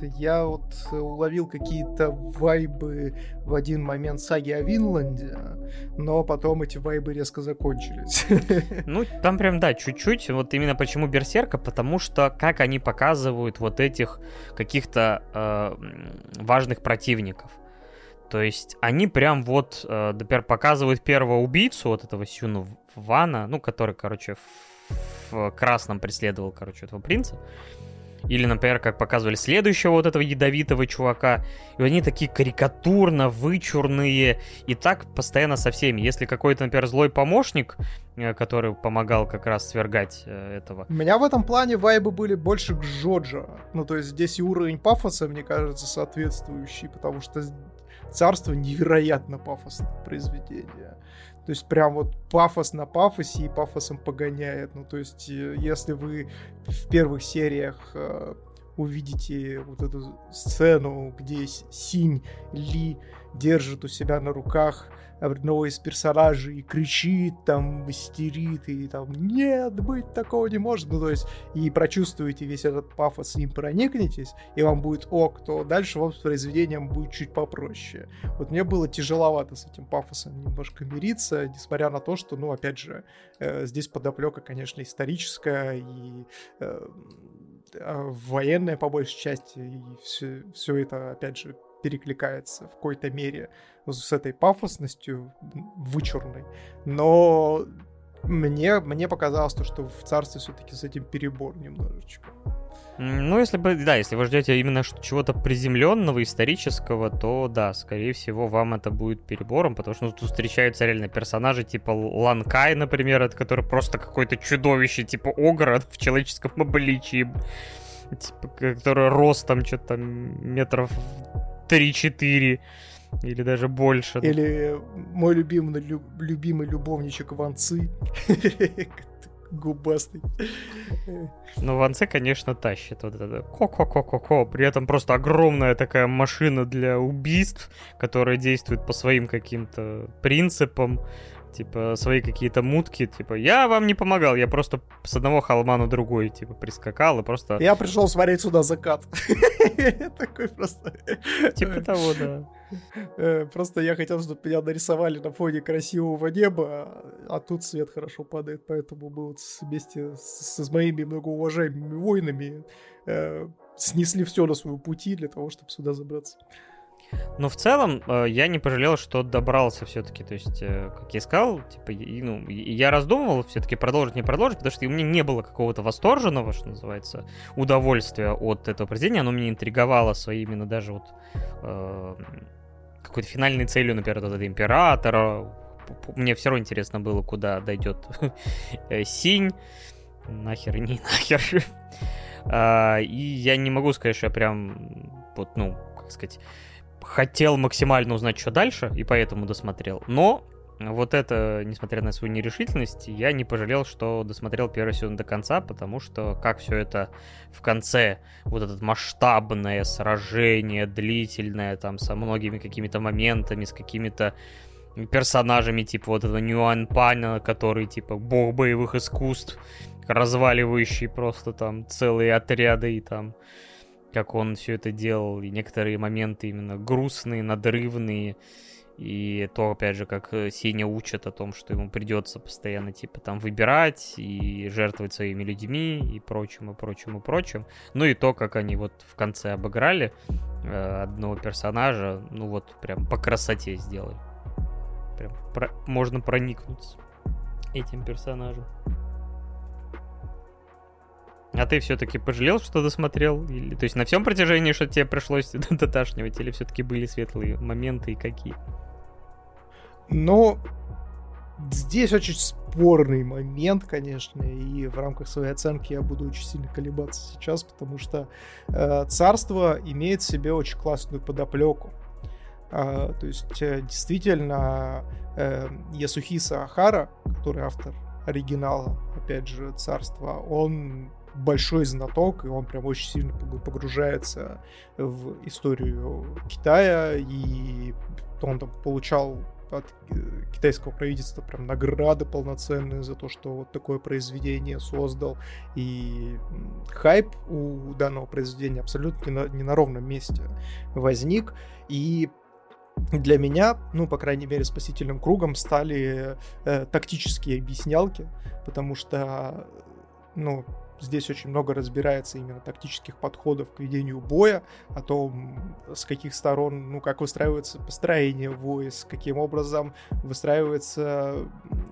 Я вот уловил какие-то вайбы в один момент саги о Винланде, но потом эти вайбы резко закончились. Ну, там прям, да, чуть-чуть. Вот именно почему Берсерка, потому что как они показывают вот этих каких-то э, важных противников. То есть они прям вот, э, например, показывают первого убийцу, вот этого Сюну Вана, ну, который, короче, в, в красном преследовал, короче, этого принца. Или, например, как показывали следующего вот этого ядовитого чувака. И они такие карикатурно вычурные. И так постоянно со всеми. Если какой-то, например, злой помощник, который помогал как раз свергать э, этого. У меня в этом плане вайбы были больше к Джоджо. Ну, то есть здесь и уровень пафоса, мне кажется, соответствующий. Потому что «Царство» невероятно пафосное произведение. То есть прям вот пафос на пафосе и пафосом погоняет. Ну, то есть если вы в первых сериях э, увидите вот эту сцену, где Синь Ли держит у себя на руках одного из персонажей и кричит, там, истерит, и там, нет, быть такого не может. Ну, то есть, и прочувствуете весь этот пафос, и им проникнетесь, и вам будет ок, то дальше вам с произведением будет чуть попроще. Вот мне было тяжеловато с этим пафосом немножко мириться, несмотря на то, что, ну, опять же, э, здесь подоплека, конечно, историческая, и э, военная, по большей части, и все, все это, опять же, перекликается в какой-то мере с этой пафосностью вычурной, но мне, мне показалось, то, что в «Царстве» все-таки с этим перебор немножечко. Ну, если бы, да, если вы ждете именно чего-то приземленного, исторического, то да, скорее всего, вам это будет перебором, потому что ну, тут встречаются реально персонажи типа Лан Кай, например, это который просто какое-то чудовище, типа огра в человеческом обличии, типа, который ростом что-то метров три-четыре. Или даже больше. Или мой любимый, лю- любимый любовничек Ван Ци. Губастый. Ну, Ван Ци, конечно, тащит вот это ко-ко-ко-ко-ко. При этом просто огромная такая машина для убийств, которая действует по своим каким-то принципам. Типа, свои какие-то мутки, типа, я вам не помогал, я просто с одного холма на другой, типа, прискакал и просто... Я пришел смотреть сюда закат. Такой просто... Типа того, да. Просто я хотел, чтобы меня нарисовали на фоне красивого неба, а тут свет хорошо падает, поэтому мы вот вместе с, с моими многоуважаемыми воинами э, снесли все на своем пути для того, чтобы сюда забраться. Но в целом я не пожалел, что добрался все-таки. То есть, как я сказал, типа, и, ну, я раздумывал все-таки продолжить, не продолжить, потому что у меня не было какого-то восторженного, что называется, удовольствия от этого произведения. Оно меня интриговало своей именно даже вот э, какой-то финальной целью, например, вот этого императора. Мне все равно интересно было, куда дойдет Синь. Нахер и не нахер. И я не могу сказать, что я прям, вот, ну, как сказать, хотел максимально узнать, что дальше, и поэтому досмотрел. Но вот это, несмотря на свою нерешительность, я не пожалел, что досмотрел первый сезон до конца, потому что как все это в конце, вот это масштабное сражение, длительное, там, со многими какими-то моментами, с какими-то персонажами, типа вот этого Нюань Паня, который, типа, бог боевых искусств, разваливающий просто там целые отряды, и там как он все это делал, и некоторые моменты именно грустные, надрывные, и то, опять же, как Сеня учит о том, что ему придется постоянно, типа, там, выбирать и жертвовать своими людьми, и прочим, и прочим, и прочим. Ну и то, как они вот в конце обыграли э, одного персонажа, ну вот прям по красоте сделали. Прям про... можно проникнуться этим персонажем. А ты все-таки пожалел, что досмотрел? Или, то есть на всем протяжении, что тебе пришлось доташнивать, или все-таки были светлые моменты и какие? Ну, здесь очень спорный момент, конечно, и в рамках своей оценки я буду очень сильно колебаться сейчас, потому что э, «Царство» имеет в себе очень классную подоплеку. Э, то есть, э, действительно, э, Ясухиса Ахара, который автор оригинала, опять же, «Царства», он большой знаток, и он прям очень сильно погружается в историю Китая, и он там получал от китайского правительства прям награды полноценные за то, что вот такое произведение создал, и хайп у данного произведения абсолютно не на, не на ровном месте возник, и для меня, ну, по крайней мере, спасительным кругом стали э, тактические объяснялки, потому что, ну, здесь очень много разбирается именно тактических подходов к ведению боя, о том, с каких сторон, ну, как выстраивается построение войск, каким образом выстраивается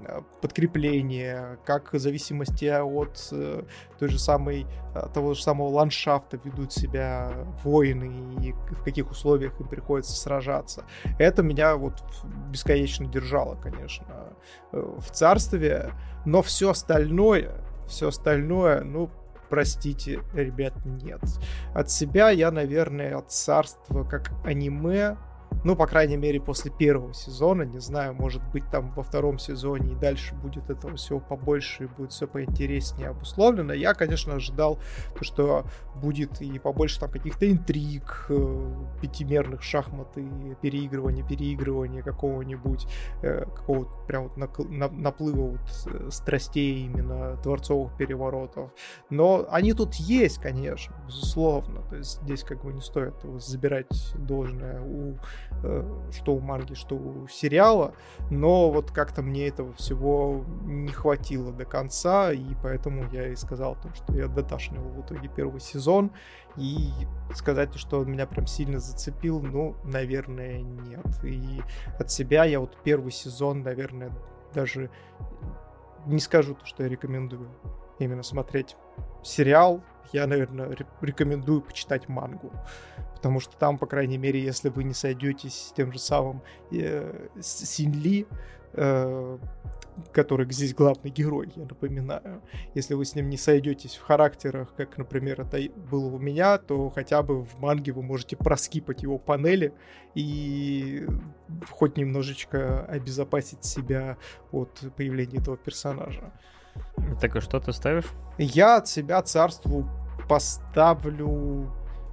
подкрепление, как в зависимости от э, той же самой, того же самого ландшафта ведут себя воины и в каких условиях им приходится сражаться. Это меня вот бесконечно держало, конечно, в «Царстве», но все остальное Все остальное, ну, простите, ребят, нет. От себя я, наверное, от «Царства» как аниме, ну, по крайней мере, после первого сезона, не знаю, может быть, там во втором сезоне и дальше будет этого всего побольше и будет все поинтереснее обусловлено. Я, конечно, ожидал, то, что будет и побольше там каких-то интриг, пятимерных шахмат и переигрывания, переигрывания какого-нибудь, какого-то прям вот наплыва вот страстей именно дворцовых переворотов. Но они тут есть, конечно, безусловно. То есть здесь как бы не стоит забирать должное у что у манги, что у сериала, но вот как-то мне этого всего не хватило до конца, и поэтому я и сказал, что я доташнивал в итоге первый сезон, и сказать, что он меня прям сильно зацепил, ну, наверное, нет. И от себя я вот первый сезон, наверное, даже не скажу то, что я рекомендую именно смотреть сериал, я, наверное, рекомендую почитать мангу. Потому что там, по крайней мере, если вы не сойдетесь с тем же самым э, Синь-Ли, э, который здесь главный герой, я напоминаю, если вы с ним не сойдетесь в характерах, как, например, это было у меня, то хотя бы в манге вы можете проскипать его панели и хоть немножечко обезопасить себя от появления этого персонажа. Так и что ты ставишь? Я от себя «Царству» поставлю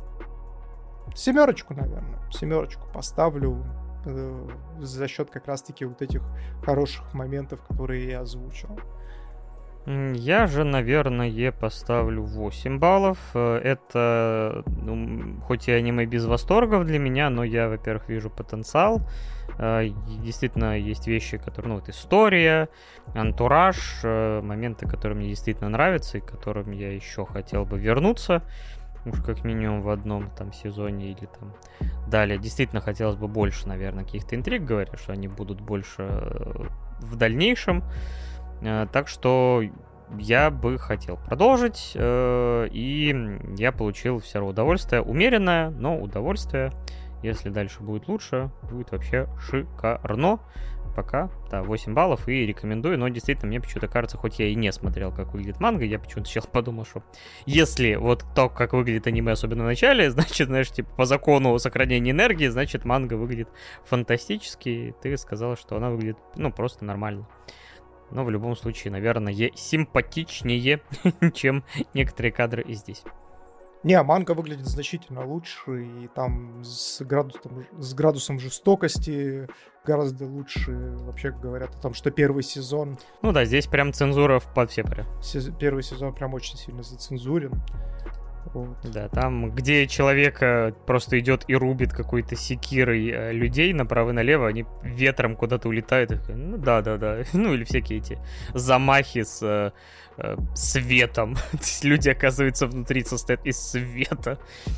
семерочку, наверное. Семерочку поставлю э, за счет как раз-таки вот этих хороших моментов, которые я озвучил. Я же, наверное, поставлю восемь баллов. Это, ну, хоть и аниме без восторгов для меня, но я, во-первых, вижу потенциал. Действительно, есть вещи, которые, ну, вот история, антураж, моменты, которые мне действительно нравятся и к которым я еще хотел бы вернуться. Уж как минимум в одном там сезоне или там далее. Действительно хотелось бы больше, наверное, каких-то интриг, говорят, что они будут больше в дальнейшем. Так что я бы хотел продолжить, и я получил все равно удовольствие. Умеренное, но удовольствие. Если дальше будет лучше, будет вообще шикарно. Пока, да, восемь баллов и рекомендую, но действительно мне почему-то кажется, хоть я и не смотрел, как выглядит манга, я почему-то сейчас подумал, что если вот то, как выглядит аниме, особенно в начале, значит, знаешь, типа по закону сохранения энергии, значит, манга выглядит фантастически, ты сказала, что она выглядит, ну, просто нормально. Но в любом случае, наверное, симпатичнее, чем некоторые кадры и здесь. Не, манга выглядит значительно лучше, и там с градусом, с градусом жестокости гораздо лучше. Вообще говорят о том, что первый сезон... Ну да, здесь прям цензура под все паре. Первый сезон прям очень сильно зацензурен. Вот. Да, там, где человек просто идет и рубит какой-то секирой людей направо и налево, они ветром куда-то улетают. И, ну да-да-да. Ну или всякие эти замахи с э, светом. То есть люди, оказывается, внутри состоят из света.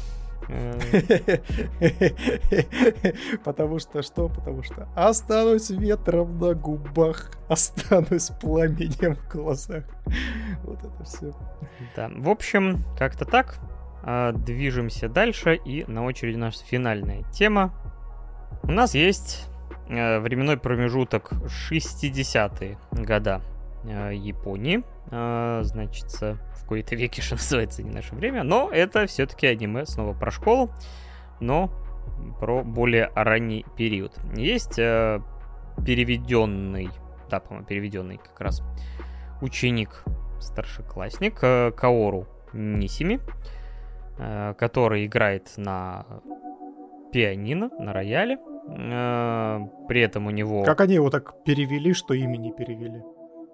Потому что что? Потому что останусь ветром на губах, останусь пламенем в глазах. Вот это все. Да, в общем, как-то так. Движемся дальше, и на очереди наша финальная тема. У нас есть временной промежуток шестидесятые года Японии. Значит, в кои-то веке, что называется, не наше время. Но это все-таки аниме снова про школу, но про более ранний период. Есть э, переведенный, да, по-моему, переведенный как раз ученик, старшеклассник э, Каору Нисими, э, который играет на пианино, на рояле. Э, при этом у него... Как они его так перевели, что имя не перевели?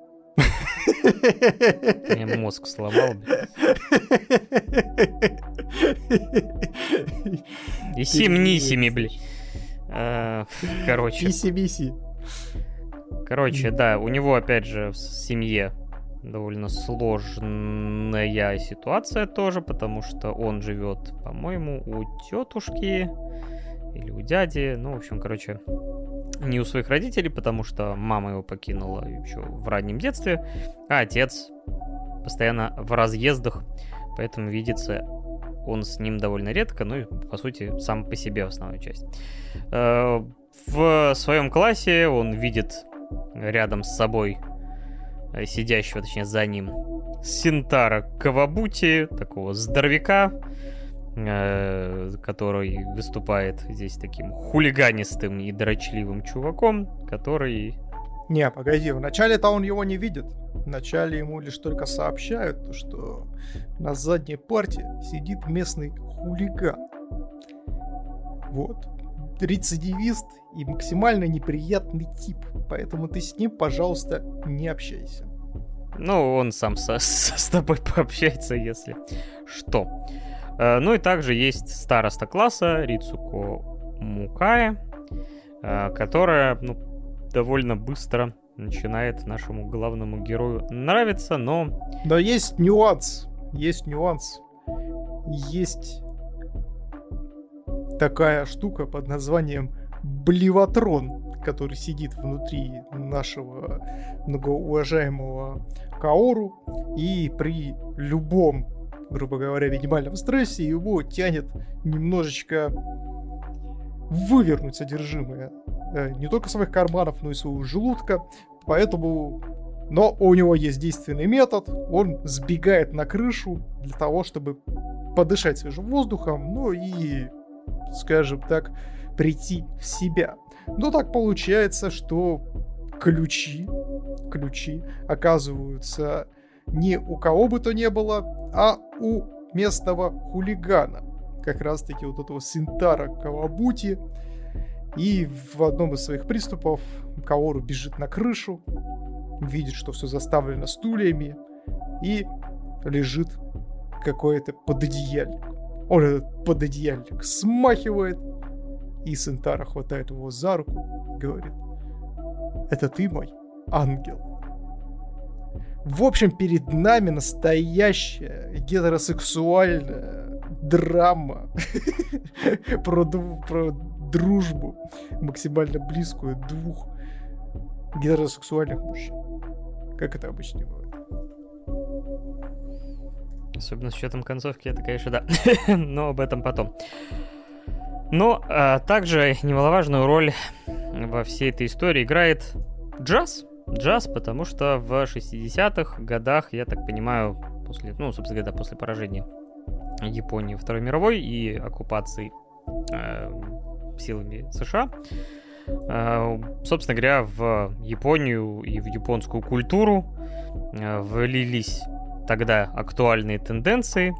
Мне мозг сломал, блядь. И сим-нисими, блядь. Короче. Иси-миси. Короче, да, у него, опять же, в семье довольно сложная ситуация тоже, потому что он живет, по-моему, у тетушки или у дяди. Ну, в общем, короче, не у своих родителей, потому что мама его покинула еще в раннем детстве, а отец постоянно в разъездах, поэтому видится он с ним довольно редко, ну и, по сути, сам по себе основная часть. В своем классе он видит рядом с собой сидящего, точнее, за ним Синтара Кавабути, такого здоровяка, который выступает здесь таким хулиганистым и дрочливым чуваком, который... Не, погоди, вначале-то он его не видит. Вначале ему лишь только сообщают, что на задней парте сидит местный хулиган. Вот. Рецидивист и максимально неприятный тип. Поэтому ты с ним, пожалуйста, не общайся. Ну, он сам со, со, с тобой пообщается, если что. Ну и также есть староста класса Рицуко Мукае, которая, ну, довольно быстро начинает нашему главному герою нравиться, но... Но есть нюанс. Есть нюанс. Есть такая штука под названием Блеватрон, который сидит внутри нашего многоуважаемого Каору, и при любом, грубо говоря, минимальном стрессе его тянет немножечко вывернуть содержимое не только своих карманов, но и своего желудка. Поэтому... Но у него есть действенный метод. Он сбегает на крышу для того, чтобы подышать свежим воздухом, ну и, скажем так, прийти в себя. Но так получается, что ключи, ключи оказываются не у кого бы то ни было, а у местного хулигана. Как раз-таки вот этого Синтара Кавабути. И в одном из своих приступов Каору бежит на крышу, видит, что все заставлено стульями, и лежит какой-то пододеяльник. Он этот пододеяльник смахивает, и Синтара хватает его за руку и говорит: «Это ты мой ангел». В общем, перед нами настоящая гетеросексуальная драма про, про дружбу, максимально близкую двух гетеросексуальных мужчин. Как это обычно бывает. Особенно с учетом концовки, это, конечно, да. Но об этом потом. Но а, также немаловажную роль во всей этой истории играет джаз. Джаз, потому что в шестидесятых годах, я так понимаю, после, ну, собственно говоря, после поражения Японии Второй мировой и оккупации э, силами США, э, собственно говоря, в Японию и в японскую культуру э, влились тогда актуальные тенденции.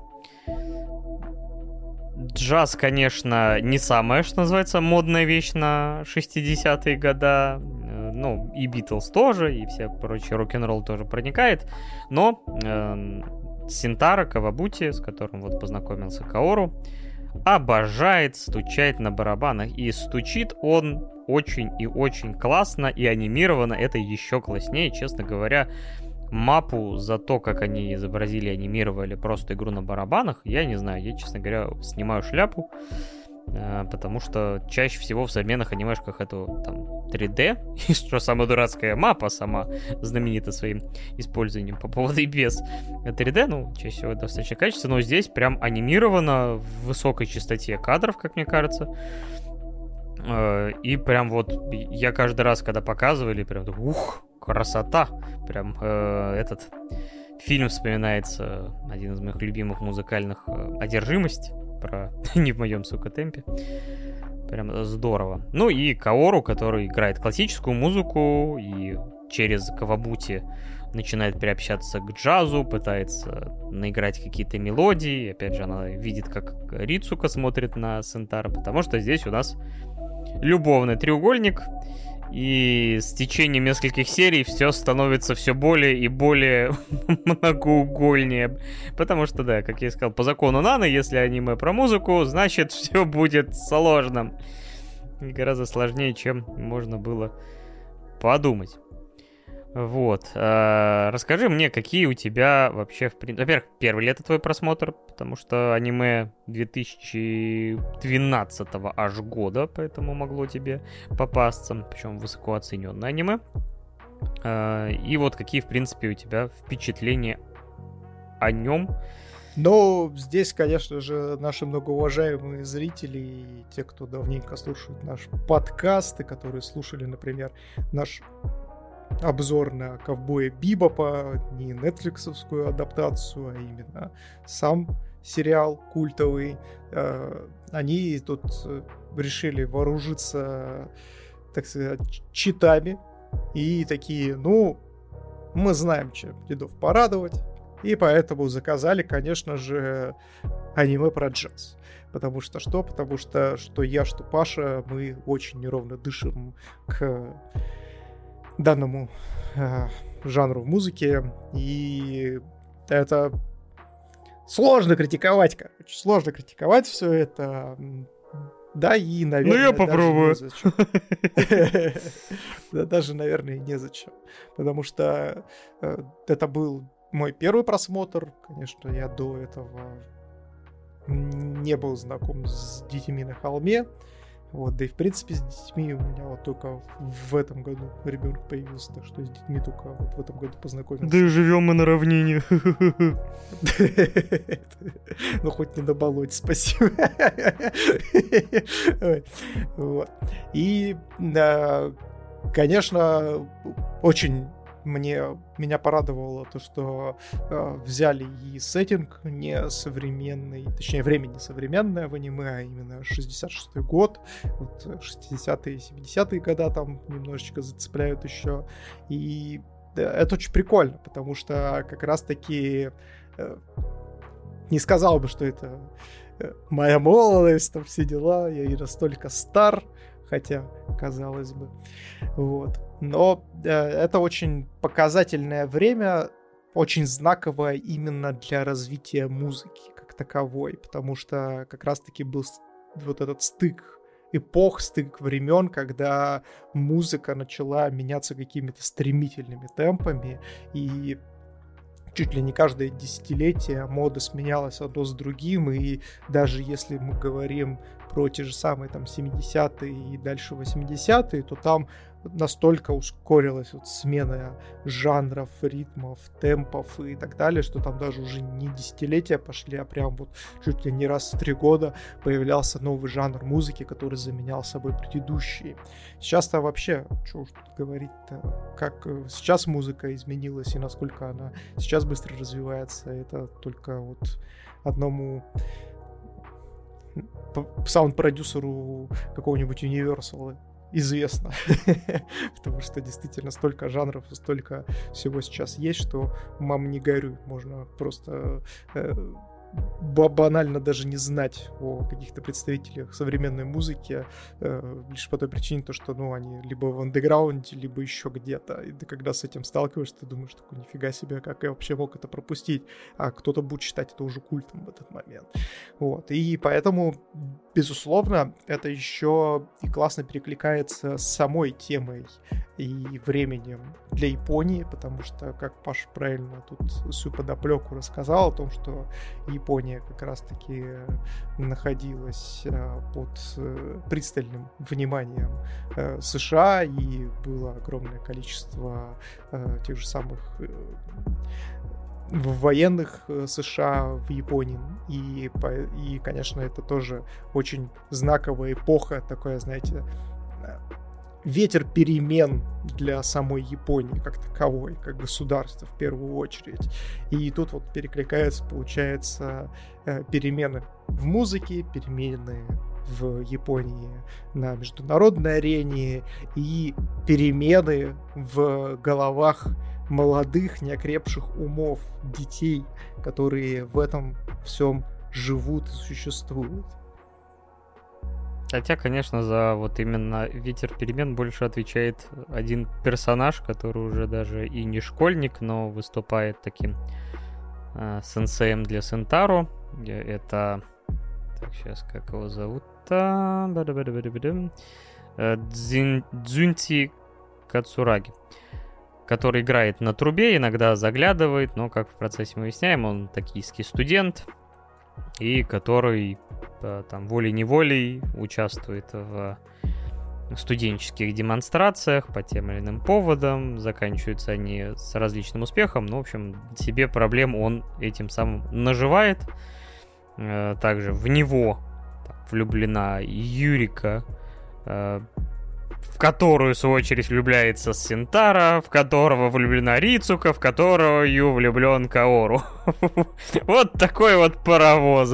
Джаз, конечно, не самая, что называется, модная вещь на шестидесятые года. Ну, и Битлз тоже, и все прочие рок-н-ролл тоже проникает. Но э, Синтаро Кавабути, с которым вот познакомился Каору, обожает стучать на барабанах. И стучит он очень и очень классно, и анимировано это еще класснее, честно говоря. Мапу за то, как они изобразили, анимировали просто игру на барабанах, я не знаю, я, честно говоря, снимаю шляпу, э, потому что чаще всего в современных анимешках это там три дэ, и что самое дурацкое, мапа сама знаменита своим использованием по поводу и без три дэ, ну, чаще всего достаточно качественно, но здесь прям анимировано в высокой частоте кадров, как мне кажется. Э, и прям вот я каждый раз, когда показывали, прям ух, красота. Прям э, этот фильм вспоминается, один из моих любимых музыкальных э, «Одержимость», про «Не в моем, сука, темпе». Прям здорово. Ну и Каору, который играет классическую музыку и через Кавабути начинает приобщаться к джазу, пытается наиграть какие-то мелодии. Опять же, она видит, как Рицука смотрит на Синтаро, потому что здесь у нас любовный треугольник. И с течением нескольких серий все становится все более и более многоугольнее. Потому что, да, как я сказал, по закону Наны, если аниме про музыку, значит все будет сложным. И гораздо сложнее, чем можно было подумать. Вот. А, расскажи мне, какие у тебя вообще, в принципе... Во-первых, первый ли это твой просмотр? Потому что аниме две тысячи двенадцатого аж года, поэтому могло тебе попасться. Причем высоко оцененное аниме. А, и вот какие, в принципе, у тебя впечатления о нем? Ну, здесь, конечно же, наши многоуважаемые зрители и те, кто давненько слушает наш подкаст, и которые слушали, например, наш обзор на Ковбоя Бибопа, не нетфликсовскую адаптацию, а именно сам сериал культовый. Они тут решили вооружиться, так сказать, читами и такие, ну, мы знаем, чем дедов порадовать, и поэтому заказали, конечно же, аниме про джаз. Потому что что? Потому что что я, что Паша, мы очень неровно дышим к данному э, жанру в музыке, и это сложно критиковать, короче, сложно критиковать все это, да, и, наверное, ну я попробую. Да, даже, наверное, незачем, потому что это был мой первый просмотр, конечно, я до этого не был знаком с «Детьми на холме». Вот, да и в принципе с детьми у меня вот только в этом году ребенок появился, так что с детьми только вот в этом году познакомился. Да и живем мы на равнине. Ну хоть не на болоте, спасибо. И, конечно, очень мне, меня порадовало то, что э, взяли и сеттинг не современный, точнее, время не современное в аниме, а именно шестьдесят шестой год, вот шестидесятые, семидесятые года там немножечко зацепляют еще, и да, это очень прикольно, потому что как раз-таки э, не сказал бы, что это э, моя молодость, там все дела, я не настолько стар, хотя, казалось бы, вот. Но э, это очень показательное время, очень знаковое именно для развития музыки как таковой, потому что как раз-таки был вот этот стык эпох, стык времен, когда музыка начала меняться какими-то стремительными темпами, и чуть ли не каждое десятилетие мода сменялась одно с другим, и даже если мы говорим про те же самые там семидесятые и дальше восьмидесятые, то там настолько ускорилась вот смена жанров, ритмов, темпов и так далее, что там даже уже не десятилетия пошли, а прям вот чуть ли не раз в три года появлялся новый жанр музыки, который заменял собой предыдущие. Сейчас-то вообще, что уж тут говорить-то, как сейчас музыка изменилась и насколько она сейчас быстро развивается, это только вот одному саунд-продюсеру какого-нибудь Universal известно, потому что действительно столько жанров, столько всего сейчас есть, что мам не горюй, можно просто э, банально даже не знать о каких-то представителях современной музыки, э, лишь по той причине, то, что ну, они либо в андеграунде, либо еще где-то. И ты когда с этим сталкиваешься, ты думаешь, такой, нифига себе, как я вообще мог это пропустить. А кто-то будет считать это уже культом в этот момент. Вот. И поэтому, безусловно, это еще и классно перекликается с самой темой и временем для Японии, потому что, как Паш правильно тут всю подоплеку рассказал о том, что Япония как раз-таки находилась под пристальным вниманием США, и было огромное количество тех же самых военных США в Японии. И, и, конечно, это тоже очень знаковая эпоха, такая, знаете, ветер перемен для самой Японии как таковой, как государства в первую очередь. И тут вот перекликаются, получается, перемены в музыке, перемены в Японии на международной арене и перемены в головах молодых, неокрепших умов детей, которые в этом всем живут и существуют. Хотя, конечно, за вот именно ветер перемен больше отвечает один персонаж, который уже даже и не школьник, но выступает таким э, сенсеем для Сентаро. Это... Так, сейчас, как его зовут-то? Дзин... Дзюнти Кацураги, который играет на трубе, иногда заглядывает, но, как в процессе мы выясняем, он токийский студент, и который там волей-неволей участвует в студенческих демонстрациях по тем или иным поводам, заканчиваются они с различным успехом, но, в общем, себе проблем он этим самым наживает. Также в него там влюблена Юрика, в которую, в свою очередь, влюбляется Сентара, в которого влюблена Рицука, в которую влюблен Каору. Вот такой вот паровоз.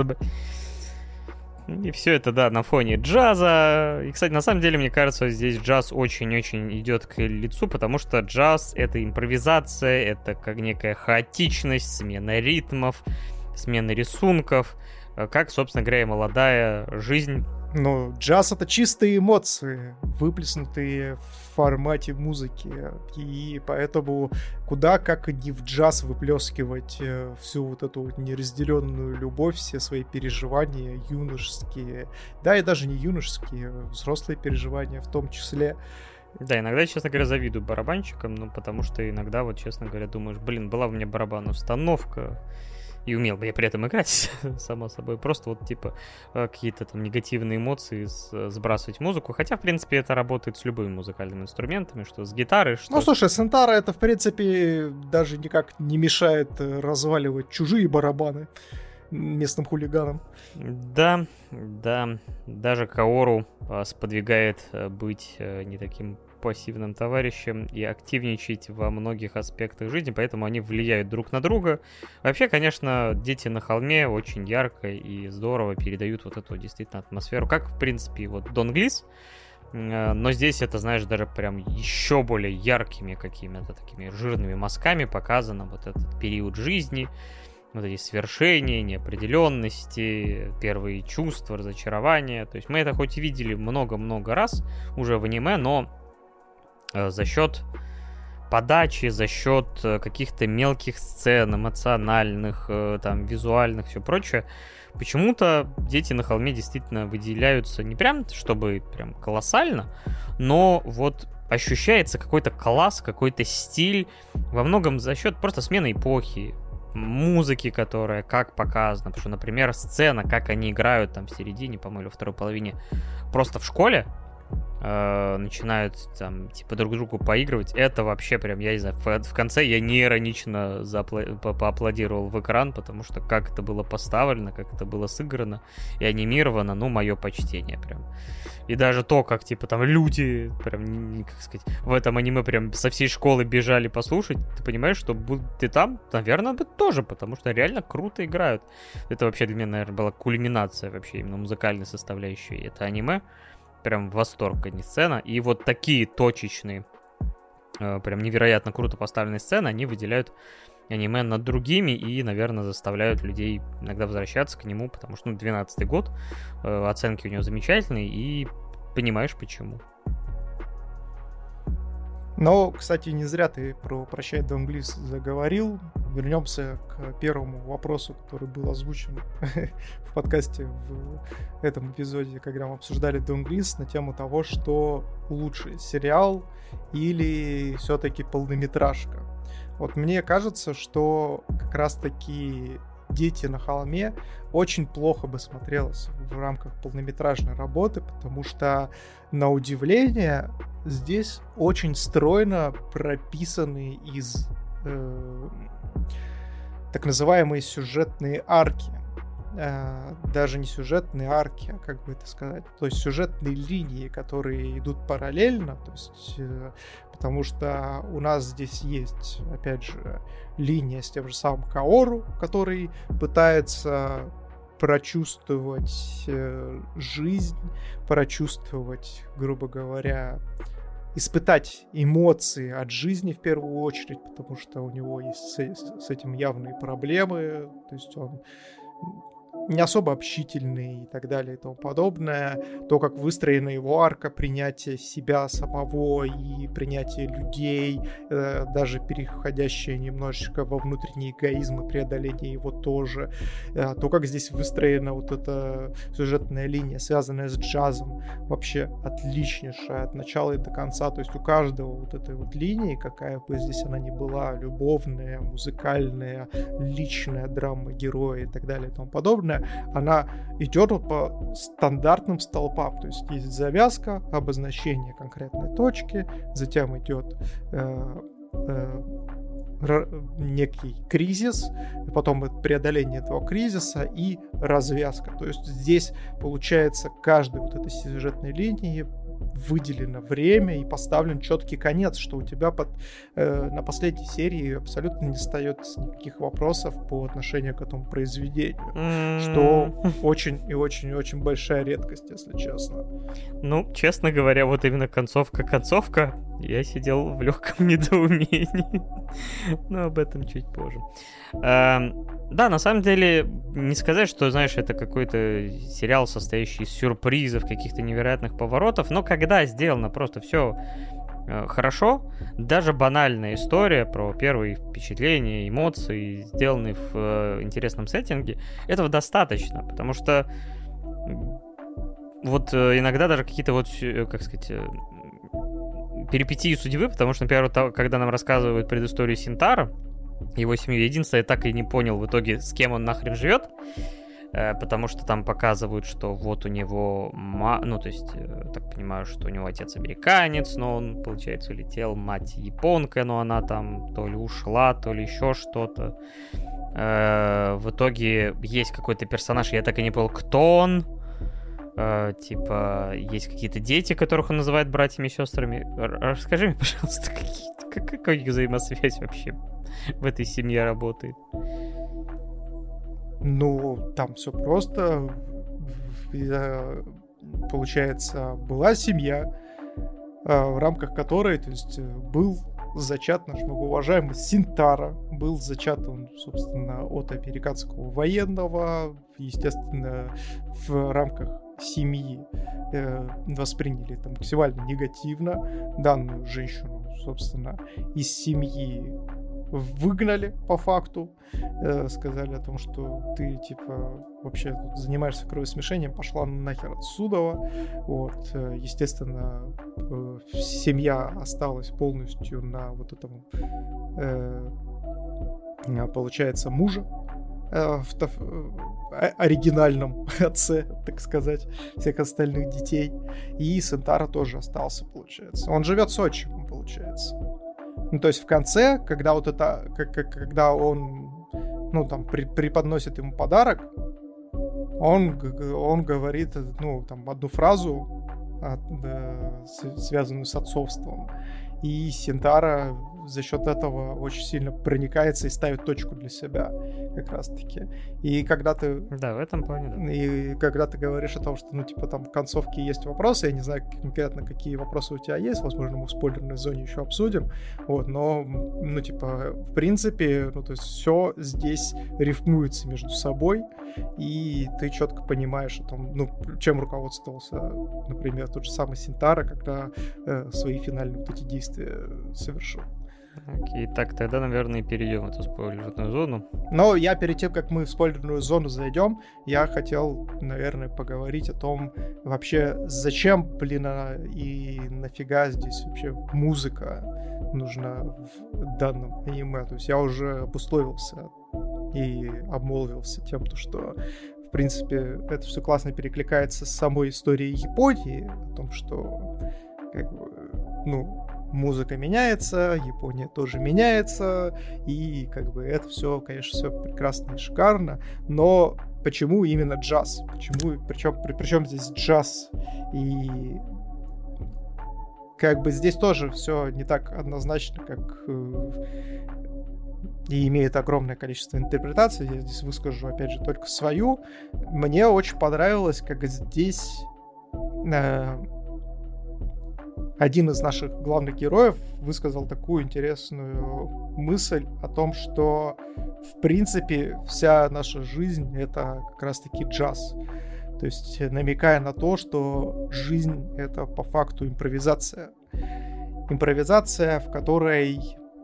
И все это, да, на фоне джаза. И, кстати, на самом деле, мне кажется, здесь джаз очень-очень идет к лицу, потому что джаз — это импровизация, это как некая хаотичность, смена ритмов, смена рисунков, как, собственно говоря, и молодая жизнь. Ну, джаз — это чистые эмоции, выплеснутые в формате музыки. И поэтому куда как не в джаз выплескивать всю вот эту вот неразделенную любовь, все свои переживания юношеские, да и даже не юношеские, взрослые переживания в том числе. Да, иногда, честно говоря, завидую барабанщикам, ну, потому что иногда, вот, честно говоря, думаешь, блин, была у меня барабанная установка, и умел бы я при этом играть, само собой. Просто вот, типа, какие-то там негативные эмоции сбрасывать в музыку. Хотя, в принципе, это работает с любыми музыкальными инструментами, что с гитарой, что... Ну, слушай, Сентара это, в принципе, даже никак не мешает разваливать чужие барабаны местным хулиганам. Да, да. Даже Каору сподвигает быть не таким пассивным товарищем и активничать во многих аспектах жизни, поэтому они влияют друг на друга. Вообще, конечно, «Дети на холме» очень ярко и здорово передают вот эту действительно атмосферу, как, в принципе, вот Дон Глис, но здесь это, знаешь, даже прям еще более яркими какими-то такими жирными мазками показано вот этот период жизни, вот эти свершения, неопределенности, первые чувства, разочарования. То есть мы это хоть и видели много-много раз уже в аниме, но за счет подачи, за счет каких-то мелких сцен, эмоциональных, там, визуальных, все прочее, почему-то «Дети на холме» действительно выделяются не прям, чтобы прям колоссально, но вот ощущается какой-то класс, какой-то стиль, во многом за счет просто смены эпохи. музыки, которая как показана. Потому что, например, сцена, как они играют там в середине, по-моему, во второй половине, просто в школе, э, начинают там, типа, друг другу поигрывать. Это вообще прям, я не знаю, в, в конце я не иронично заапла- по- поаплодировал в экран, потому что как это было поставлено, как это было сыграно и анимировано, ну, мое почтение прям. И даже то, как, типа, там люди, прям, как сказать, в этом аниме прям со всей школы бежали послушать, ты понимаешь, что будут ты там, наверное, бы тоже, потому что реально круто играют. Это вообще для меня, наверное, была кульминация вообще именно музыкальной составляющей. Это аниме. Прям восторг, а не сцена. И вот такие точечные, э, прям невероятно круто поставленные сцены, они выделяют аниме над другими и, наверное, заставляют людей иногда возвращаться к нему, потому что, ну, двенадцатый год, э, оценки у него замечательные, и понимаешь, почему. Но, кстати, не зря ты про «Прощай, Дон Глис» заговорил. Вернемся к первому вопросу, который был озвучен в подкасте в этом эпизоде, когда мы обсуждали «Дон Глис», на тему того, что лучше, сериал или все-таки полнометражка. Вот мне кажется, что как раз-таки «Дети на холме» очень плохо бы смотрелось в рамках полнометражной работы, потому что, на удивление, здесь очень стройно прописаны из э, так называемые сюжетные арки. Э, даже не сюжетные арки, а как бы это сказать, то есть сюжетные линии, которые идут параллельно, то есть э, потому что у нас здесь есть, опять же, линия с тем же самым Каору, который пытается прочувствовать э, жизнь, прочувствовать, грубо говоря, испытать эмоции от жизни в первую очередь, потому что у него есть с, с этим явные проблемы, то есть он не особо общительный и так далее и тому подобное. То, как выстроена его арка принятия себя самого и принятия людей, э, даже переходящее немножечко во внутренний эгоизм и преодоление его тоже. Э, то, как здесь выстроена вот эта сюжетная линия, связанная с джазом, вообще отличнейшая от начала и до конца. То есть у каждого вот этой вот линии, какая бы здесь она ни была, любовная, музыкальная, личная драма героя и так далее и тому подобное, она идет вот по стандартным столпам. То есть есть завязка, обозначение конкретной точки, затем идет э, э, р- некий кризис, потом преодоление этого кризиса и развязка. То есть здесь получается каждой вот этой сюжетной линии выделено время и поставлен четкий конец, что у тебя под, э, на последней серии абсолютно не остается никаких вопросов по отношению к этому произведению, mm-hmm. что очень и очень и очень большая редкость, если честно. Ну, честно говоря, вот именно концовка-концовка, я сидел в легком недоумении, но об этом чуть позже. Эм, да, на самом деле, не сказать, что, знаешь, это какой-то сериал, состоящий из сюрпризов, каких-то невероятных поворотов, но когда сделано просто все э, хорошо, даже банальная история про первые впечатления, эмоции, сделанные в э, интересном сеттинге, этого достаточно, потому что вот э, иногда даже какие-то вот, э, как сказать, э, перипетии судьбы, потому что, например, вот, когда нам рассказывают предысторию Синтара, его семью, единственное, я так и не понял в итоге, с кем он нахрен живет, э, потому что там показывают, что вот у него, ма... ну, то есть, э, так понимаю, что у него отец американец, но он, получается, улетел, мать японка, но она там то ли ушла, то ли еще что-то. Э, в итоге есть какой-то персонаж, я так и не понял, кто он. Uh, типа, есть какие-то дети, которых он называет братьями и сестрами. Р- расскажи мне, пожалуйста, какие, как, какая взаимосвязь вообще в этой семье работает? Ну, там все просто. Получается, была семья, в рамках которой, то есть, был зачат наш многоуважаемый Синтара. Был зачат он, собственно, от американского военного. Естественно, в рамках семьи э, восприняли там максимально негативно данную женщину, собственно, из семьи выгнали по факту, э, сказали о том, что ты типа вообще тут занимаешься кровосмешением, пошла нахер отсюда. Вот, э, естественно, э, семья осталась полностью на вот этом э, получается, мужа в оригинальном отце, так сказать, всех остальных детей. И Сентара тоже остался, получается. Он живет с отчимом, получается. Ну, то есть в конце, когда вот это, когда он, ну, там, преподносит ему подарок, он, он говорит, ну, там, одну фразу, связанную с отцовством. И Сентара за счет этого очень сильно проникается и ставит точку для себя, как раз-таки. И когда ты... Да, в этом плане, да. И когда ты говоришь о том, что, ну, типа, там в концовке есть вопросы, я не знаю конкретно, какие вопросы у тебя есть, возможно, мы в спойлерной зоне еще обсудим, вот, но, ну, типа, в принципе, ну, то есть все здесь рифмуется между собой, и ты четко понимаешь о том, ну, чем руководствовался, например, тот же самый Сентара, когда э, свои финальные вот эти действия совершил. Окей, так, тогда, наверное, перейдем в эту спойлерную зону. Но я перед тем, как мы в спойлерную зону зайдем, я хотел, наверное, поговорить о том, вообще, зачем, блин, и нафига здесь вообще музыка нужна в данном аниме. То есть я уже обусловился и обмолвился тем, что, в принципе, это все классно перекликается с самой историей Японии, о том, что, как бы, ну... музыка меняется, Япония тоже меняется, и как бы это все, конечно, все прекрасно и шикарно, но почему именно джаз? Почему, причем, при, причем здесь джаз? И как бы здесь тоже все не так однозначно, как и имеет огромное количество интерпретаций. Я здесь выскажу, опять же, только свою. Мне очень понравилось, как здесь э, один из наших главных героев высказал такую интересную мысль о том, что, в принципе, вся наша жизнь — это как раз-таки джаз. То есть намекая на то, что жизнь — это по факту импровизация. Импровизация, в которой,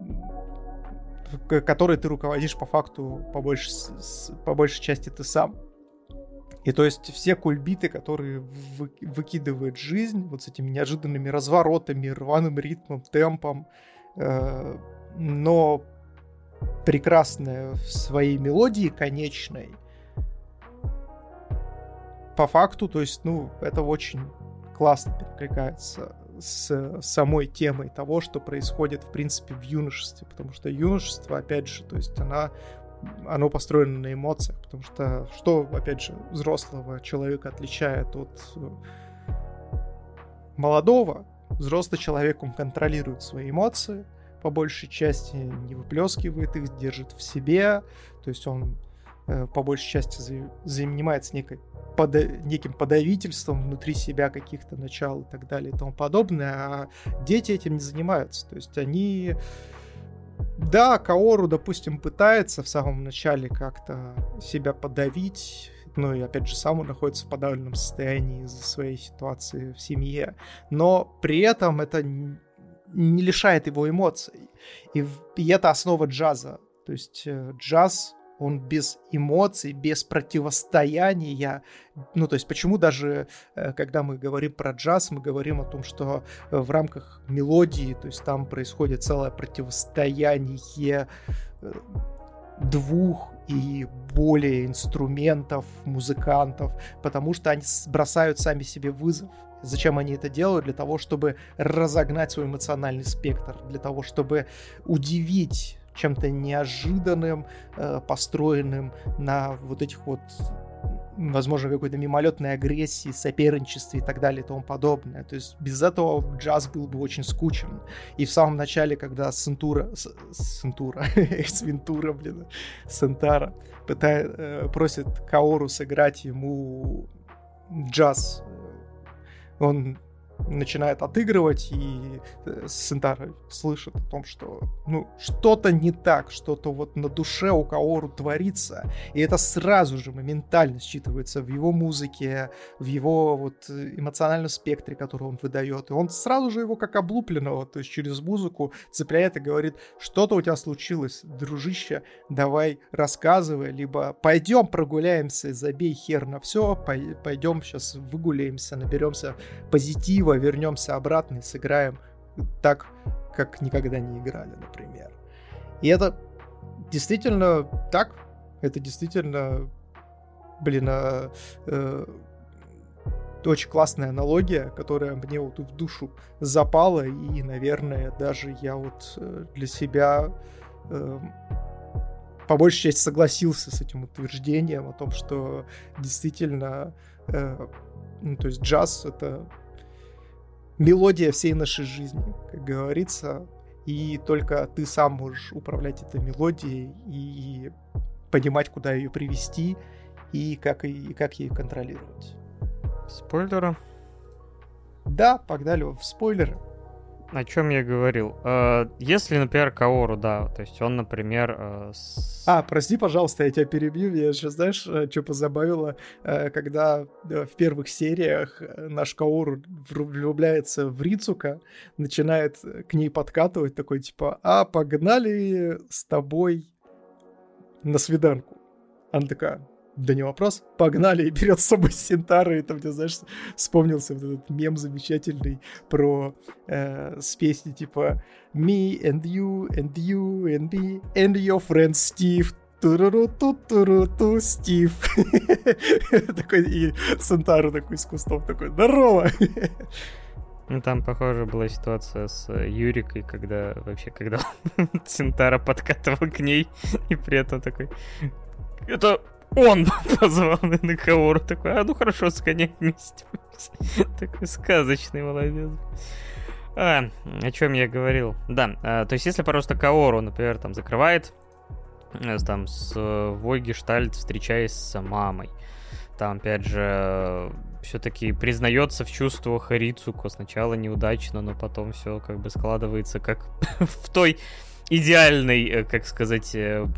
в которой ты руководишь по факту по большей, по большей части ты сам. И то есть все кульбиты, которые вы, выкидывает жизнь вот с этими неожиданными разворотами, рваным ритмом, темпом, э, но прекрасная в своей мелодии конечной, по факту, то есть, ну, это очень классно перекликается с самой темой того, что происходит, в принципе, в юношестве, потому что юношество, опять же, то есть она... оно построено на эмоциях, потому что что, опять же, взрослого человека отличает от молодого? Взрослый человек, он контролирует свои эмоции, по большей части не выплескивает их, держит в себе, то есть он э, по большей части за, занимается некой, подо, неким подавительством внутри себя каких-то начал и так далее и тому подобное, а дети этим не занимаются, то есть они... Да, Каору, допустим, пытается в самом начале как-то себя подавить, ну и опять же сам он находится в подавленном состоянии из-за своей ситуации в семье, но при этом это не лишает его эмоций, и, и это основа джаза, то есть джаз, он без эмоций, без противостояния. Ну, то есть, почему даже, когда мы говорим про джаз, мы говорим о том, что в рамках мелодии, то есть, там происходит целое противостояние двух и более инструментов, музыкантов, потому что они бросают сами себе вызов. Зачем они это делают? Для того, чтобы разогнать свой эмоциональный спектр, для того, чтобы удивить чем-то неожиданным, э, построенным на вот этих вот, возможно, какой-то мимолетной агрессии, соперничестве и так далее и тому подобное. То есть без этого джаз был бы очень скучен. И в самом начале, когда Сентура, с, Сентура, Свинтура, блин, Сентара пытает, э, просит Каору сыграть ему джаз, он начинает отыгрывать, и Сентара слышит о том, что ну, что-то не так, что-то вот на душе у Каору творится, и это сразу же моментально считывается в его музыке, в его вот эмоциональном спектре, который он выдает, и он сразу же его как облупленного, то есть через музыку цепляет и говорит: что-то у тебя случилось, дружище, давай рассказывай, либо пойдем прогуляемся, забей хер на все, пойдем сейчас выгуляемся, наберемся позитива, вернемся обратно и сыграем так, как никогда не играли, например. И это действительно так. Это действительно, блин, а, э, очень классная аналогия, которая мне вот в душу запала, и, наверное, даже я вот для себя э, по большей части согласился с этим утверждением о том, что действительно, э, ну, то есть джаз — это мелодия всей нашей жизни, как говорится, и только ты сам можешь управлять этой мелодией и понимать, куда ее привести и как, и как ее контролировать. Спойлеры? Да, погнали в спойлеры. О чем я говорил? Если, например, Каору, да, то есть он, например... С... А, прости, пожалуйста, я тебя перебью. Я сейчас, знаешь, что позабавило? Когда в первых сериях наш Каору влюбляется в Рицука, начинает к ней подкатывать, такой типа: а, погнали с тобой на свиданку. Она такая: да не вопрос, погнали, и берет с собой Синтара, и там, где, знаешь, вспомнился вот этот мем замечательный про э, с песни типа me and you and you and me and your friend Steve. Туру-ту-туру-ту, Стив. Такой, и Синтара такой с кустом такой: здорово! Ну, там, похоже, была ситуация с Юрикой, когда вообще, когда Синтара подкатывал к ней, и при этом такой: это он позвал на Каору, такой: а ну хорошо, сгонять вместе. Такой сказочный молодец. А, о чем я говорил? Да, а, то есть если просто Каору, например, там закрывает там с свой гештальт, встречаясь с мамой, там, опять же, все-таки признается в чувствах Рицуко. Сначала неудачно, но потом все как бы складывается как в той идеальной, как сказать,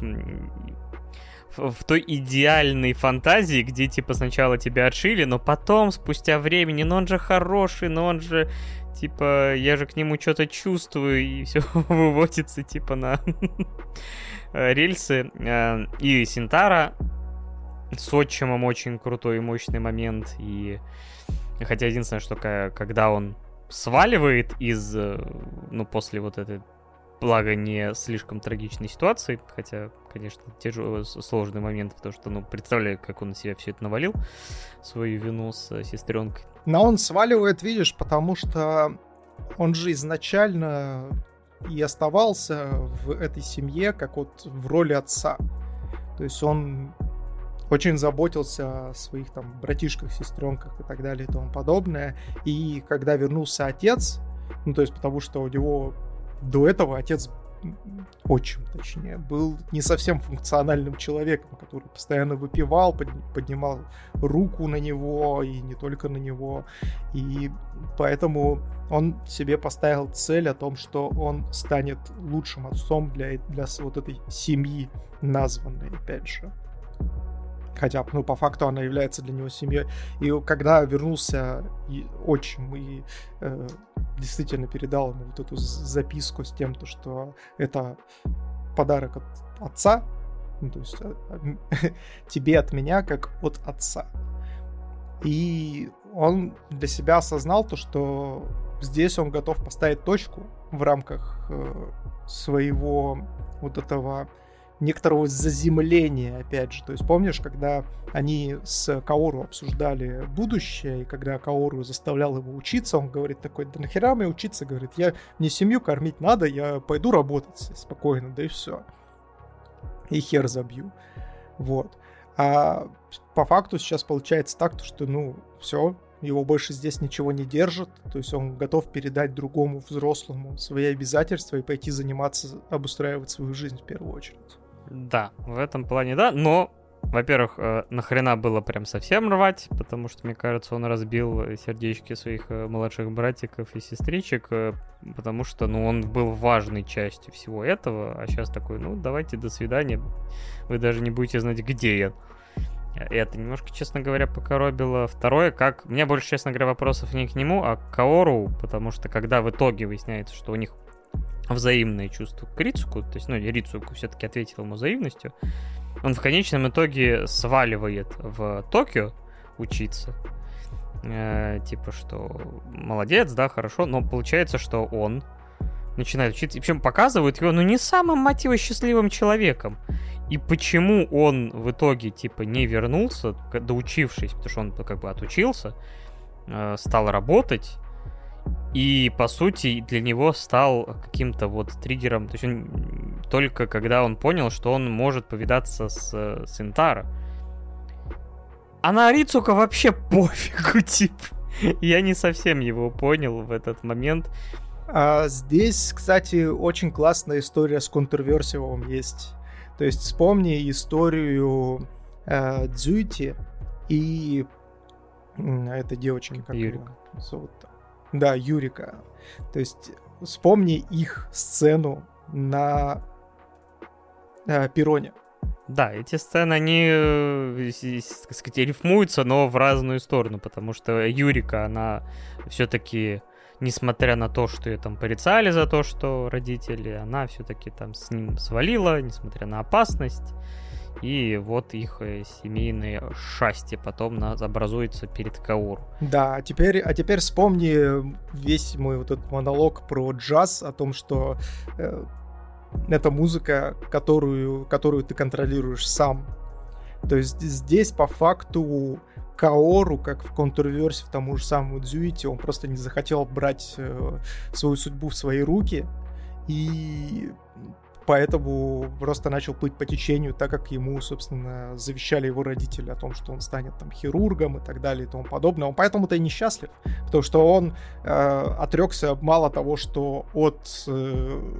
в той идеальной фантазии, где, типа, сначала тебя отшили, но потом, спустя времени, ну он же хороший, но он же, типа, я же к нему что-то чувствую, и все выводится, типа, на рельсы. И Синтара с отчимом очень крутой и мощный момент, и хотя единственное, что когда он сваливает из, ну, после вот этой, благо, не слишком трагичной ситуации, хотя, конечно, тяжелый, сложный момент, потому что, ну, представляю, как он на себя все это навалил, свою вину с сестренкой. Но он сваливает, видишь, потому что он же изначально и оставался в этой семье как вот в роли отца. То есть он очень заботился о своих там братишках, сестренках и так далее и тому подобное. И когда вернулся отец, ну, то есть потому что у него до этого отец, отчим, точнее, был не совсем функциональным человеком, который постоянно выпивал, поднимал руку на него, и не только на него. И поэтому он себе поставил цель о том, что он станет лучшим отцом для, для вот этой семьи, названной, опять же. Хотя, ну, по факту она является для него семьей. И когда вернулся и отчим и э, действительно передал ему вот эту записку с тем, то, что это подарок от отца, ну, то есть тебе от меня, как от отца. И он для себя осознал то, что здесь он готов поставить точку в рамках э, своего вот этого некоторого заземления, опять же. То есть помнишь, когда они с Каору обсуждали будущее, и когда Каору заставлял его учиться, он говорит такой: да нахера мне учиться, говорит, я, мне семью кормить надо, я пойду работать спокойно, да и все. И хер забью. Вот. А по факту сейчас получается так, что, ну, все, его больше здесь ничего не держит, то есть он готов передать другому взрослому свои обязательства и пойти заниматься, обустраивать свою жизнь в первую очередь. Да, в этом плане да, но, во-первых, э, нахрена было прям совсем рвать, потому что, мне кажется, он разбил сердечки своих э, младших братиков и сестричек, э, потому что, ну, он был важной частью всего этого, а сейчас такой: ну, давайте, до свидания, вы даже не будете знать, где я. Это немножко, честно говоря, покоробило. Второе, как... У меня больше, честно говоря, вопросов не к нему, а к Каору, потому что когда в итоге выясняется, что у них взаимное чувство к Рицуку, то есть, ну, Рицуку все-таки ответил ему взаимностью, он в конечном итоге сваливает в Токио учиться. Э, типа, что молодец, да, хорошо, но получается, что он начинает учиться. И причем показывают его, ну, не самым, мать его, счастливым человеком. И почему он в итоге, типа, не вернулся, доучившись, потому что он как бы отучился, стал работать, и, по сути, для него стал каким-то вот триггером. То есть он только когда он понял, что он может повидаться с, с Интаро. А на Рицука вообще пофигу, типа. Я не совсем его понял в этот момент. А здесь, кстати, очень классная история с контрверсивом есть. То есть вспомни историю э, Дзюйти и э, этой девочки, как Юрика. ее зовут? Да, Юрика. То есть вспомни их сцену на э, перроне. Да, эти сцены, они, так сказать, рифмуются, но в разную сторону, потому что Юрика, она все-таки, несмотря на то, что ее там порицали за то, что родители, она все-таки там с ним свалила, несмотря на опасность, и вот их семейное счастье потом нас образуется перед Каору. Да, а теперь, а теперь вспомни весь мой вот этот монолог про джаз, о том, что э, это музыка, которую, которую ты контролируешь сам. То есть здесь по факту Каору, как в контрверсе в тому же самому Дзюйти, он просто не захотел брать э, свою судьбу в свои руки, и поэтому просто начал плыть по течению, так как ему, собственно, завещали его родители о том, что он станет там хирургом и так далее и тому подобное. Он поэтому-то и несчастлив, потому что он э, отрекся мало того, что от э,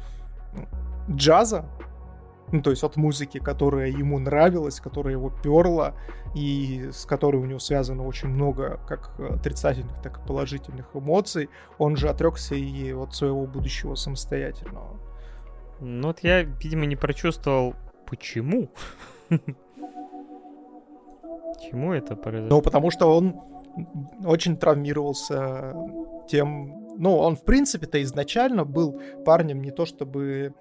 джаза, ну, то есть от музыки, которая ему нравилась, которая его перла, и с которой у него связано очень много как отрицательных, так и положительных эмоций, он же отрекся и от своего будущего самостоятельного. Ну вот я, видимо, не прочувствовал, почему. Почему это произошло? Ну, потому что он очень травмировался тем... Ну, он, в принципе-то, изначально был парнем не то чтобы...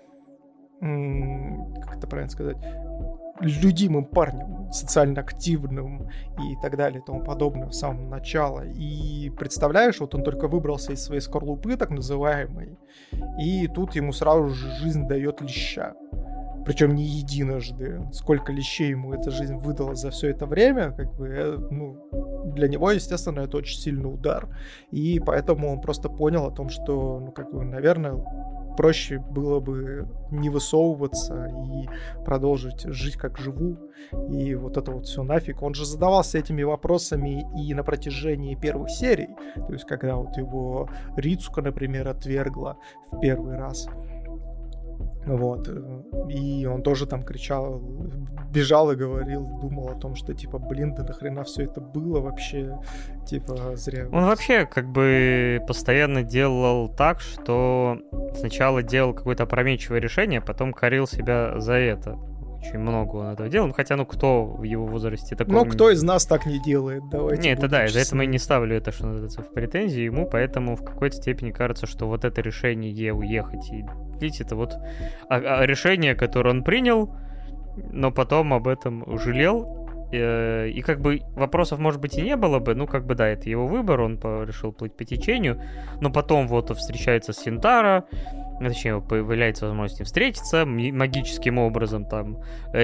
Как это правильно сказать? Любимым парнем, социально активным и так далее и тому подобное с самого начала. И представляешь, вот он только выбрался из своей скорлупы, так называемой, и тут ему сразу же жизнь дает леща. Причем не единожды. Сколько лещей ему эта жизнь выдала за все это время, как бы, ну, для него, естественно, это очень сильный удар. И поэтому он просто понял о том, что, ну, как бы, наверное, проще было бы не высовываться и продолжить жить как живу. И вот это вот все нафиг. Он же задавался этими вопросами и на протяжении первых серий. То есть, когда вот его Рицука, например, отвергла в первый раз. Вот. И он тоже там кричал, бежал и говорил, думал о том, что типа, блин, да нахрена все это было вообще, типа, зря. Он вообще как бы постоянно делал так, что сначала делал какое-то опрометчивое решение, потом корил себя за это. Очень много он этого делал, хотя, ну, кто в его возрасте такой... Ну, кто из нас так не делает, давайте. Нет, это да, из-за этого я не ставлю это, что называется, в претензии ему, поэтому в какой-то степени кажется, что вот это решение уехать и длить, это вот а, а решение, которое он принял, но потом об этом жалел, и, и как бы вопросов, может быть, и не было бы, ну, как бы, да, это его выбор, он по, решил плыть по течению, но потом вот встречается с Синтаро, точнее, появляется возможность встретиться магическим образом, там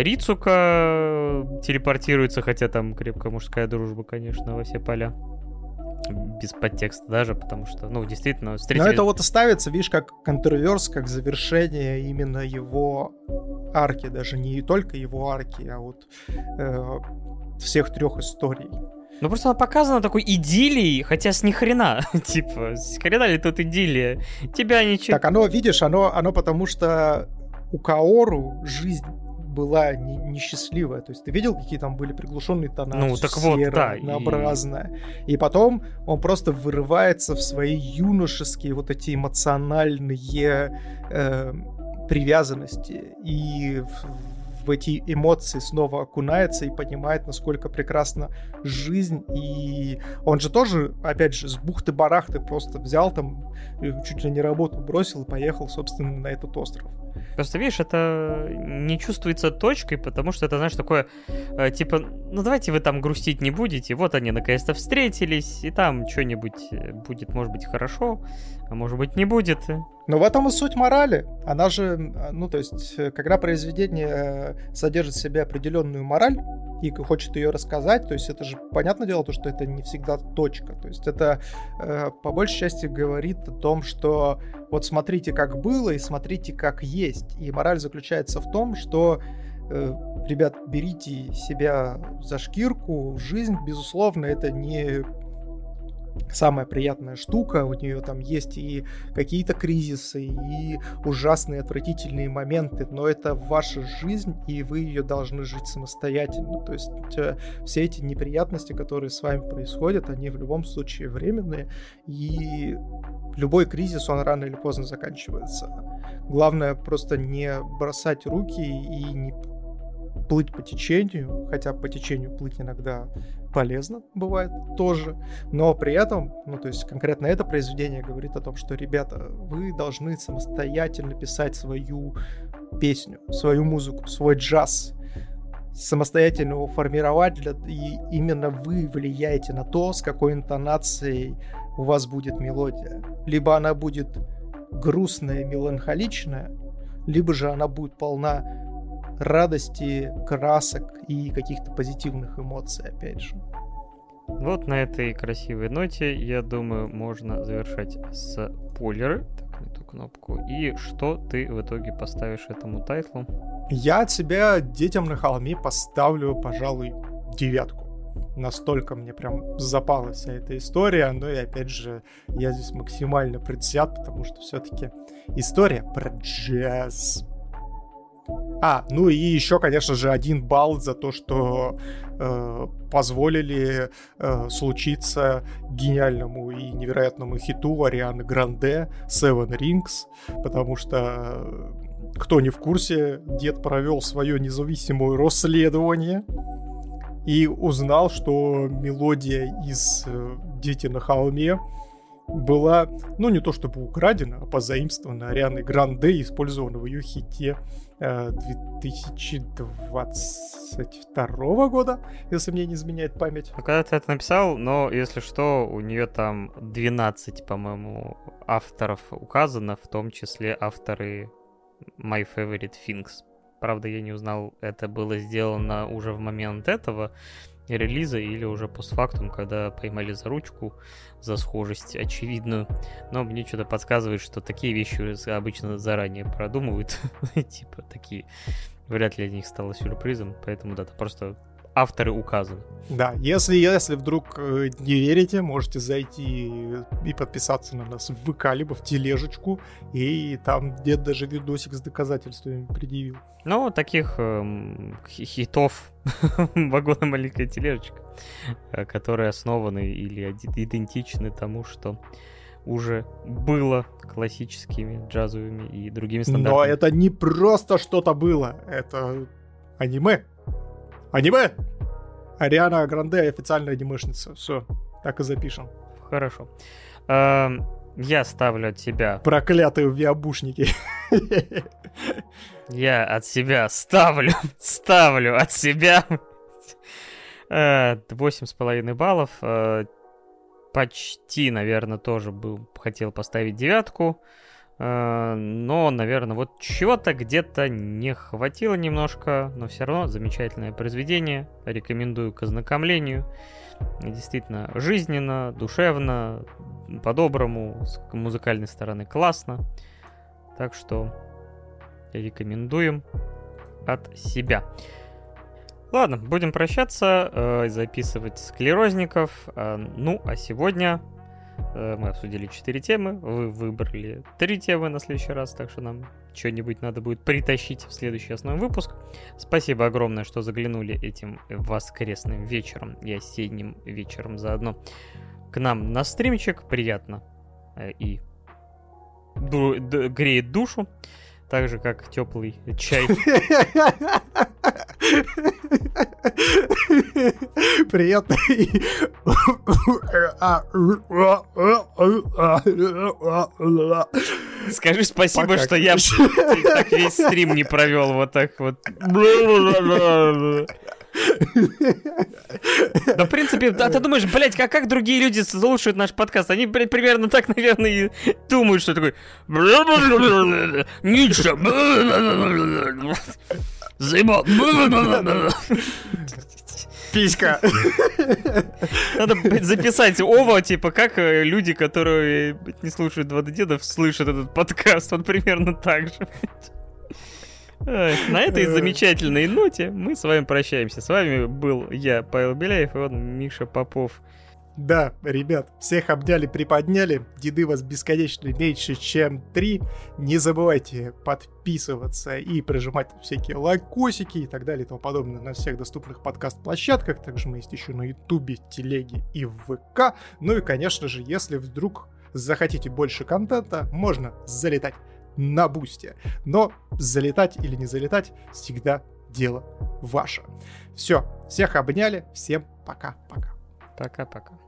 Рицука телепортируется, хотя там крепкая мужская дружба, конечно, во все поля. Без подтекста даже, потому что, ну, действительно, встретились... Но это вот оставится, видишь, как контрверс, как завершение именно его арки, даже не только его арки, а вот э, всех трех историй. Ну, просто она показана такой идиллией, хотя с ни хрена. Типа, с хрена ли тут идиллия? Тебя ничего... Так, оно, видишь, оно, оно потому что у Каору жизнь была не, несчастливая. То есть ты видел, какие там были приглушенные тона? Ну, так вот, да. Однообразное. И... и потом он просто вырывается в свои юношеские вот эти эмоциональные э, привязанности. И в, в эти эмоции снова окунается и понимает, насколько прекрасна жизнь. И он же тоже, опять же, с бухты-барахты просто взял там, чуть ли не работу бросил и поехал, собственно, на этот остров. Просто, видишь, это не чувствуется точкой, потому что это, знаешь, такое, э, типа, ну давайте вы там грустить не будете, вот они наконец-то встретились, и там что-нибудь будет, может быть, хорошо, а может быть, не будет. Но в этом и суть морали. Она же, ну, то есть, когда произведение содержит в себе определенную мораль и хочет ее рассказать, то есть это же, понятное дело, то, что это не всегда точка. То есть это э, по большей части говорит о том, что вот смотрите, как было, и смотрите, как есть. И мораль заключается в том, что, э, ребят, берите себя за шкирку. Жизнь, безусловно, это не самая приятная штука, у нее там есть и какие-то кризисы, и ужасные, отвратительные моменты, но это ваша жизнь, и вы ее должны жить самостоятельно. То есть э, все эти неприятности, которые с вами происходят, они в любом случае временные, и любой кризис, он рано или поздно заканчивается. Главное просто не бросать руки и не плыть по течению, хотя по течению плыть иногда полезно бывает тоже, но при этом, ну то есть конкретно это произведение говорит о том, что, ребята, вы должны самостоятельно писать свою песню, свою музыку, свой джаз, самостоятельно его формировать, для... и именно вы влияете на то, с какой интонацией у вас будет мелодия. Либо она будет грустная, меланхоличная, либо же она будет полна радости, красок и каких-то позитивных эмоций, опять же. Вот на этой красивой ноте, я думаю, можно завершать спойлеры. Так, на эту кнопку. И что ты в итоге поставишь этому тайтлу? Я от себя «Детям на холме» поставлю, пожалуй, девятку. Настолько мне прям запала вся эта история, но и опять же, я здесь максимально предвзят, потому что все-таки история про джаз. А, ну и еще, конечно же, один балл за то, что э, позволили э, случиться гениальному и невероятному хиту Арианы Гранде «Seven Rings», потому что, кто не в курсе, дед провел свое независимое расследование и узнал, что мелодия из э, «Дети на холме» была, ну, не то чтобы украдена, а позаимствована Арианой Гранде и использована в ее хите две тысячи двадцать второго года, если мне не изменяет память. Ну, когда ты это написал, но, если что, у нее там двенадцать, по-моему, авторов указано, в том числе авторы My Favorite Things. Правда, я не узнал, это было сделано уже в момент этого релиза или уже постфактум, когда поймали за ручку, за схожесть очевидную. Но мне что-то подсказывает, что такие вещи обычно заранее продумывают. Типа такие. Вряд ли для них стало сюрпризом. Поэтому да, это просто авторы указаны. Да, если, если вдруг не верите, можете зайти и подписаться на нас в ВК, либо в тележечку, и там дед даже видосик с доказательствами предъявил. Ну, таких эм, хитов «Вагон и маленькая тележечка», которые основаны или идентичны тому, что уже было классическими джазовыми и другими стандартами. Но это не просто что-то было, это аниме. Аниме! Ариана Гранде официальная анимешница. Все, так и запишем. Хорошо. Эм, я ставлю от себя... Проклятые виабушники. Я от себя ставлю, ставлю от себя восемь с половиной баллов. Почти, наверное, тоже был, хотел поставить девятку. Но, наверное, вот чего-то где-то не хватило немножко, но все равно замечательное произведение. Рекомендую к ознакомлению. Действительно жизненно, душевно, по-доброму, с музыкальной стороны классно. Так что рекомендуем от себя. Ладно, будем прощаться, э, записывать склерозников. Э, ну, а сегодня э, мы обсудили четыре темы. Вы выбрали три темы на следующий раз, так что нам что-нибудь надо будет притащить в следующий основной выпуск. Спасибо огромное, что заглянули этим воскресным вечером и осенним вечером заодно к нам на стримчик. Приятно э, и ду- д- греет душу. Так же, как теплый чай. Приятно. Скажи спасибо, пока, что я так весь стрим не провел вот так вот. Да, в принципе, а ты думаешь, блядь, а как другие люди слушают наш подкаст? Они, блядь, примерно так, наверное, и думают, что такой... Ницше. Зима. Писька. Надо записать Ова, типа, как люди, которые не слушают два дедов, слышат этот подкаст. Он примерно так же. На этой замечательной ноте мы с вами прощаемся. С вами был я, Павел Беляев, и он Миша Попов. Да, ребят, всех обняли, приподняли. Деды вас бесконечно меньше, чем три. Не забывайте подписываться и прожимать всякие лайкосики и так далее и тому подобное на всех доступных подкаст-площадках. Также мы есть еще на Ютубе, Телеге и в ВК. Ну и, конечно же, если вдруг захотите больше контента, можно залетать на Бусти. Но залетать или не залетать всегда дело ваше. Все, всех обняли, всем пока-пока. Пока-пока.